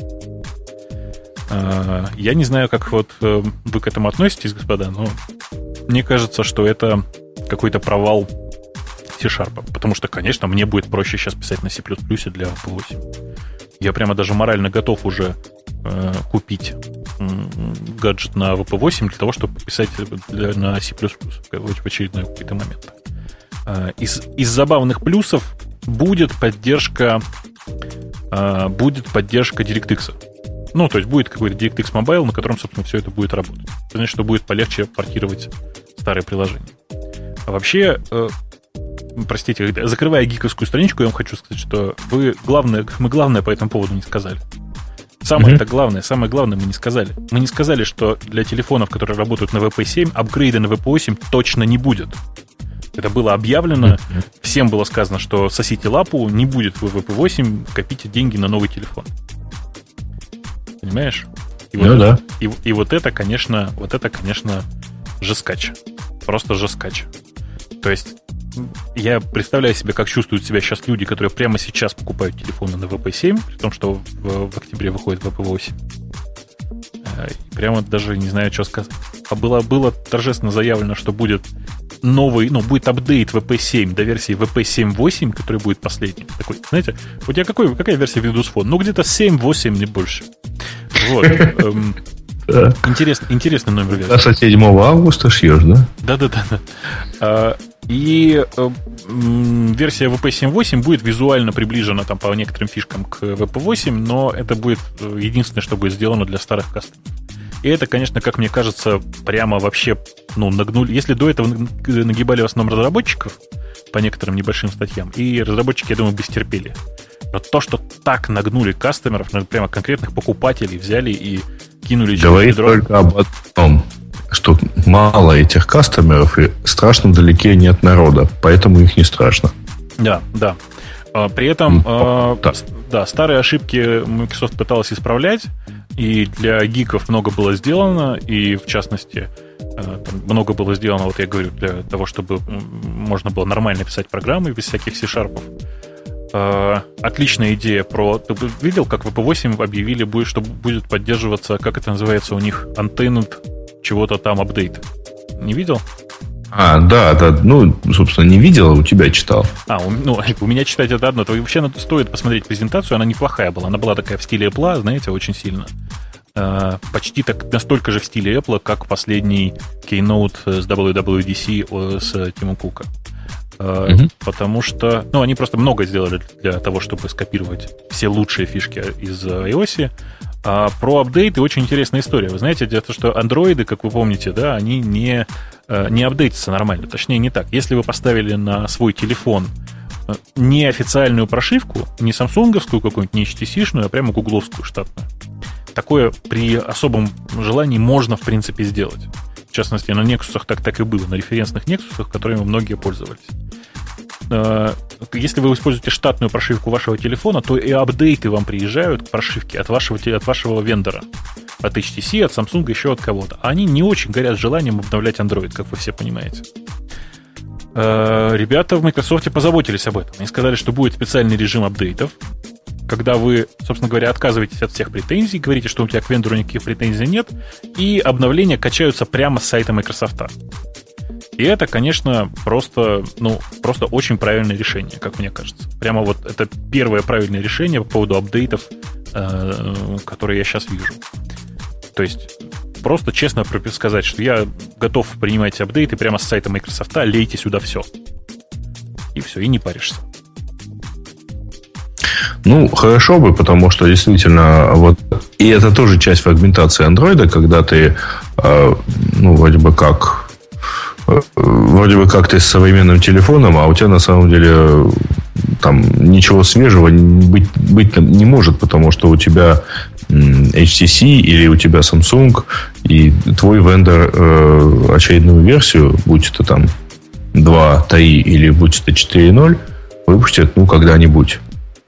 Э, я не знаю, как вот э, вы к этому относитесь, господа, но мне кажется, что это какой-то провал C-Sharp. Потому что, конечно, мне будет проще сейчас писать на C++ для ви пи восемь. Я прямо даже морально готов уже э, купить э, гаджет на ви пи восемь для того, чтобы писать для, на C++ в очередной какой-то момент. Э, из, из забавных плюсов будет поддержка э, будет поддержка DirectX. Ну, то есть будет какой-то DirectX Mobile, на котором, собственно, все это будет работать. Это значит, что будет полегче портировать старые приложения. А вообще... Э, Простите, закрывая гиковскую страничку, я вам хочу сказать, что вы главное, мы главное по этому поводу не сказали. Самое это mm-hmm. главное, самое главное мы не сказали. Мы не сказали, что для телефонов, которые работают на ви пи семь, апгрейда на ви пи восемь точно не будет. Это было объявлено, mm-hmm. всем было сказано, что сосите лапу, не будет ви пи восемь, копите деньги на новый телефон. Понимаешь? И вот, ну, это, да. и, и вот это, конечно, вот это, конечно, жескач. Просто жескач. То есть я представляю себе, как чувствуют себя сейчас люди, которые прямо сейчас покупают телефоны на ви пи семь, при том, что в, в октябре выходит ви пи восемь. И прямо даже не знаю, что сказать. А было, было торжественно заявлено, что будет новый, ну, будет апдейт ви пи семь до версии ви пи семь точка восемь, который будет последним. Такой, знаете, у тебя какой, какая версия Windows Phone? Ну, где-то семь восемь, не больше. Вот. Да. Интерес, интересный номер версии. А с седьмого августа шьешь, да? Да-да-да. И версия ви пи семь точка восемь будет визуально приближена там, по некоторым фишкам к ви пи восемь, но это будет единственное, что будет сделано для старых кастомеров. И это, конечно, как мне кажется, прямо вообще, ну, нагнули. Если до этого нагибали в основном разработчиков по некоторым небольшим статьям, и разработчики, я думаю, бестерпели. Но то, что так нагнули кастомеров, прямо конкретных покупателей взяли и кинули через Говорит ведро. только об одном, что мало этих кастомеров и страшно далеки они от народа, поэтому их не страшно. Да, да. При этом, ну, да. да, старые ошибки Microsoft пыталась исправлять, и для гиков много было сделано, и в частности там много было сделано, вот я говорю, для того, чтобы можно было нормально писать программы без всяких C-шарпов. Отличная идея про... Ты видел, как ви пи восемь объявили, будет, что будет поддерживаться, как это называется у них, Untainted чего-то там апдейт? Не видел? А, да, да, ну, собственно, не видел, а у тебя читал. А, у, ну, у меня читать это одно. То вообще стоит посмотреть презентацию, она неплохая была. Она была такая в стиле Apple, знаете, очень сильно. Э, почти так, настолько же в стиле Apple, как последний Keynote с дабл ю дабл ю ди си с Тима Кука. Э, угу. Потому что, ну, они просто много сделали для того, чтобы скопировать все лучшие фишки из iOS. А про апдейты очень интересная история. Вы знаете, дело в том, что андроиды, как вы помните, да, они не, не апдейтятся нормально. Точнее, не так. Если вы поставили на свой телефон не официальную прошивку, не самсунговскую какую-нибудь, не эйч ти си-шную, а прямо гугловскую штатную, такое при особом желании можно, в принципе, сделать. В частности, на Nexus'ах так, так и было, на референсных Nexus'ах, которыми многие пользовались. Если вы используете штатную прошивку вашего телефона, то и апдейты вам приезжают к прошивке от вашего, от вашего вендора. От эйч ти си, от Samsung, еще от кого-то. Они не очень горят желанием обновлять Android, как вы все понимаете. Ребята в Microsoft позаботились об этом. Они сказали, что будет специальный режим апдейтов, когда вы, собственно говоря, отказываетесь от всех претензий, говорите, что у тебя к вендору никаких претензий нет, и обновления качаются прямо с сайта Microsoft. И это, конечно, просто, ну, просто очень правильное решение, как мне кажется. Прямо вот это первое правильное решение по поводу апдейтов, э, которые я сейчас вижу. То есть просто честно сказать, что я готов принимать апдейты прямо с сайта Microsoft, лейте сюда все. И все, и не паришься. Ну, хорошо бы, потому что действительно вот... И это тоже часть фрагментации андроида, когда ты, э, ну, вроде бы как... Вроде бы как ты с современным телефоном, а у тебя на самом деле там ничего свежего быть, быть не может, потому что у тебя эйч ти си или у тебя Samsung, и твой вендор э, очередную версию, будь это там два точка три или будь это четыре точка ноль, выпустят, ну, когда-нибудь.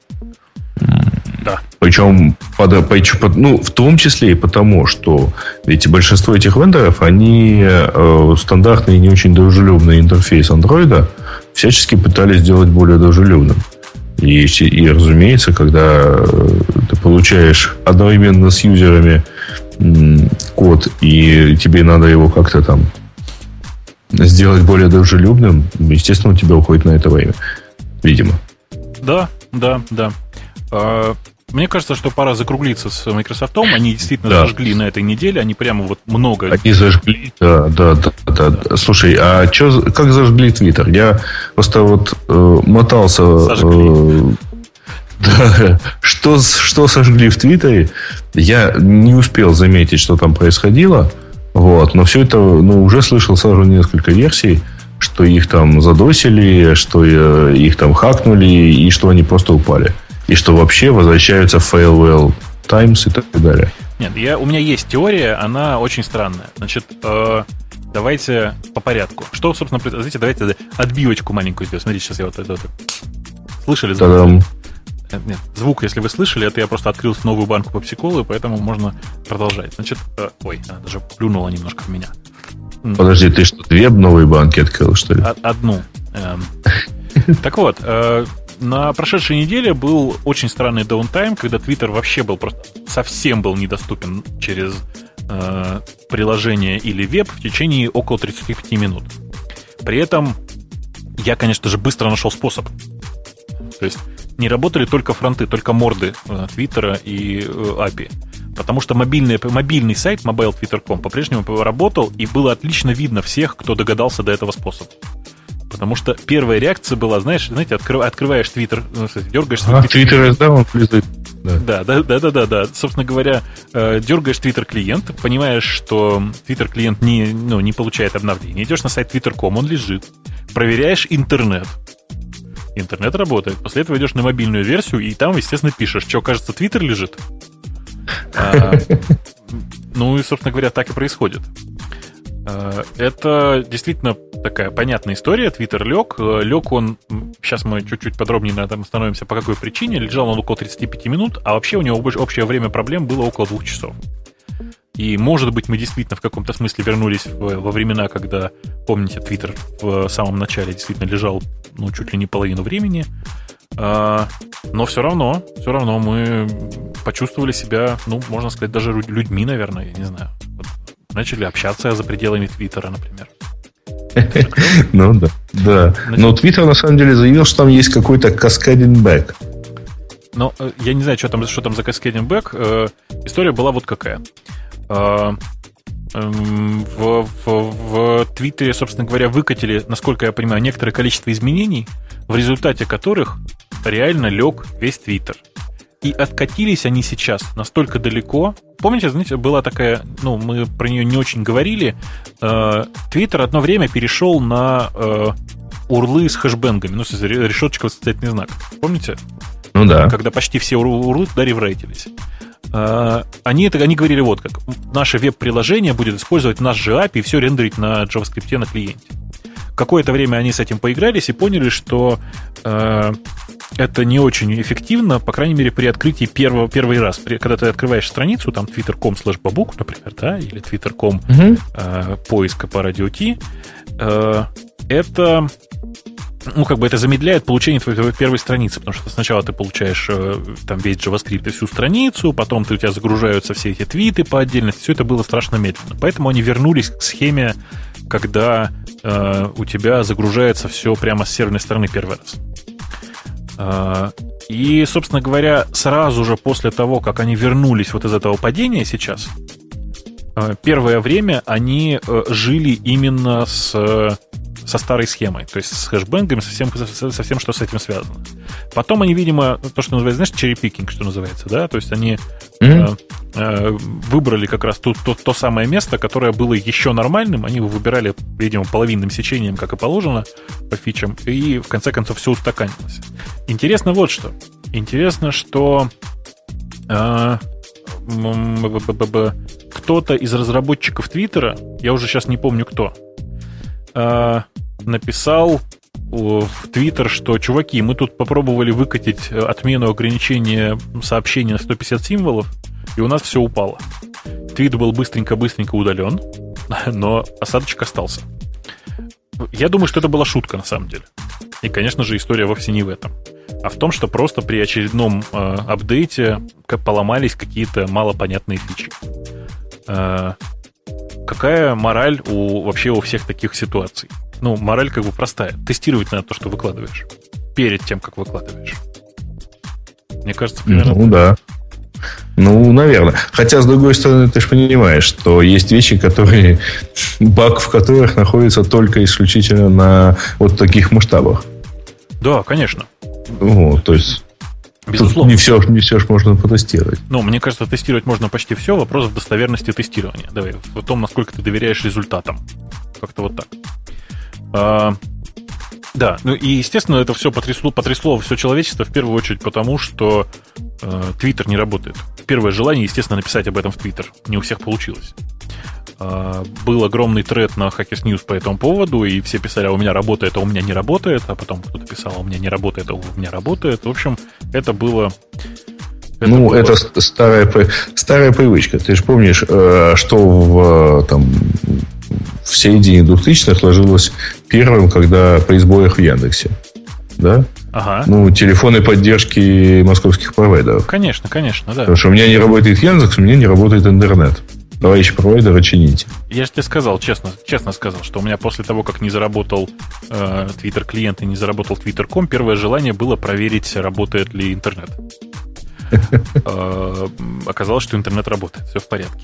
Да. Причем, под, под, ну, в том числе и потому, что ведь большинство этих вендоров, они э, стандартный и не очень дружелюбный интерфейс андроида всячески пытались сделать более дружелюбным. И, и, разумеется, когда ты получаешь одновременно с юзерами м, код, и тебе надо его как-то там сделать более дружелюбным, естественно, у тебя уходит на это время. Видимо. Да, да, да. Мне кажется, что пора закруглиться с Microsoft. Они действительно да. зажгли на этой неделе. Они прямо вот много... Они зажгли, да, да, да. да. да. Слушай, а чё, как зажгли Твиттер? Я просто вот э, мотался... Э, да, что, что сожгли в Твиттере? Я не успел заметить, что там происходило. Вот, но все это, ну, уже слышал сразу несколько версий, что их там задосили, что э, их там хакнули, и что они просто упали. И что вообще возвращаются в Failwell Times и так далее. Нет, я, у меня есть теория, она очень странная. Значит, э, давайте по порядку. Что, собственно, знаете, давайте отбивочку маленькую сделаем. Смотрите, сейчас я вот это... Вот, слышали звук? Та-дам. Нет, звук, если вы слышали, это я просто открыл новую банку попсиколы, поэтому можно продолжать. Значит, э, ой, она даже плюнула немножко в меня. Подожди, ты что, две новые банки открыл, что ли? Одну. Так вот, на прошедшей неделе был очень странный даунтайм, когда Twitter вообще был просто совсем был недоступен через э, приложение или веб в течение около тридцать пять минут. При этом я, конечно же, быстро нашел способ. То есть не работали только фронты, только морды Твиттера и э, эй пи ай. Потому что мобильный, мобильный сайт mobile twitter точка com по-прежнему работал, и было отлично видно всех, кто догадался до этого способа. Потому что первая реакция была, знаешь, знаете, открыв, открываешь Твиттер, ну, дергаешь... А, Твиттер, да, он лезет. Да, да, да, да, да, да. Собственно говоря, дергаешь Твиттер-клиент, понимаешь, что Твиттер-клиент не, ну, не получает обновления. Идешь на сайт твиттер точка ком, он лежит. Проверяешь интернет. Интернет работает. После этого идешь на мобильную версию, и там, естественно, пишешь, что, кажется, Твиттер лежит. А, ну и, собственно говоря, так и происходит. А, это действительно такая понятная история. Твиттер лег. Лег он, сейчас мы чуть-чуть подробнее на этом остановимся, по какой причине. Лежал он около тридцать пять минут, а вообще у него общее время проблем было около двух часов. И, может быть, мы действительно в каком-то смысле вернулись в, во времена, когда, помните, Твиттер в самом начале действительно лежал, ну, чуть ли не половину времени. А, но все равно, все равно мы почувствовали себя, ну, можно сказать, даже людьми, наверное, я не знаю. Вот, начали общаться за пределами Твиттера, например. Ну да, да. Но Твиттер на самом деле заявил, что там есть какой-то cascading back. Но я не знаю, что там, что там за cascading back. История была вот какая. В, в, в Твиттере, собственно говоря, выкатили, насколько я понимаю, некоторое количество изменений, в результате которых реально лег весь Твиттер. И откатились они сейчас настолько далеко. Помните, знаете, была такая, ну, мы про нее не очень говорили. Твиттер одно время перешел на урлы с хэшбэнгами, ну, решеточка восклицательный знак. Помните? Ну да. Когда почти все урлы туда реврейтились. Они, это, они говорили вот как. Наше веб-приложение будет использовать наш же эй пи и все рендерить на JavaScript на клиенте. Какое-то время они с этим поигрались и поняли, что э, это не очень эффективно, по крайней мере, при открытии первого, первый раз. При, когда ты открываешь страницу, там twitter точка com слэш бабук, например, да, или twitter точка com угу. э, поиска по радио Ти, э, это... Ну, как бы это замедляет получение твоей первой страницы, потому что сначала ты получаешь э, там весь JavaScript и всю страницу, потом ты, у тебя загружаются все эти твиты по отдельности, все это было страшно медленно. Поэтому они вернулись к схеме, когда э, у тебя загружается все прямо с серверной стороны первый раз. Э, и, собственно говоря, сразу же после того, как они вернулись вот из этого падения сейчас, э, первое время они э, жили именно с... Э, со старой схемой, то есть с хэшбэнгами, со всем, со всем, что с этим связано. Потом они, видимо, то, что называется, знаешь, черри-пикинг, что называется, да, то есть они mm-hmm. э, э, выбрали как раз то, то, то самое место, которое было еще нормальным, они его выбирали, видимо, половинным сечением, как и положено, по фичам, и в конце концов все устаканилось. Интересно вот что. Интересно, что э, кто-то из разработчиков Твиттера, я уже сейчас не помню кто, написал в Твиттер, что, чуваки, мы тут попробовали выкатить отмену ограничения сообщений на сто пятьдесят символов, и у нас все упало. Твит был быстренько-быстренько удален, но осадочек остался. Я думаю, что это была шутка на самом деле. И, конечно же, история вовсе не в этом, а в том, что просто при очередном э, апдейте поломались какие-то малопонятные фичи. Э, Какая мораль у, вообще у всех таких ситуаций? Ну, мораль как бы простая. Тестировать надо то, что выкладываешь. Перед тем, как выкладываешь. Мне кажется, примерно... Ну, да. Ну, наверное. Хотя, с другой стороны, ты же понимаешь, что есть вещи, которые... баг в которых находится только исключительно на вот таких масштабах. Да, конечно. Вот, то есть... Безусловно. Тут не все, не все ж можно потестировать. Ну, мне кажется, тестировать можно почти все. Вопрос в достоверности тестирования. Давай, в том, насколько ты доверяешь результатам. Как-то вот так. А, да, ну и, естественно, это все потрясло, потрясло все человечество в первую очередь потому, что Твиттер э, не работает. Первое желание, естественно, написать об этом в Твиттер. Не у всех получилось. Был огромный тред на Hackers News по этому поводу, и все писали, а у меня работает, а у меня не работает, а потом кто-то писал, а у меня не работает, а у меня работает. В общем, это было... Это ну, было... это старая, старая привычка. Ты же помнишь, что в, там, в середине двухтысячных сложилось первым, когда при сбоях в Яндексе. Да? Ага. Ну, телефоны поддержки московских провайдеров. Конечно, конечно, да. Потому что у меня не работает Яндекс, у меня не работает интернет. Товарищи провайдеры, чините. Я же тебе сказал, честно, честно сказал, что у меня после того, как не заработал э, Twitter-клиент и не заработал твиттер точка ком, первое желание было проверить, работает ли интернет. Оказалось, что интернет работает, все в порядке.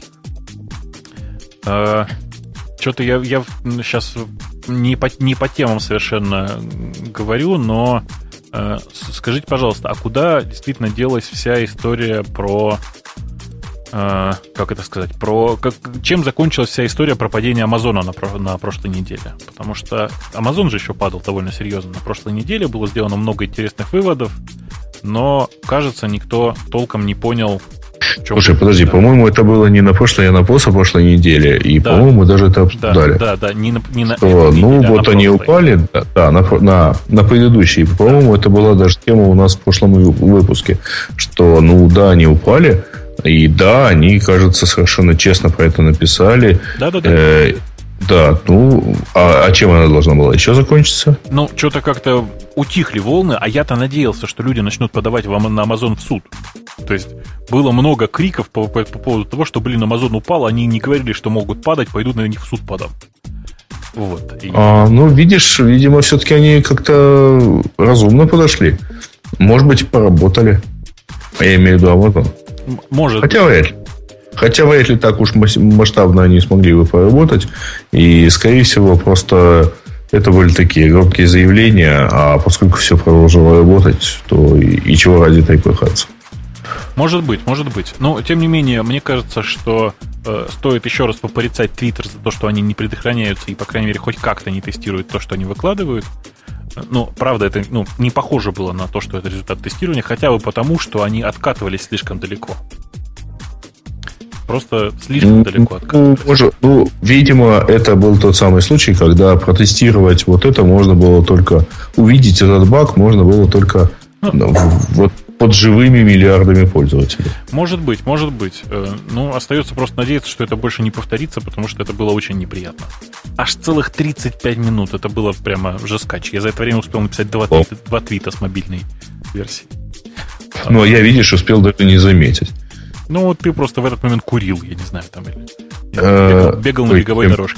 Что-то я, я сейчас не по, не по темам совершенно говорю, но скажите, пожалуйста, а куда действительно делась вся история про... Как это сказать? Про как, чем закончилась вся история про падение Амазона на, на прошлой неделе? Потому что Амазон же еще падал довольно серьезно на прошлой неделе, было сделано много интересных выводов, но, кажется, никто толком не понял. Слушай, подожди, да. По-моему, это было не на прошлой, а на прошлой неделе, и, да. По-моему, даже это обсуждали. Да, да, да, не на, не на что, этой неделе, ну, а вот они упали, да, да на, на, на предыдущей. По-моему, да. Это была даже тема у нас в прошлом выпуске, что, ну, да, они упали. И да, они, кажется, совершенно честно про это написали. Да-да-да. Э, да, ну, а, а чем она должна была еще закончиться? Ну, что-то как-то утихли волны, а я-то надеялся, что люди начнут подавать вам на Amazon в суд. То есть было много криков по, по, по поводу того, что, блин, Amazon упал, они не говорили, что могут падать, пойдут на них в суд подам. Вот. И... А, ну, видишь, видимо, все-таки они как-то разумно подошли. Может быть, поработали. Я имею в виду Amazon. Может Хотя быть. вряд ли. Хотя вряд ли так уж масштабно они смогли бы поработать. И, скорее всего, просто это были такие громкие заявления. А поскольку все продолжило работать, то и, и чего ради так пыхаться. Может быть, может быть. Но, тем не менее, мне кажется, что э, стоит еще раз попорицать Twitter за то, что они не предохраняются и, по крайней мере, хоть как-то не тестируют то, что они выкладывают. Ну, правда, это ну, не похоже было на то, что это результат тестирования, хотя бы потому, что они откатывались слишком далеко. Просто слишком ну, далеко откатывались. Может, ну, видимо, это был тот самый случай, когда протестировать вот это можно было только... Увидеть этот баг можно было только ну, вот под живыми миллиардами пользователей. Может быть, может быть. Ну, остается просто надеяться, что это больше не повторится, потому что это было очень неприятно. Аж целых тридцать пять минут. Это было прямо жескач. Я за это время успел написать два, твита, два твита с мобильной версии. Ну, а я, видишь, успел даже не заметить. Ну, ты просто в этот момент курил, я не знаю, там или... Бегал, бегал на беговой дорожке.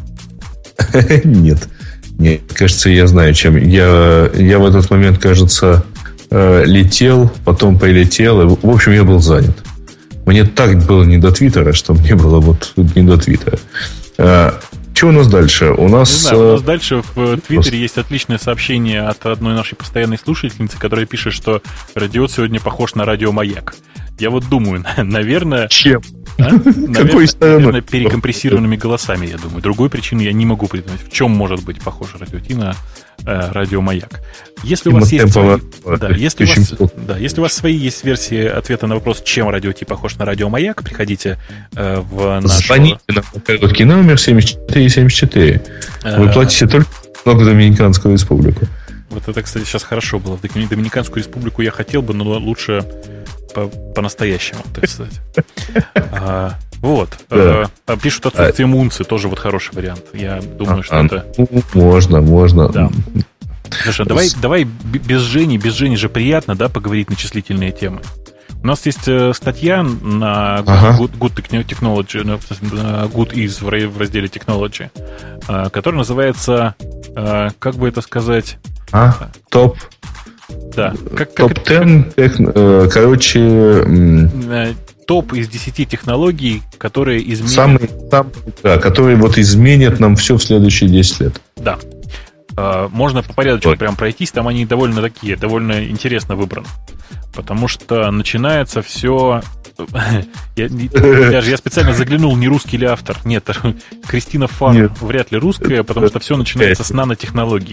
Нет. Нет, кажется, я знаю, чем. Я, я в этот момент, кажется... летел, потом прилетел. В общем, я был занят. Мне так было не до Твиттера, что мне было вот не до Твиттера. А, что у нас дальше? У нас, не знаю, у нас дальше в Твиттере есть отличное сообщение от одной нашей постоянной слушательницы, которая пишет, что Радиот сегодня похож на радиомаяк. Я вот думаю, наверное... Чем? А? Наверное, наверное, перекомпрессированными голосами, я думаю. Другой причины я не могу придумать. В чем может быть похож Радио Ти на э, радиомаяк? Если у вас есть свои, да, если у вас, да, если у вас свои есть версии ответа на вопрос, чем Радио Ти похож на радиомаяк, приходите э, в наш... Звоните на короткий номер семь четыре семь четыре. Вы платите только в Доминиканскую республику. Вот это, кстати, сейчас хорошо было. В Доминиканскую республику я хотел бы, но лучше по- по-настоящему, так сказать. А, вот. Да. А, пишут отсутствие а... мунцы, тоже вот хороший вариант. Я думаю, а, что а, это... Можно, можно. Да. Слушай, давай, давай без Жени, без Жени же приятно, да, поговорить на числительные темы. У нас есть э, статья на ага. Good, Good Technology, на Good Is в разделе Technology, э, которая называется, э, как бы это сказать... А? Топ... Да. Как, топ как десять, как... э, короче... Э, топ из десяти технологий, которые изменят... Самые, самые, да, которые вот изменят нам все в следующие десять лет. Да. Можно по порядочку прям пройтись, там они довольно такие, довольно интересно выбраны. Потому что начинается все... Я, я, я специально заглянул, не русский ли автор. Нет, Кристина Фар Нет. вряд ли русская, потому что все начинается с нанотехнологий.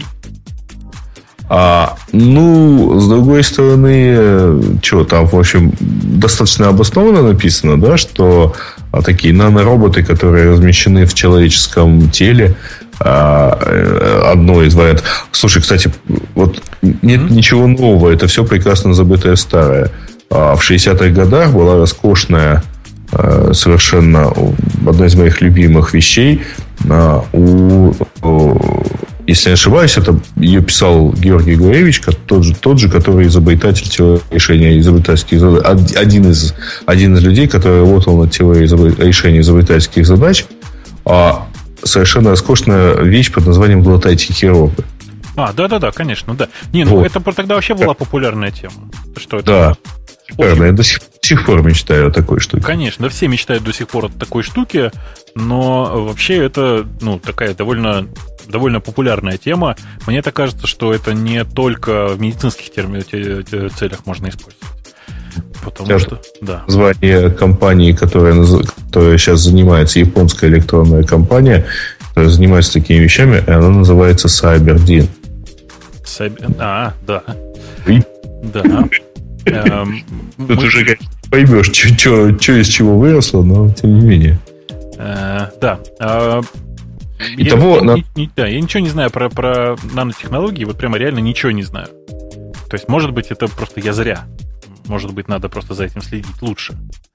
А, ну, с другой стороны, что там, в общем, достаточно обоснованно написано, да, что а, такие нанороботы, которые размещены в человеческом теле, а, одно из вариантов. Слушай, кстати, вот нет mm-hmm. ничего нового, это все прекрасно забытое старое. А в шестидесятых годах была роскошная, а, совершенно одна из моих любимых вещей а, у... у Если не ошибаюсь, это ее писал Георгий Гуревич, тот же, тот же, который изобретатель теории решения изобретательских задач. Один из, один из людей, который работал над теорией решения изобретательских задач. А совершенно роскошная вещь под названием глотайте хиробы. А, да-да-да, конечно, да. Не, ну вот. Это тогда вообще была популярная тема. Что это? Да. Шикарно. Я до сих, до сих пор мечтаю о такой штуке. Конечно, да, все мечтают до сих пор о такой штуке, но вообще это, ну, такая довольно, довольно популярная тема. Мне так кажется, что это не только в медицинских терми- целях можно использовать. Потому сейчас что, да. Название компании, которая, которая сейчас занимается, японская электронная компания, которая занимается такими вещами, она называется CyberDin. Cyber... А, да. И? Да. Тут уже поймешь, что из чего выросло, но тем не менее. Да. Итого, я, не, да, я ничего не знаю про, про нанотехнологии, вот прямо реально ничего не знаю. То есть, может быть, это просто я зря. Может быть, надо просто за этим следить лучше.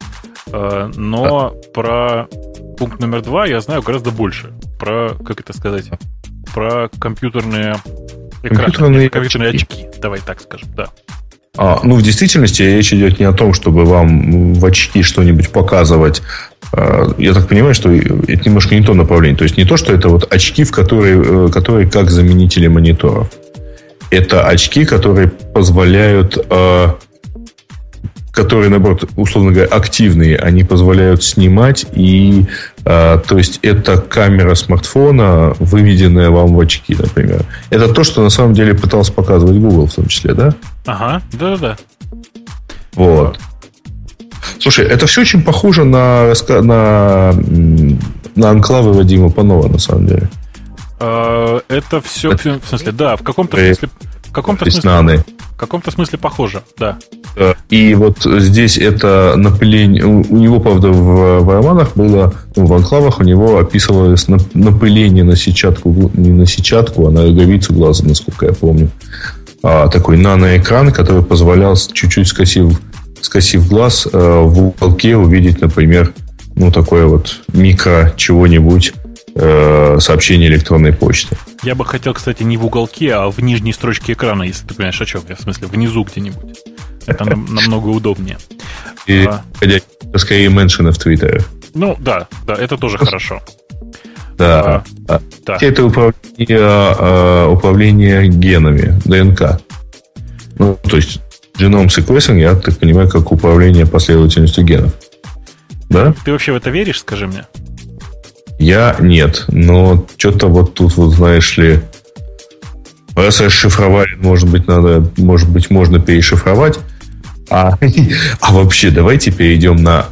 Но а. про пункт номер два я знаю гораздо больше. Про, как это сказать, про компьютерные экраны, компьютерные, компьютерные очки. Давай так скажем, да. А, ну, в действительности речь идет не о том, чтобы вам в очки что-нибудь показывать. Я так понимаю, что это немножко не то направление. То есть не то, что это вот очки, в которые, которые как заменители мониторов. Это очки, которые позволяют, которые, наоборот, условно говоря, активные. Они позволяют снимать. И, то есть это камера смартфона, выведенная вам в очки, например. Это то, что на самом деле пытался показывать Google в том числе, да? Ага, да-да-да. Вот. Слушай, это все очень похоже на, на, на анклавы Вадима Панова, на самом деле. Это все, это... в смысле, да, в каком-то смысле, в каком-то смысле, в каком-то смысле похоже, да. И вот здесь это напыление, у него, правда, в, в романах было, ну, в анклавах у него описывалось напыление на сетчатку, не на сетчатку, а на роговицу глаза, насколько я помню. А, такой наноэкран, который позволял, чуть-чуть скосив, скосив глаз, э, в уголке увидеть, например, ну, такое вот микро чего-нибудь, э, сообщение электронной почты. Я бы хотел, кстати, не в уголке, а в нижней строчке экрана, если ты понимаешь, о чем я, в смысле, внизу где-нибудь. Это намного удобнее. И, скорее, меншины в Твиттере. Ну, да, да, это тоже хорошо. Да. А, да. Это управление, управление генами, ДНК. Ну, то есть, genome sequencing, я так понимаю, как управление последовательностью генов. Да? Ты вообще в это веришь, скажи мне? Я нет, но что-то вот тут, вот, знаешь ли, раз расшифровали, может быть, надо, может быть, можно перешифровать. А, а вообще, давайте перейдем на,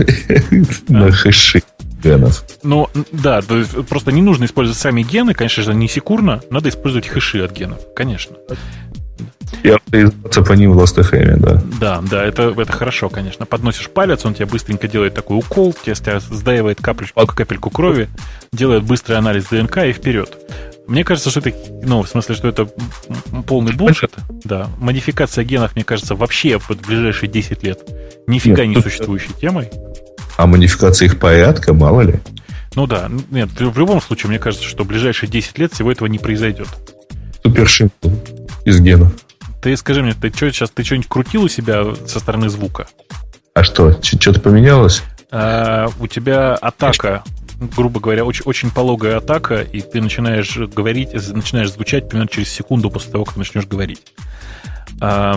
на хэши генов. Ну, да, то есть просто не нужно использовать сами гены, конечно же, не секурно, надо использовать хэши от генов, конечно. И авторизоваться по ним в ласт эф эм, да. Да, да, это, это хорошо, конечно. Подносишь палец, он тебе быстренько делает такой укол, тебе сдаивает капельку, капельку крови, делает быстрый анализ ДНК и вперед. Мне кажется, что это, ну, в смысле, что это полный булшит. Да. Модификация генов, мне кажется, вообще в ближайшие десять лет нифига не существующей темой. А модификация их порядка, мало ли? Ну да. Нет, в любом случае, мне кажется, что в ближайшие десять лет всего этого не произойдет. Супершимпл из генов. Ты скажи мне, ты что сейчас, ты что-нибудь крутил у себя со стороны звука? А что, что-то поменялось? А, у тебя атака, грубо говоря, очень, очень пологая атака, и ты начинаешь говорить, начинаешь звучать примерно через секунду после того, как ты начнешь говорить. А,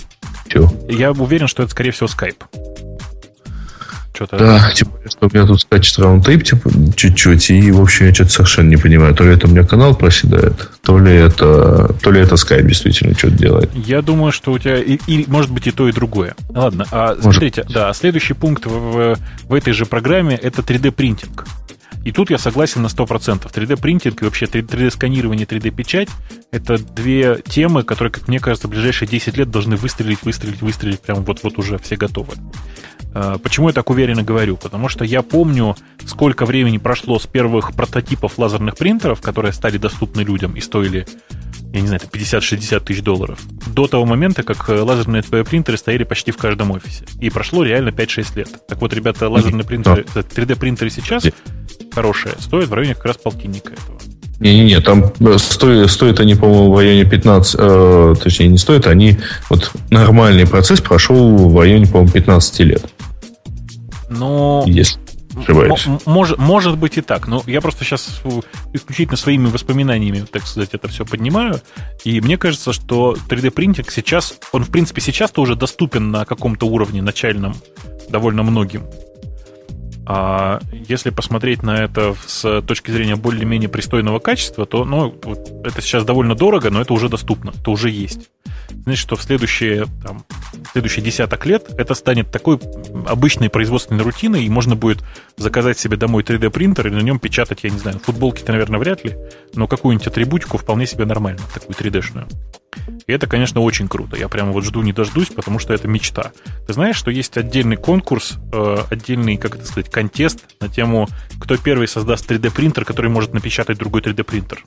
я уверен, что это, скорее всего, скайп. Что-то... Да, тем более, что у меня тут скачет раундтейп типа, чуть-чуть, и, в общем, я что-то совершенно не понимаю. То ли это у меня канал проседает, то ли это, то ли это скайп действительно что-то делает. Я думаю, что у тебя, и, и, может быть, и то, и другое. Ладно, а может. Смотрите, да, следующий пункт в, в, в этой же программе — это три дэ-принтинг. И тут я согласен на сто процентов. три дэ-принтинг и вообще три дэ-сканирование, три дэ-печать — это две темы, которые, как мне кажется, в ближайшие десять лет должны выстрелить, выстрелить, выстрелить, прям вот-вот уже все готовы. Почему я так уверенно говорю? Потому что я помню, сколько времени прошло с первых прототипов лазерных принтеров, которые стали доступны людям и стоили, я не знаю, пятьдесят-шестьдесят тысяч долларов, до того момента, как лазерные принтеры стояли почти в каждом офисе. И прошло реально пять-шесть лет. Так вот, ребята, лазерные принтеры, три дэ-принтеры сейчас хорошие, стоят в районе как раз полтинника этого. Не-не-не, там стоят, стоят они, по-моему, в районе пятнадцати, э, точнее, не стоят, они, вот нормальный процесс прошел в районе, по-моему, пятнадцати лет. Ну, Если. ошибаюсь. Может, может быть и так, но я просто сейчас исключительно своими воспоминаниями, так сказать, это все поднимаю, и мне кажется, что три дэ-принтинг сейчас, он, в принципе, сейчас-то уже доступен на каком-то уровне начальном довольно многим. А если посмотреть на это с точки зрения более-менее пристойного качества, то ну, это сейчас довольно дорого, но это уже доступно, это уже есть. Значит, что в следующие, там, в следующие десяток лет это станет такой обычной производственной рутиной, и можно будет заказать себе домой три дэ-принтер и на нем печатать, я не знаю, футболки-то, наверное, вряд ли, но какую-нибудь атрибутику вполне себе нормально, такую три дэ-шную. И это, конечно, очень круто. Я прямо вот жду не дождусь, потому что это мечта. Ты знаешь, что есть отдельный конкурс, э, отдельный, как это сказать, контест на тему, кто первый создаст три дэ-принтер, который может напечатать другой три дэ-принтер?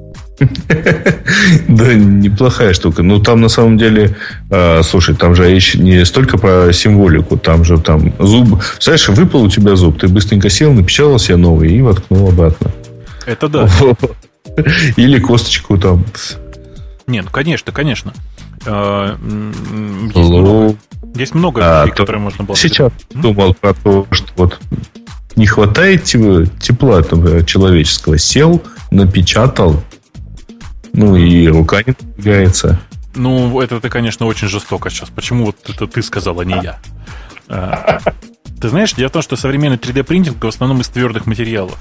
Да, неплохая штука. Ну, там на самом деле, э, слушай, там же речь не столько про символику, там же там зуб. Знаешь, выпал у тебя зуб, ты быстренько сел, напечатал себе новый и воткнул обратно. Это да. Или косточку там. Нет, ну, конечно, конечно. Есть много, есть много а, вещей, которые можно было... Сейчас думал про то, что вот не хватает тепла там, человеческого. Сел, напечатал, ну и рука не напрягается. Ну, это ты, конечно, очень жестоко сейчас. Почему вот это ты сказал, а не я? Ты знаешь, дело в том, что современный три дэ-принтинг в основном из твердых материалов.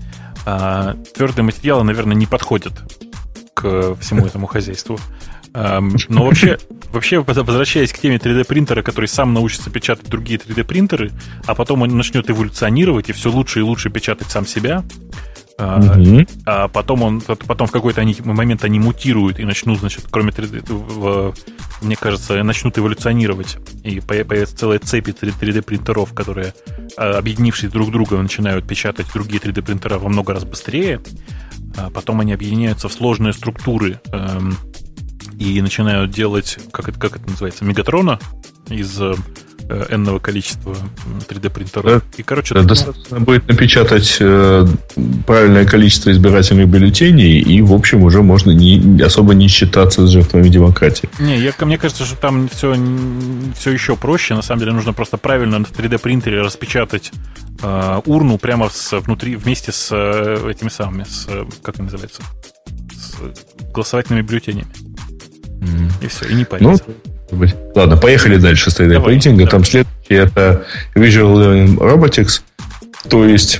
Твердые материалы, наверное, не подходят к всему этому хозяйству. Но вообще, вообще, возвращаясь к теме три дэ-принтера, который сам научится печатать другие три дэ-принтеры, а потом он начнет эволюционировать и все лучше и лучше печатать сам себя, mm-hmm. а потом, он, потом в какой-то они, момент они мутируют и начнут, значит, кроме три дэ, в, мне кажется, начнут эволюционировать, и появится целая цепь три дэ-принтеров, которые, объединившись друг с другом, начинают печатать другие три дэ-принтера во много раз быстрее. Потом они объединяются в сложные структуры эм, и начинают делать, как это, как это называется, мегатрона из э, n-ного количества три дэ-принтеров. Да, и, короче, да, достаточно будет напечатать э, правильное количество избирательных бюллетеней, и, в общем, уже можно не, особо не считаться с жертвами демократии. Не, я, мне кажется, что там все, все еще проще. На самом деле нужно просто правильно на три дэ-принтере распечатать э, урну прямо с, внутри, вместе с э, этими самыми, с, как они называются, с голосовательными бюллетенями. Mm. И все, и не париться. Ну, ладно, поехали дальше с три дэ-принтинга. Там следующий это Visual Learning Robotics. То есть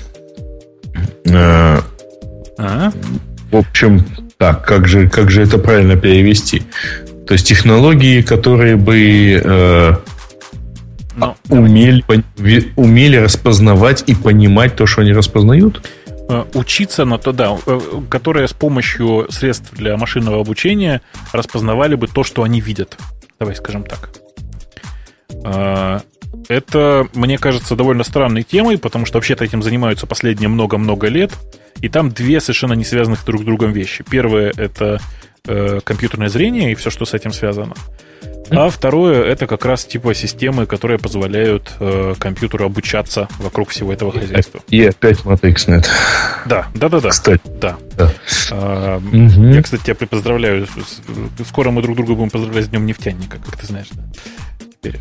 э, а? в общем, так, как же, как же это правильно перевести? То есть технологии, которые бы э, Но, умели, умели распознавать и понимать то, что они распознают? Учиться на то, да, которые с помощью средств для машинного обучения распознавали бы то, что они видят. Давай скажем так. Это, мне кажется, довольно странной темой, потому что вообще-то этим занимаются последние много-много лет, и там две совершенно не связанных друг с другом вещи. Первое — это э, компьютерное зрение и все, что с этим связано. А второе — это как раз типа системы, которые позволяют э, компьютеру обучаться вокруг всего этого хозяйства. И опять MatrixNet. Да, да, да, да. Кстати. Да. да. А, угу. Я, кстати, тебя поздравляю. Скоро мы друг друга будем поздравлять с Днем нефтяника, как ты знаешь. Да? Теперь.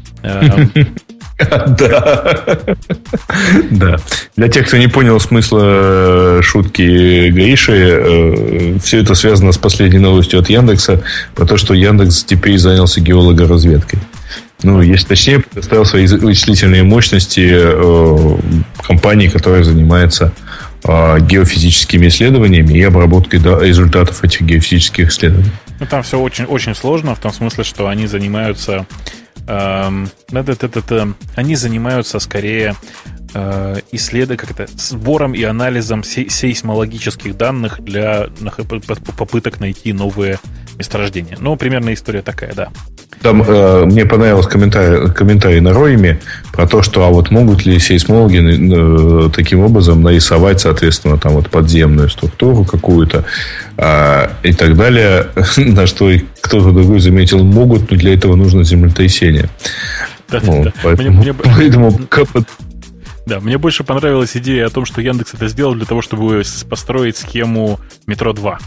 Да. Да. Для тех, кто не понял смысла шутки Гриши, все это связано с последней новостью от Яндекса про то, что Яндекс теперь занялся геологоразведкой. Ну, если точнее, предоставил свои вычислительные мощности компании, которая занимается геофизическими исследованиями и обработкой результатов этих геофизических исследований. Ну, там все очень, очень сложно, в том смысле, что они занимаются эм, они занимаются скорее э, исследованием, как это, сбором и анализом сейсмологических данных для попыток найти новые месторождения. Ну, примерно история такая, да. Там э, мне понравился комментарий, комментарий на Роиме про то, что а вот могут ли сейсмологи э, таким образом нарисовать, соответственно, там вот подземную структуру какую-то э, и так далее, на что кто-то другой заметил, могут, но для этого нужно землетрясение. Да, ну, да. Поэтому, мне, поэтому, мне... Да, мне больше понравилась идея о том, что Яндекс это сделал для того, чтобы построить схему метро два.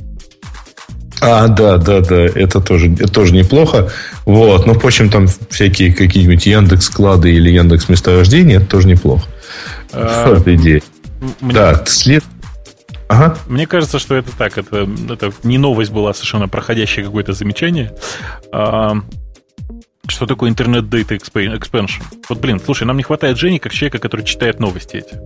А, да, да, да, это тоже, это тоже неплохо. Вот, но, впрочем, там всякие какие-нибудь Яндекс-склады или Яндекс-месторождения, это тоже неплохо. Вот идея. Да, след... Ага. Мне кажется, что это так. Это, это не новость была, совершенно проходящее какое-то замечание. А, что такое Internet Data Expansion? Вот, блин, слушай, нам не хватает Жени как человека, который читает новости эти.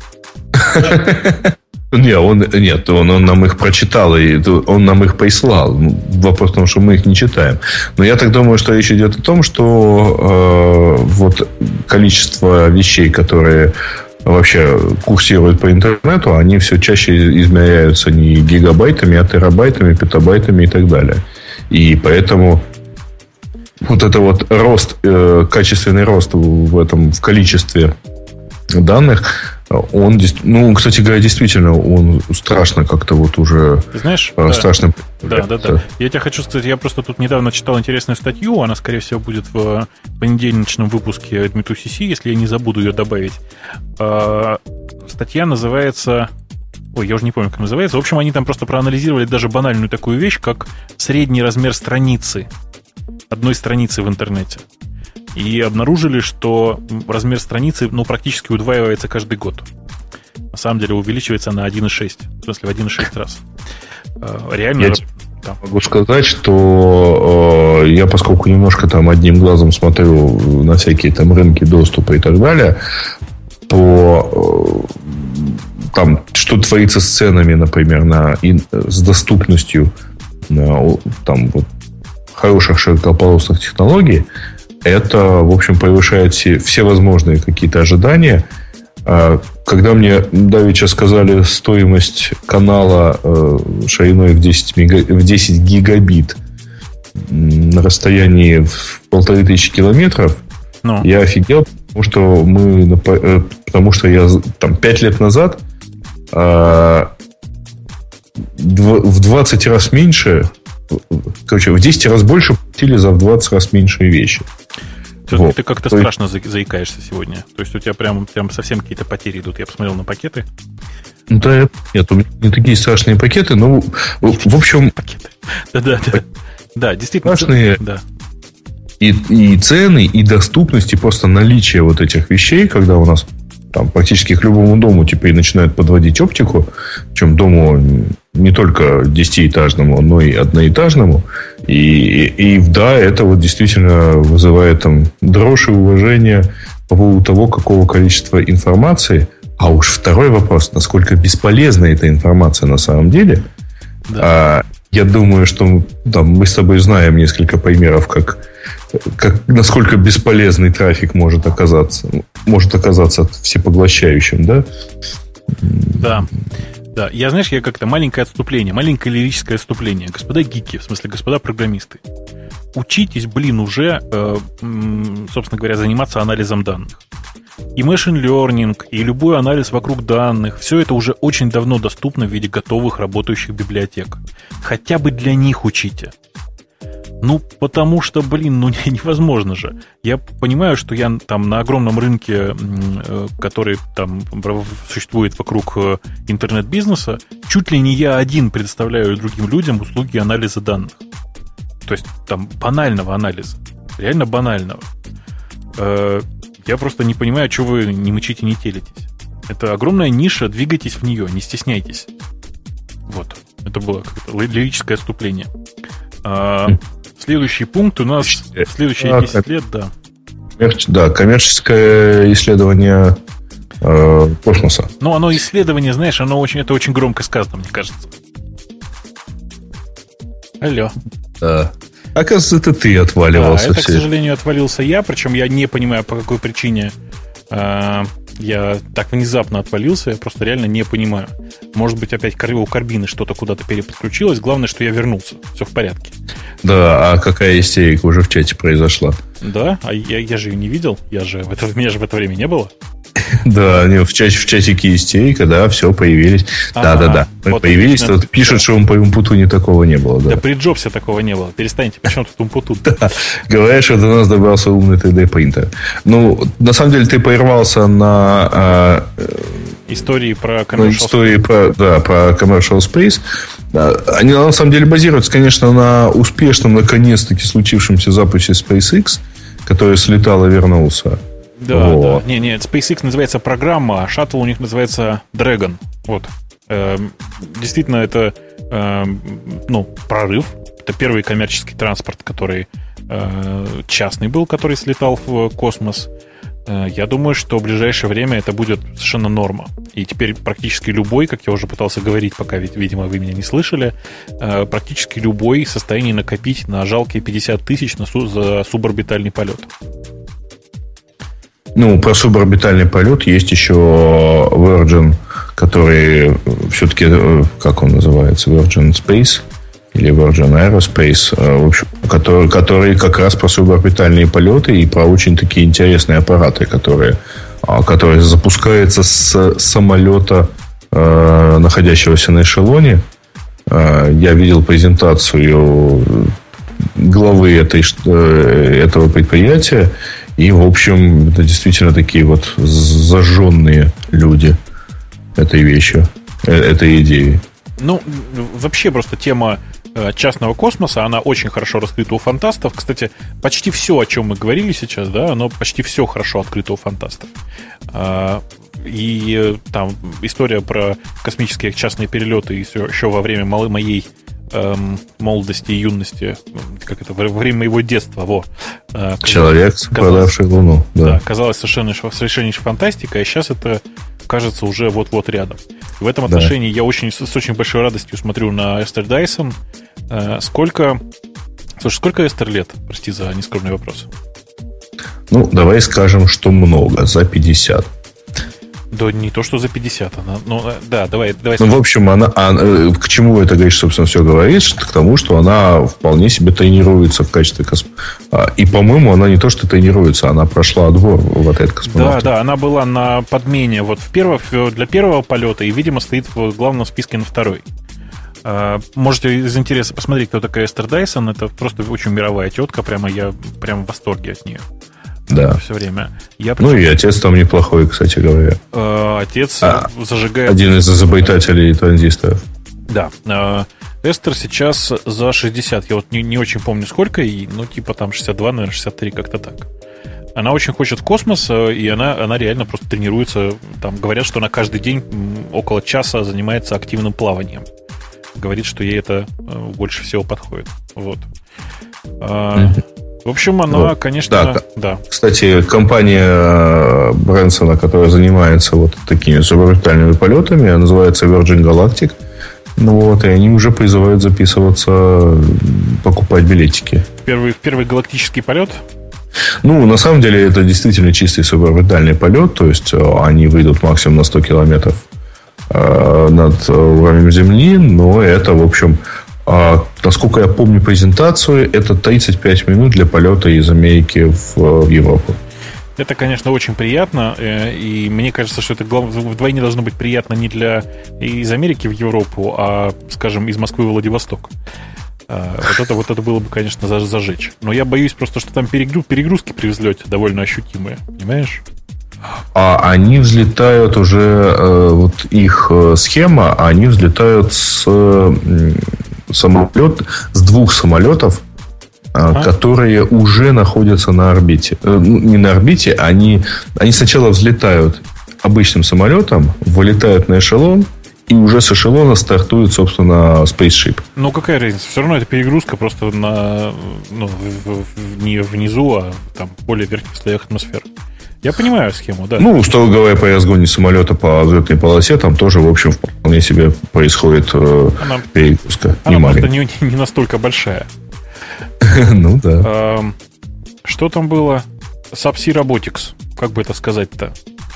Не, он, нет, он, он нам их прочитал, и он нам их прислал. Вопрос в том, что мы их не читаем. Но я так думаю, что речь идет о том, что э, вот количество вещей, которые вообще курсируют по интернету, они все чаще измеряются не гигабайтами, а терабайтами, петабайтами и так далее. И поэтому вот это вот рост, э, качественный рост в этом в количестве данных, он, ну, кстати говоря, действительно, он страшно как-то вот уже... Ты знаешь, страшно... Да, да, да, да. Я тебе хочу сказать, я просто тут недавно читал интересную статью, она, скорее всего, будет в понедельничном выпуске Admit си си, если я не забуду ее добавить. Статья называется... Ой, я уже не помню, как называется. В общем, они там просто проанализировали даже банальную такую вещь, как средний размер страницы, одной страницы в интернете. И обнаружили, что размер страницы, ну, практически удваивается каждый год. На самом деле увеличивается на один целых шесть. В смысле, в один целых шесть раз. Реально... Я да. могу сказать, что э, я, поскольку немножко там одним глазом смотрю на всякие там рынки доступа и так далее, по... Э, там, что творится с ценами, например, на, и, с доступностью на, там, вот, хороших широкополосных технологий, это, в общем, превышает все, все возможные какие-то ожидания. Когда мне давеча сказали стоимость канала шириной в десять, мега, в десять гигабит на расстоянии в полторы тысячи километров, Но. я офигел, потому что мы, потому что я там пять лет назад в двадцать раз меньше, короче, в десять раз больше платили за в двадцать раз меньшие вещи. Вот. Ты как-то То страшно есть... заикаешься сегодня. То есть у тебя прям, прям совсем какие-то потери идут. Я посмотрел на пакеты. Да, нет, у меня не такие страшные пакеты, но в общем... Пакеты. Да-да-да. Да, действительно. Страшные. Да. И, и цены, и доступность, и просто наличие вот этих вещей, когда у нас там практически к любому дому теперь начинают подводить оптику, причем дому не только десятиэтажному, но и одноэтажному. И, и, и да, это вот действительно вызывает там дрожь и уважение по поводу того, какого количества информации. А уж второй вопрос, насколько бесполезна эта информация на самом деле. Да. А, я думаю, что там, мы с тобой знаем несколько примеров, как, как, насколько бесполезный трафик может оказаться, может оказаться всепоглощающим, да? Да. Да, я, знаешь, я как-то маленькое отступление, маленькое лирическое отступление. Господа гики, в смысле, господа программисты, учитесь, блин, уже, э, собственно говоря, заниматься анализом данных. И machine learning, и любой анализ вокруг данных, все это уже очень давно доступно в виде готовых работающих библиотек. Хотя бы для них учите. Ну, потому что, блин, ну невозможно же. Я понимаю, что я там на огромном рынке, который там существует вокруг интернет-бизнеса, чуть ли не я один предоставляю другим людям услуги анализа данных. То есть там банального анализа. Реально банального. Я просто не понимаю, что вы не мычите, не телитесь. Это огромная ниша, двигайтесь в нее, не стесняйтесь. Вот. Это было как-то лирическое отступление. Следующий пункт у нас в следующие десять лет, да. Да, коммерческое исследование э, космоса. Ну, оно исследование, знаешь, оно очень, это очень громко сказано, мне кажется. Алло. Да. Оказывается, это ты отваливался. Да, это, все. К сожалению, отвалился я, причем я не понимаю, по какой причине э, я так внезапно отвалился, я просто реально не понимаю. Может быть, опять у карбины что-то куда-то переподключилось. Главное, что я вернулся. Все в порядке. Да, а какая истерика уже в чате произошла? Да, а я, я же ее не видел. Я же, в это, меня же в это время не было. Да, в, чате, в чатике истерика, да, все, появились. Да-да-да. Вот появились, тут пишут, что по Умпутуне такого не было. Да, при Джобсе такого не было. Перестаньте, почему тут Умпутун? Да, говорят, что до нас добрался умный три дэ принтер. Ну, на самом деле, ты прервался на... Истории про Commercial Истории про, да, про Commercial Space. Они на самом деле базируются, конечно, на успешном, наконец-таки случившемся запуске SpaceX, который слетал и вернулся. Да, вот. да. Не, не, SpaceX называется программа, а шаттл у них называется Dragon. Вот. Эм, действительно, это эм, ну, прорыв. Это первый коммерческий транспорт, который э, частный был, который слетал в космос. Э, я думаю, что в ближайшее время это будет совершенно норма. И теперь практически любой, как я уже пытался говорить, пока, видимо, вы меня не слышали, э, практически любой в состоянии накопить на жалкие пятьдесят тысяч на су- за суборбитальный полет. Ну, про суборбитальный полет есть еще Virgin, который все-таки, как он называется, Virgin Space или Virgin Aerospace, в общем, который, который как раз про суборбитальные полеты и про очень такие интересные аппараты, которые, которые запускаются с самолета, находящегося на эшелоне. Я видел презентацию главы этой, этого предприятия. И, в общем, это действительно такие вот зажженные люди этой вещью, этой идеей. Ну, вообще просто тема частного космоса, она очень хорошо раскрыта у фантастов. Кстати, почти все, о чем мы говорили сейчас, да, оно почти все хорошо открыто у фантастов. И там история про космические частные перелеты еще, еще во время моей эм, молодости и юности, как это, во время моего детства, во. Человек, продавший Луну. Да. да, казалось совершенно, совершеннейшей фантастикой, а сейчас это кажется уже вот-вот рядом. В этом отношении да. я очень, с очень большой радостью смотрю на Эстер Дайсон. Сколько... Слушай, сколько Эстер лет? Прости за нескромный вопрос. Ну, давай скажем, что много, за пятьдесят. Да не то, что за пятьдесят. Она, ну, да, давай, давай. Ну, в общем, она, она, к чему это, говоришь, собственно, все говорит? К тому, что она вполне себе тренируется в качестве космонавта. И, по-моему, она не то, что тренируется, она прошла отбор в отряд космонавтов. Да, да, она была на подмене вот в перво, для первого полета и, видимо, стоит в главном списке на второй. Можете из интереса посмотреть, кто такая Эстер Дайсон. Это просто очень мировая тетка. Прямо я прямо в восторге от нее. Да. Все время. Я, ну и отец там неплохой, кстати говоря. Э, отец а, зажигает... Один из изобретателей транзисторов. Да. Э, Эстер сейчас за шестьдесят. Я вот не, не очень помню, сколько ей. Ну, типа там шестьдесят два, наверное, шестьдесят три, как-то так. Она очень хочет в космос, и она, она реально просто тренируется. Там говорят, что она каждый день около часа занимается активным плаванием. Говорит, что ей это больше всего подходит. Вот. Mm-hmm. В общем, она, вот. конечно... Да. да. Кстати, компания Брэнсона, которая занимается вот такими суборбитальными полетами, называется Virgin Galactic. Ну вот, и они уже призывают записываться, покупать билетики. Первый, первый галактический полет? Ну, на самом деле, это действительно чистый суборбитальный полет. То есть, они выйдут максимум на сто километров над уровнем Земли. Но это, в общем... А, насколько я помню презентацию, это тридцать пять минут для полета из Америки в, в Европу. Это, конечно, очень приятно. И мне кажется, что это вдвойне должно быть приятно не для из Америки в Европу, а, скажем, из Москвы в Владивосток. Вот это, вот это было бы, конечно, зажечь. Но я боюсь просто, что там перегрузки при взлете довольно ощутимые. Понимаешь? А они взлетают уже, вот их схема, они взлетают с... самолет с двух самолетов, а? которые уже находятся на орбите. Ну, не на орбите, они, они сначала взлетают обычным самолетом, вылетают на эшелон, и уже с эшелона стартует, собственно, спейсшип. Ну, какая разница? Все равно это перегрузка просто на, ну, в, в, не внизу, а там в более верхних слоях атмосферы. Я понимаю схему, да. Ну, строго говоря, по разгоне самолета по взлетной полосе там тоже, в общем, вполне себе происходит э, она, перегрузка. Она просто не, не настолько большая. Ну, да. Что там было? Subsea Robotics. Как бы это сказать-то?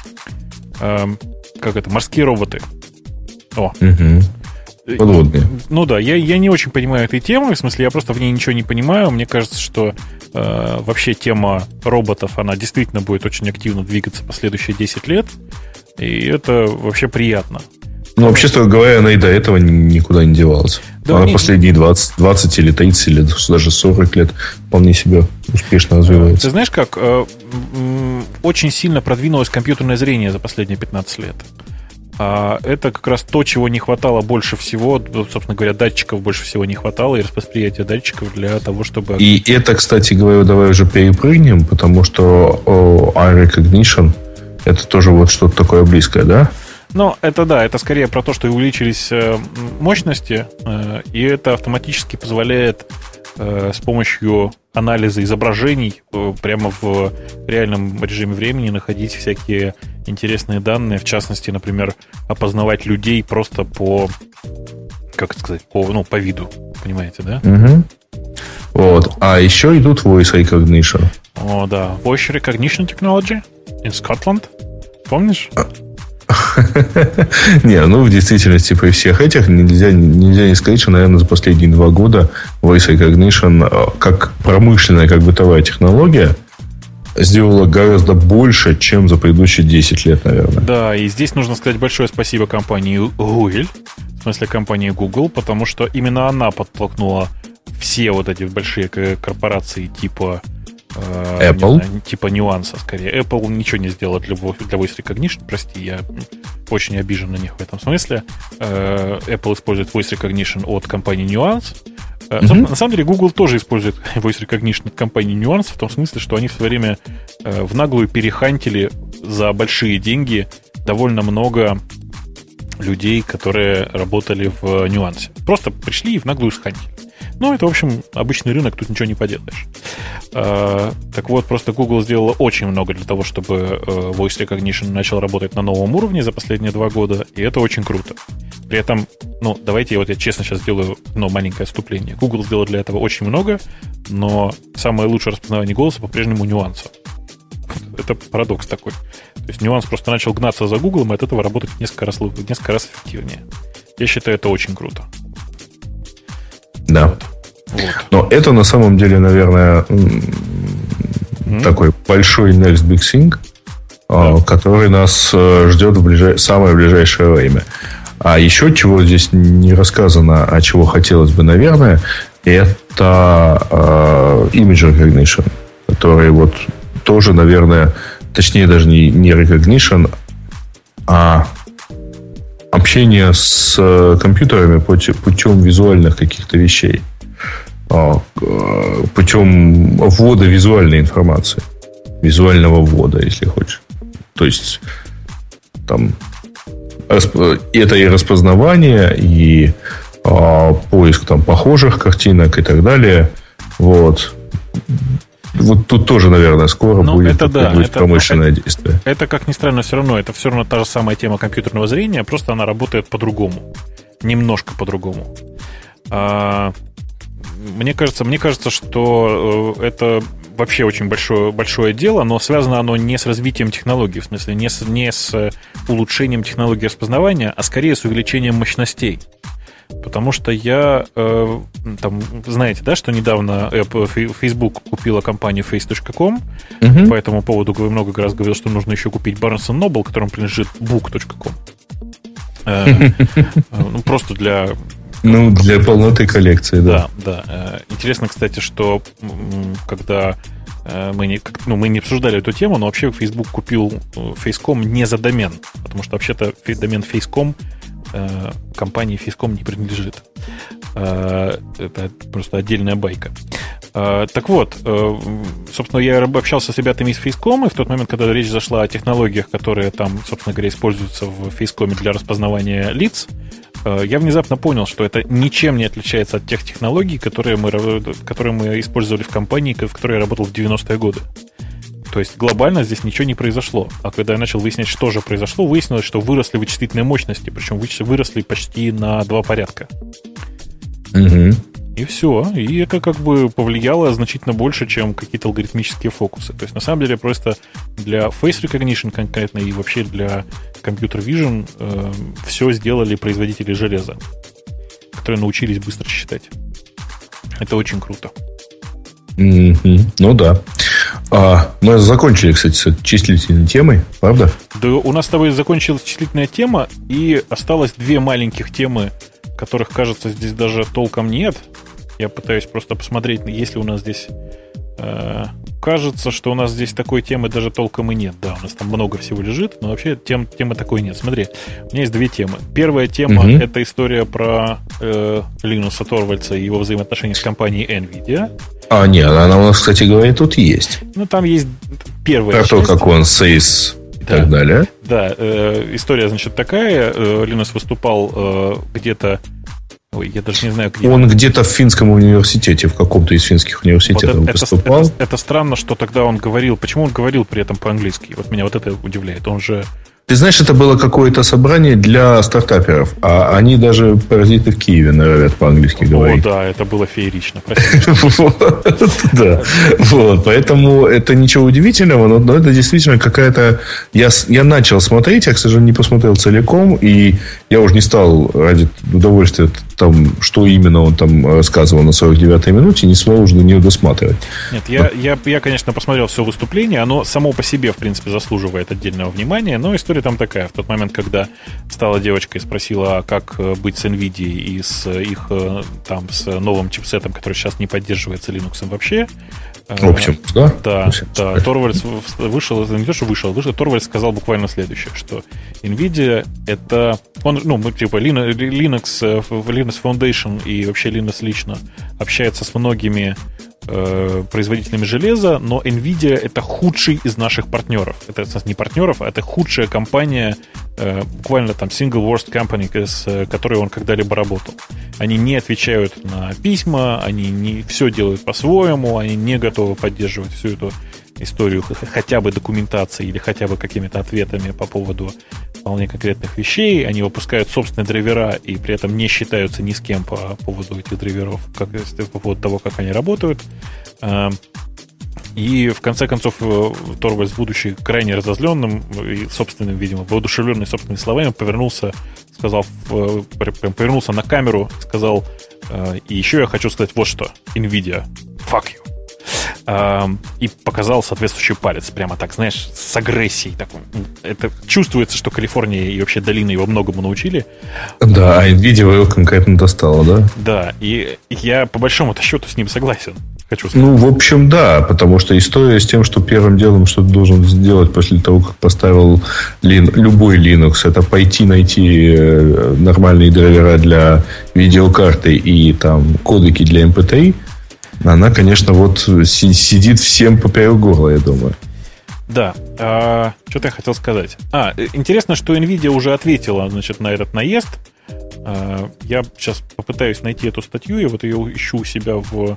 Как это? Морские роботы. О. Подводные. Ну да, я, я не очень понимаю этой темы. В смысле, я просто в ней ничего не понимаю. Мне кажется, что э, вообще тема роботов, она действительно будет очень активно двигаться последующие десять лет. И это вообще приятно. Ну, вообще, строго говоря, она и до этого никуда не девалась. Да, она не... последние двадцать, двадцать или тридцать, или даже сорок лет вполне себе успешно развивается. Ты знаешь как? Э, очень сильно продвинулось компьютерное зрение за последние пятнадцать лет. А это как раз то, чего не хватало больше всего, собственно говоря, датчиков больше всего не хватало, и восприятия датчиков для того, чтобы... И это, кстати говоря, давай уже перепрыгнем, потому что о, Eye Recognition это тоже вот что-то такое близкое, да? Ну, это да, это скорее про то, что увеличились мощности, и это автоматически позволяет с помощью анализа изображений прямо в реальном режиме времени находить всякие интересные данные, в частности, например, опознавать людей просто по, как это сказать, по, ну, по виду, понимаете, да? Угу. Вот. А еще идут Voice Recognition. О, да. Voice Recognition Technology in Scotland. Помнишь? Не, ну в действительности при всех этих нельзя, нельзя не сказать, что, наверное, за последние два года Voice Recognition как промышленная, как бытовая технология сделала гораздо больше, чем за предыдущие десять лет, наверное. Да, и здесь нужно сказать большое спасибо компании Google, в смысле компании Google, потому что именно она подтолкнула все вот эти большие корпорации типа Apple. Знаю, типа нюанса скорее. Apple ничего не сделала для, для Voice Recognition, прости, я очень обижен на них в этом смысле. Apple использует Voice Recognition от компании Nuance. Mm-hmm. На самом деле Google тоже использует Voice Recognition от компании Nuance в том смысле, что они в свое время в наглую перехантили за большие деньги довольно много людей, которые работали в Nuance. Просто пришли и в наглую схантили. Ну, это, в общем, обычный рынок, тут ничего не поделаешь. А, так вот, просто Google сделала очень много для того, чтобы Voice Recognition начал работать на новом уровне за последние два года, и это очень круто. При этом, ну, давайте вот я честно сейчас сделаю ну, маленькое отступление. Google сделал для этого очень много, но самое лучшее распознавание голоса по-прежнему нюанса. Это парадокс такой. То есть нюанс просто начал гнаться за Google, и от этого работать несколько раз, несколько раз эффективнее. Я считаю, это очень круто. Да. Вот. Вот. Но это на самом деле, наверное, mm-hmm. такой большой next big thing, да. который нас ждет в ближай... самое ближайшее время. А еще чего здесь не рассказано, а чего хотелось бы, наверное, это uh, image recognition, который вот тоже, наверное, точнее даже не, не recognition, а общение с компьютерами путем визуальных каких-то вещей. Путем ввода визуальной информации. Визуального ввода, если хочешь. То есть там это и распознавание, и а, поиск там похожих картинок и так далее. Вот. Вот тут тоже, наверное, скоро ну, будет это, да, это, промышленное это, действие. Это, как ни странно, все равно, это все равно та же самая тема компьютерного зрения, просто она работает по-другому. Немножко по-другому. А, мне кажется, мне кажется, что это вообще очень большое, большое дело, но связано оно не с развитием технологий, в смысле, не с, не с улучшением технологии распознавания, а скорее с увеличением мощностей. Потому что я, э, там, знаете, да, что недавно Facebook купила компанию фейс точка ком. Uh-huh. По этому поводу много раз говорил, что нужно еще купить Barnes энд Noble, которому принадлежит бук точка ком. Ну, просто для... Ну, для полноты коллекции, да. Да, да. Интересно, кстати, что когда мы не, ну, мы не обсуждали эту тему, но вообще Facebook купил фейс точка ком не за домен, потому что вообще-то домен фейс точка ком компании фейс точка ком не принадлежит. Это просто отдельная байка. Так вот, собственно, я общался с ребятами из фейс точка ком, и в тот момент, когда речь зашла о технологиях, которые там, собственно говоря, используются в фейс точка ком для распознавания лиц, я внезапно понял, что это ничем не отличается от тех технологий, которые мы, которые мы использовали в компании, в которой я работал в девяностые годы. То есть глобально здесь ничего не произошло. А когда я начал выяснять, что же произошло, выяснилось, что выросли вычислительные мощности, причем выросли почти на два порядка. Угу. И все. И это как бы повлияло значительно больше, чем какие-то алгоритмические фокусы. То есть на самом деле просто для face recognition конкретно и вообще для computer vision э, все сделали производители железа, которые научились быстро считать. Это очень круто. Mm-hmm. Ну да. А, мы закончили, кстати, с числительной темой, правда? Да, у нас с тобой закончилась числительная тема, и осталось две маленьких темы, которых, кажется, здесь даже толком нет. Я пытаюсь просто посмотреть, есть ли у нас здесь э, кажется, что у нас здесь такой темы даже толком и нет. Да, у нас там много всего лежит, но вообще тем, темы такой нет. Смотри, у меня есть две темы. Первая тема mm-hmm. — это история про э, Линуса Торвальдса и его взаимоотношения с компанией NVIDIA. А, нет, она у нас, кстати говоря, тут есть. Ну, там есть первая про часть. Про то, как он сейс и да. так далее. Да, э, история, значит, такая. Э, Линус выступал э, где-то... Ой, я даже не знаю, где. Он где-то в финском университете, в каком-то из финских университетов вот это, выступал. Это, это, это странно, что тогда он говорил. Почему он говорил при этом по-английски? Вот меня вот это удивляет. Он же... Ты знаешь, это было какое-то собрание для стартаперов, а они даже паразиты в Киеве норовят по-английски говорить. О, да, это было феерично. Да, вот, поэтому это ничего удивительного, но это действительно какая-то... Я начал смотреть, я, к сожалению, не посмотрел целиком, и я уже не стал ради удовольствия там, что именно он там рассказывал на сорок девятой минуте, не стал уже на нее досматривать. Нет, я, я, я, конечно, посмотрел все выступление, оно само по себе, в принципе, заслуживает отдельного внимания, но история там такая. В тот момент, когда стала девочка и спросила, а как быть с NVIDIA и с их там с новым чипсетом, который сейчас не поддерживается Linux вообще. Optimus, да? Да, да. Торвальдс вышел, не то, что вышел, вышел, Торвальдс сказал буквально следующее, что NVIDIA это... Он, ну, типа Linux, Linux Foundation и вообще Linux лично общается с многими э, производителями железа, но NVIDIA это худший из наших партнеров. Это не партнеров, а это худшая компания, э, буквально там single worst company, с которой он когда-либо работал. Они не отвечают на письма, они не все делают по-своему, они не готовы поддерживать всю эту историю хотя бы документацией или хотя бы какими-то ответами по поводу вполне конкретных вещей. Они выпускают собственные драйвера и при этом не считаются ни с кем по поводу этих драйверов, как, по поводу того, как они работают. И в конце концов Торвальдс, будучи крайне разозленным и собственным, видимо, воодушевленный собственными словами, повернулся, сказал, повернулся на камеру, сказал: и еще я хочу сказать вот что: NVIDIA, fuck you. И показал соответствующий палец. Прямо так, знаешь, с агрессией. Так, это чувствуется, что Калифорния и вообще долина его многому научили. Да, а NVIDIA его конкретно достала, да? Да, и я по большому-то счету с ним согласен. Хочу сказать. Ну, в общем, да, потому что история с тем, что первым делом, что ты должен сделать после того, как поставил лин, любой Linux, это пойти найти нормальные драйвера для видеокарты и там кодеки для эм пи три. Она, конечно, вот сидит всем поперек горла, я думаю. Да. А, что-то я хотел сказать. А, интересно, что NVIDIA уже ответила, значит, на этот наезд. А, я сейчас попытаюсь найти эту статью. Я вот ее ищу у себя в,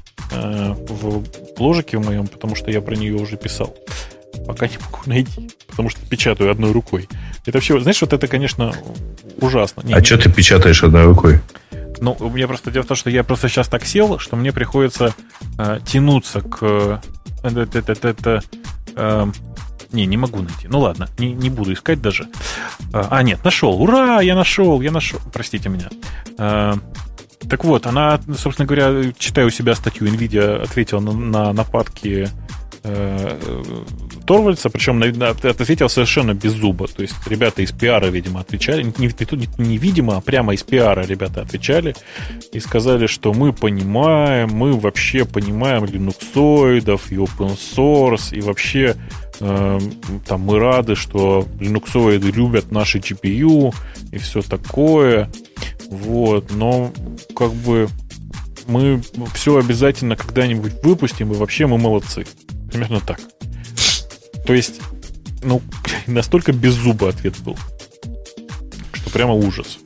в бложике в моем, потому что я про нее уже писал. Пока не могу найти, потому что печатаю одной рукой. Это вообще, знаешь, вот это, конечно, ужасно. Не, а не... что ты печатаешь одной рукой? Ну, у меня просто дело в том, что я просто сейчас так сел, что мне приходится э, тянуться к... Это, это, это, это, э, не, не могу найти. Ну ладно, не, не буду искать даже. А, нет, нашел. Ура, я нашел, я нашел. Простите меня. Э, так вот, она, собственно говоря, читаю у себя статью, NVIDIA ответила на, на нападки Торвальдса, причем ответил совершенно без зуба. То есть ребята из пиара, видимо, отвечали. Не, не, не видимо, а прямо из пиара ребята отвечали и сказали, что мы понимаем, мы вообще понимаем линуксоидов и open source, и вообще э, там мы рады, что линуксоиды любят наши джи пи ю и все такое. Вот, но как бы мы все обязательно когда-нибудь выпустим, и вообще мы молодцы. Примерно так. То есть, ну, настолько без зуба ответ был, что прямо ужас.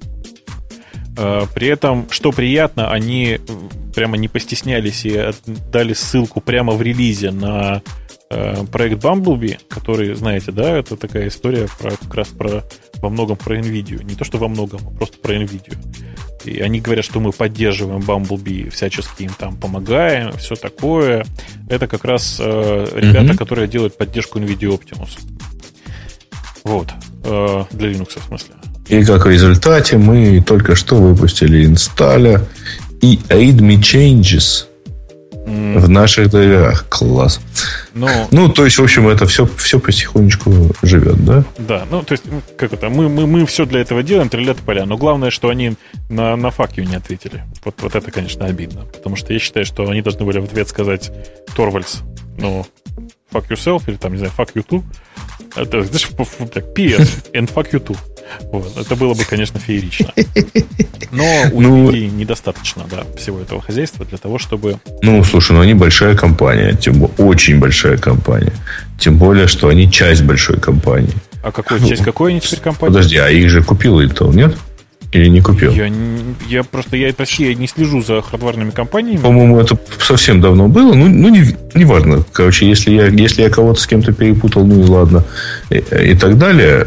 При этом, что приятно, они прямо не постеснялись и дали ссылку прямо в релизе на проект Bumblebee, который, знаете, да, это такая история про, как раз про, во многом про NVIDIA. Не то, что во многом, а просто про NVIDIA. И они говорят, что мы поддерживаем Bumblebee, всячески им там помогаем, все такое. Это как раз э, ребята, mm-hmm. которые делают поддержку NVIDIA Optimus. Вот. Э, для Linux, в смысле. И как в результате мы только что выпустили инсталлер и readme changes mm. в наших драйверах. Класс. Но... Ну, то есть, в общем, это все, все потихонечку живет, да? Да, ну, то есть, как это, мы, мы, мы все для этого делаем, трилля-то поля, но главное, что они на, на факью не ответили. Вот, вот это, конечно, обидно, потому что я считаю, что они должны были в ответ сказать: Торвальдс, ну, fuck yourself, или там, не знаю, fuck you too. Это, знаешь, пи эс and fuck you too. Вот. Это было бы, конечно, феерично. Но у ну, людей недостаточно, да, всего этого хозяйства для того, чтобы... Ну, слушай, ну они большая компания, тем более, очень большая компания. Тем более, что они часть большой компании. А какой, часть какой они теперь компании? Подожди, а их же купил Intel, нет? Или не купил? Я, я просто, я почти я не слежу за хардварными компаниями. По-моему, это совсем давно было. Ну, ну не, не важно. Короче, если я, если я кого-то с кем-то перепутал, ну и ладно. И, и так далее.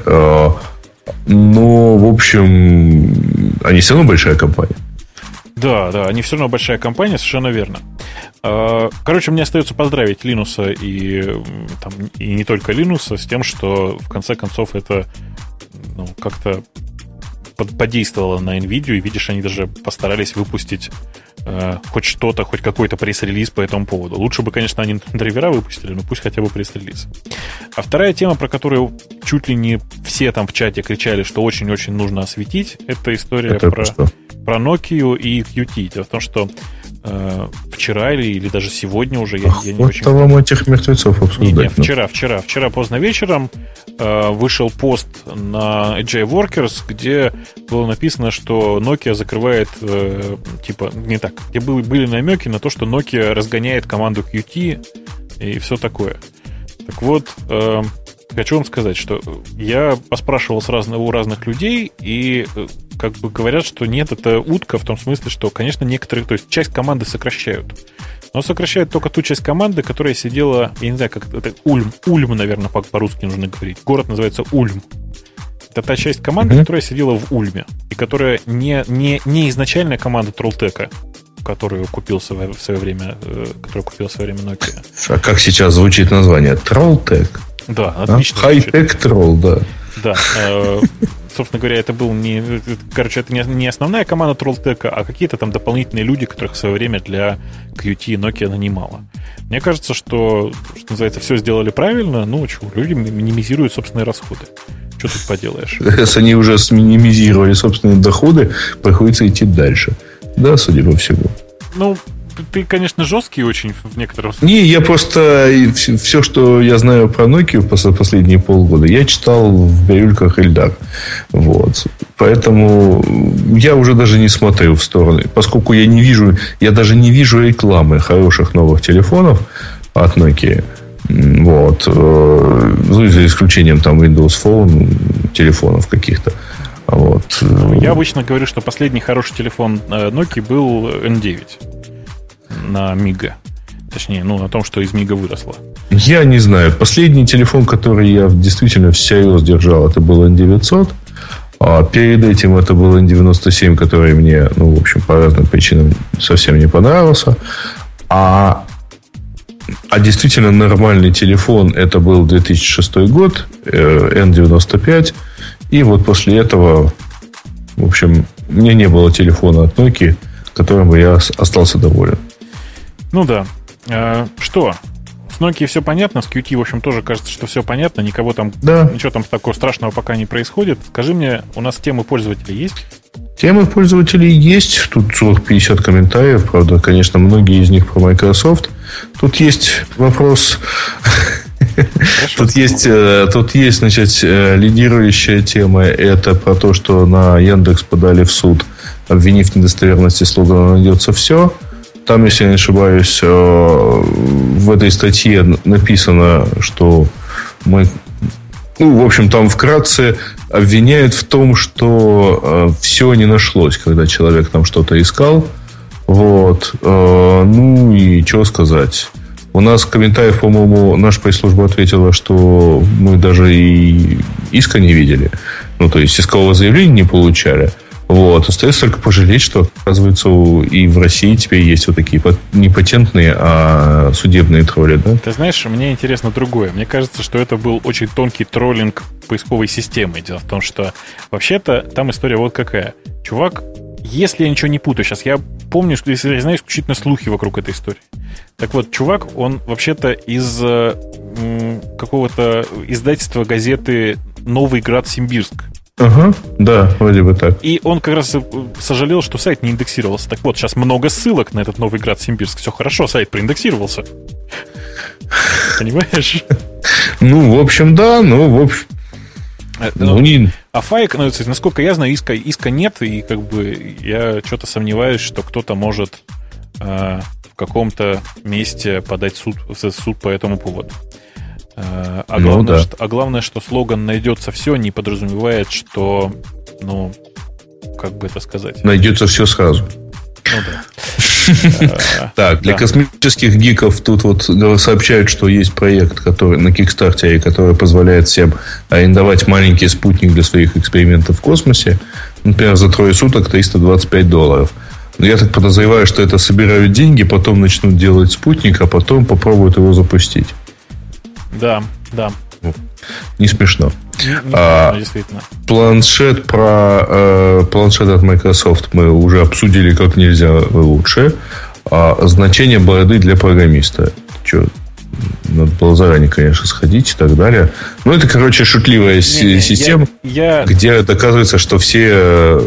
Но, в общем, они все равно большая компания. Да, да, они все равно большая компания, совершенно верно. Короче, мне остается поздравить Линуса и, там, и не только Линуса с тем, что в конце концов это, ну, как-то подействовало на NVIDIA, и, видишь, они даже постарались выпустить э, хоть что-то, хоть какой-то пресс-релиз по этому поводу. Лучше бы, конечно, они драйвера выпустили, но пусть хотя бы пресс-релиз. А вторая тема, про которую чуть ли не все там в чате кричали, что очень-очень нужно осветить, это история это про, про Nokia и кью ти. Дело в том, что э, вчера или, или даже сегодня уже я, я не очень... вам этих мертвецов обсуждать. Не, не, вчера, вчера, вчера поздно вечером э, вышел пост на эй джей Workers, где было написано, что Nokia закрывает, э, типа, не так, где были, были намеки на то, что Nokia разгоняет команду кью ти и все такое. Так вот, э, хочу вам сказать, что я поспрашивал с разных, у разных людей, и как бы говорят, что нет, это утка в том смысле, что, конечно, некоторые, то есть часть команды сокращают. Но сокращают только ту часть команды, которая сидела, я не знаю, как это, Ульм, Ульм, наверное, по-русски нужно говорить. Город называется Ульм. Это та часть команды, mm-hmm. которая сидела в Ульме, и которая не, не, не изначальная команда Trolltech, которую купил в свое, в свое время, которую купил в свое время Nokia. А как сейчас звучит название? Trolltech? Да, отлично. А? High-tech Troll, да. Да. Э, собственно говоря, это был не... Короче, это не, не основная команда Trolltech, а какие-то там дополнительные люди, которых в свое время для кью ти Nokia нанимала. Мне кажется, что, что называется, все сделали правильно. Ну, чего, люди минимизируют собственные расходы. Что тут поделаешь? Если они уже сминимизировали собственные доходы, приходится идти дальше. Да, судя по всему. Ну, ты, конечно, жесткий очень в некотором смысле. Не, я просто все, что я знаю про Nokia последние полгода, я читал в бирюльках Эльдар. Вот. Поэтому я уже даже не смотрю в сторону. Поскольку я не вижу, я даже не вижу рекламы хороших новых телефонов от Nokia. Вот. Ну, за исключением там Windows Phone, телефонов каких-то. Вот. Я обычно говорю, что последний хороший телефон Nokia был эн девять на Мига. Точнее, ну, на том, что из Мига выросло. Я не знаю. Последний телефон, который я действительно всерьез держал, это был эн девятьсот. А перед этим это был эн девяносто семь, который мне, ну, в общем, по разным причинам совсем не понравился. А А действительно нормальный телефон это был две тысячи шестой год, эн девяносто пять. И вот после этого, в общем, мне не было телефона от Nokia, которым бы я остался доволен. Ну да. А, что? С Nokia все понятно, с кью ти, в общем, тоже кажется, что все понятно. Никого там, да. Ничего там такого страшного пока не происходит. Скажи мне, у нас темы пользователей есть? Темы пользователей есть. Тут сорок пятьдесят комментариев. Правда, конечно, многие из них про Microsoft. Тут есть вопрос... Тут есть, тут есть, значит, лидирующая тема. Это про то, что на Яндекс подали в суд, обвинив в недостоверности слогана «Найдется все». Там, если я не ошибаюсь, в этой статье написано, что мы... Ну, в общем, там вкратце обвиняют в том, что все не нашлось, когда человек там что-то искал. Вот. Ну, и что сказать... У нас в комментариях, по-моему, наша пресс-служба ответила, что мы даже и иска не видели. Ну, то есть, искового заявления не получали. Вот. Остается только пожалеть, что, оказывается, и в России теперь есть вот такие не патентные, а судебные тролли, да? Ты знаешь, мне интересно другое. Мне кажется, что это был очень тонкий троллинг поисковой системы. Дело в том, что вообще-то там история вот какая. Чувак, если я ничего не путаю, сейчас я помню, что если я знаю исключительно слухи вокруг этой истории. Так вот, чувак, он вообще-то из м, какого-то издательства газеты «Новый Град Симбирск». Ага, да, вроде бы так. И он как раз сожалел, что сайт не индексировался. Так вот, сейчас много ссылок на этот Новый Град Симбирск. Все хорошо, сайт проиндексировался. Понимаешь? Ну, в общем, да, ну, в общем... Ну, не... А фаек, ну, насколько я знаю, иска, иска нет, и как бы я что-то сомневаюсь, что кто-то может э, в каком-то месте подать суд, суд по этому поводу. Э, а, главное, ну, да. что, а главное, что слоган «найдется все» не подразумевает, что, ну, как бы это сказать... Найдется все сразу. Ну да. Так, для космических гиков тут вот сообщают, что есть проект, который на Кикстартере, который позволяет всем арендовать маленький спутник для своих экспериментов в космосе. Например, за трое суток триста двадцать пять долларов. Но я так подозреваю, что это собирают деньги, потом начнут делать спутник, а потом попробуют его запустить. Да, да. Не смешно. Не, не а, действительно. Планшет про э, планшет от Microsoft мы уже обсудили как нельзя лучше. А значение бороды для программиста. Че, надо было заранее, конечно, сходить и так далее. Ну, это, короче, шутливая не, не, система, я, я... где доказывается, что все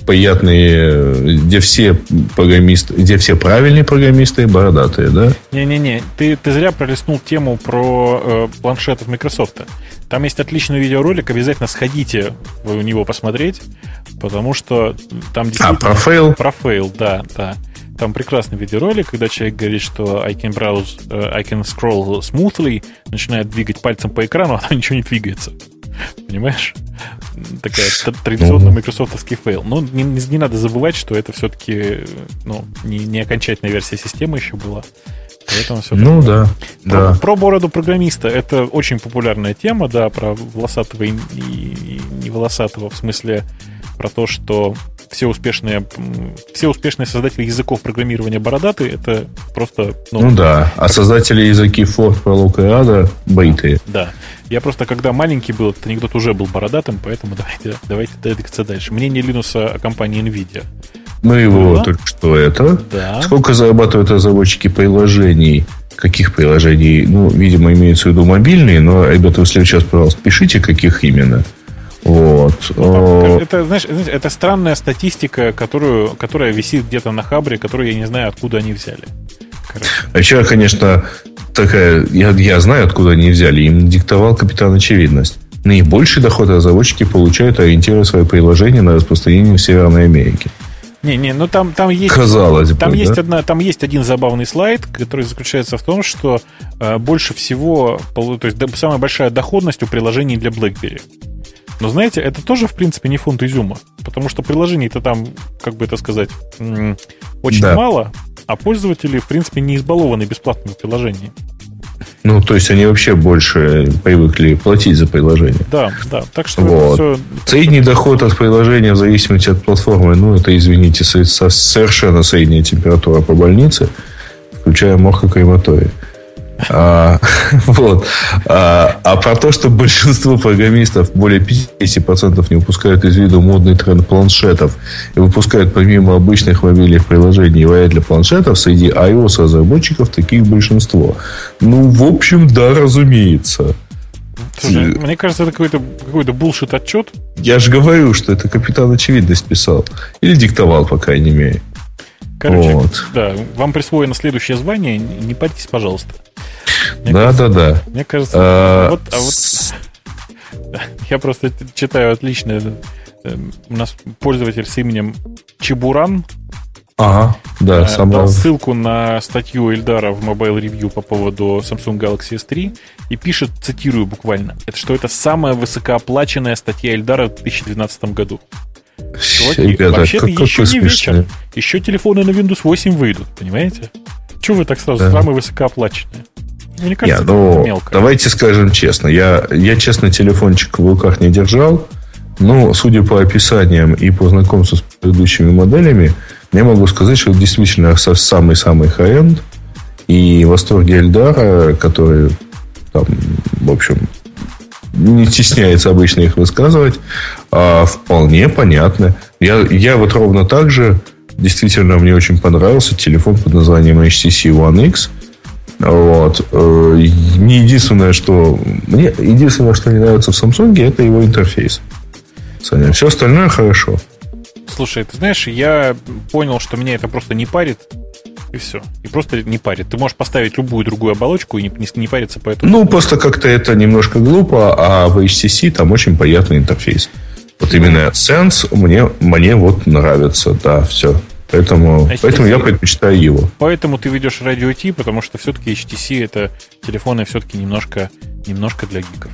приятные, где все программисты, где все правильные программисты бородатые, да? Не-не-не, ты, ты зря пролистнул тему про э, планшет от Microsoft. Там есть отличный видеоролик, обязательно сходите у него посмотреть, потому что там действительно... А, про фейл? Про фейл, да, да. Там прекрасный видеоролик, когда человек говорит, что I can browse, uh, I can scroll smoothly, начинает двигать пальцем по экрану, а там ничего не двигается. Понимаешь? Такая традиционная майкрософтовский фейл. Но не, не, не надо забывать, что это все-таки ну, не, не окончательная версия системы еще была. Поэтому все ну да, про, да. Про бороду программиста. Это очень популярная тема, да, про волосатого и, и, и не волосатого, в смысле про то, что все успешные, все успешные создатели языков программирования бородатые, это просто... Ну, ну да, а создатели языки Forth, Prolog и Ada бритые. Да. Я просто, когда маленький был, этот анекдот уже был бородатым, поэтому давайте, давайте двигаться дальше. Мнение Линуса о компании NVIDIA. Мы его да. только что это. Да. Сколько зарабатывают разработчики приложений? Каких приложений? Ну, видимо, имеется в виду мобильные, но, ребята, вы в следующий раз, пожалуйста, пишите, каких именно. Вот. Ну, это, знаешь, это странная статистика, которую, которая висит где-то на Хабре, которую я не знаю, откуда они взяли. Короче. А еще, конечно, такая... Я, я знаю, откуда они взяли. Им диктовал капитан Очевидность. Наибольший доход разработчики получают, ориентируя свои приложения на распространение в Северной Америке. Не, не, ну там, там есть, Казалось там бы, есть да? одна, там есть один забавный слайд, который заключается в том, что э, больше всего, то есть самая большая доходность у приложений для BlackBerry. Но знаете, это тоже, в принципе, не фунт изюма, потому что приложений-то там, как бы это сказать, очень да. мало, а пользователи, в принципе, не избалованы бесплатными приложениями. Ну, то есть они вообще больше привыкли платить за приложение. Да, да. Так что вот. все... Средний доход от приложения в зависимости от платформы, ну, это, извините, совершенно средняя температура по больнице, включая морг и крематорий. А, вот. а, а про то, что большинство программистов, более пятьдесят процентов, не упускают из виду модный тренд планшетов и выпускают помимо обычных мобильных приложений ай о для планшетов, среди iOS-разработчиков таких большинство. Ну, в общем, да, разумеется. Слушай, мне кажется, это какой-то, какой-то булшит-отчет. Я же говорю, что это капитан Очевидность писал. Или диктовал, по крайней мере. Короче, вот. Да, вам присвоено следующее звание. Не парьтесь, пожалуйста. Мне да, кажется, да, да. Мне кажется, а, вот, а вот я просто читаю отличное. У нас пользователь с именем Чебуран. Ага, да, дал сама... ссылку на статью Эльдара в Mobile Review по поводу Samsung Galaxy эс три и пишет, цитирую буквально, это что это самая высокооплаченная статья Эльдара в две тысячи двенадцатом году. Чуваки, ребята, вообще-то еще не смешные. вечер. Еще телефоны на Windows восемь выйдут, понимаете? Чего вы так сразу да. самые высокооплаченные? Мне кажется, я, ну, это мелко. Давайте скажем честно. Я, я, честно, телефончик в руках не держал. Но, судя по описаниям и по знакомству с предыдущими моделями, я могу сказать, что это действительно самый-самый хай-энд. И в восторге Эльдара, который там, в общем, не стесняется обычно их высказывать, а вполне понятно. Я, я вот ровно так же, действительно, мне очень понравился телефон под названием эйч ти си One X. Вот. Не единственное, что мне единственное, что не нравится в Samsung, это его интерфейс. Саня, все остальное хорошо. Слушай, ты знаешь, я понял, что меня это просто не парит. И все. И просто не парит. Ты можешь поставить любую другую оболочку и не, не, не париться по этому. Ну, просто как-то это немножко глупо, а в эйч ти си там очень приятный интерфейс. Вот именно Sense мне, мне вот нравится, да, все. Поэтому, эйч ти си, поэтому я предпочитаю его. Поэтому ты ведешь радио Ти, потому что все-таки эйч ти си это телефоны все-таки немножко, немножко для гиков.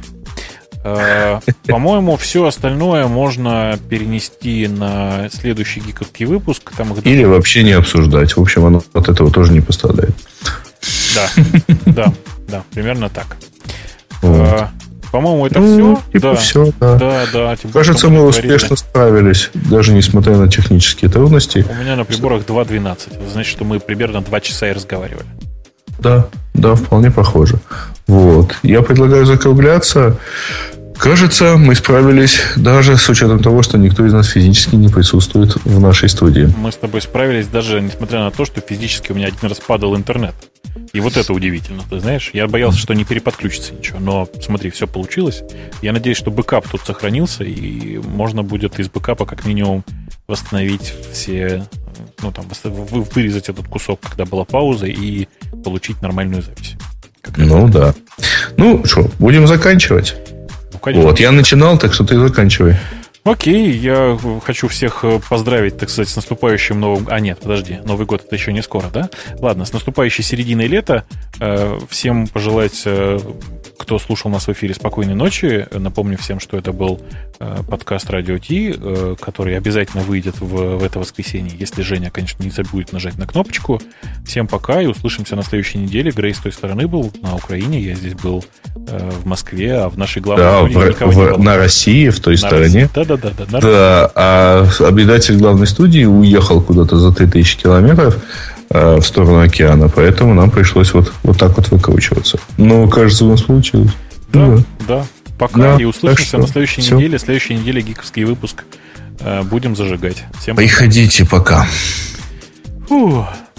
По-моему, все остальное можно перенести на следующий гиковский выпуск. Там их... Или вообще не обсуждать. В общем, оно от этого тоже не пострадает. Да, да, да, примерно так. Вот. По-моему, это ну, все. Типа да. все, да. Да, да. Типа, кажется, мы успешно справились, даже несмотря на технические трудности. У меня на приборах два двенадцать. Это значит, что мы примерно два часа и разговаривали. Да, да, вполне похоже. Вот. Я предлагаю закругляться. Кажется, мы справились даже с учетом того, что никто из нас физически не присутствует в нашей студии. Мы с тобой справились даже несмотря на то, что физически у меня один раз падал интернет. И вот это удивительно, ты знаешь. Я боялся, что не переподключится ничего. Но смотри, все получилось. Я надеюсь, что бэкап тут сохранился, и можно будет из бэкапа как минимум восстановить все... Ну, там, вырезать этот кусок, когда была пауза, и получить нормальную запись. Ну, да. Ну, что, будем заканчивать? Ну, вот, я начинал, так что ты заканчивай. Окей, я хочу всех поздравить, так сказать, с наступающим новым... А, нет, подожди, Новый год это еще не скоро, да? Ладно, с наступающей серединой лета. Всем пожелать, кто слушал нас в эфире, спокойной ночи. Напомню всем, что это был подкаст Радио Ти, который обязательно выйдет в, в это воскресенье, если Женя, конечно, не забудет нажать на кнопочку. Всем пока и услышимся на следующей неделе. Грей с той стороны был на Украине, я здесь был в Москве, а в нашей главной да, студии в, никого в, не было. На России, в той на стороне. Да, да, да, да. Да, а обитатель главной студии уехал куда-то за три тысячи километров э, в сторону океана, поэтому нам пришлось вот, вот так вот выкручиваться. Но, кажется, у нас получилось. Да, да. да. Пока, да, и услышимся на следующей все. неделе. Следующей неделе гиковский выпуск. Э, будем зажигать. Всем Приходите, пока. Фух.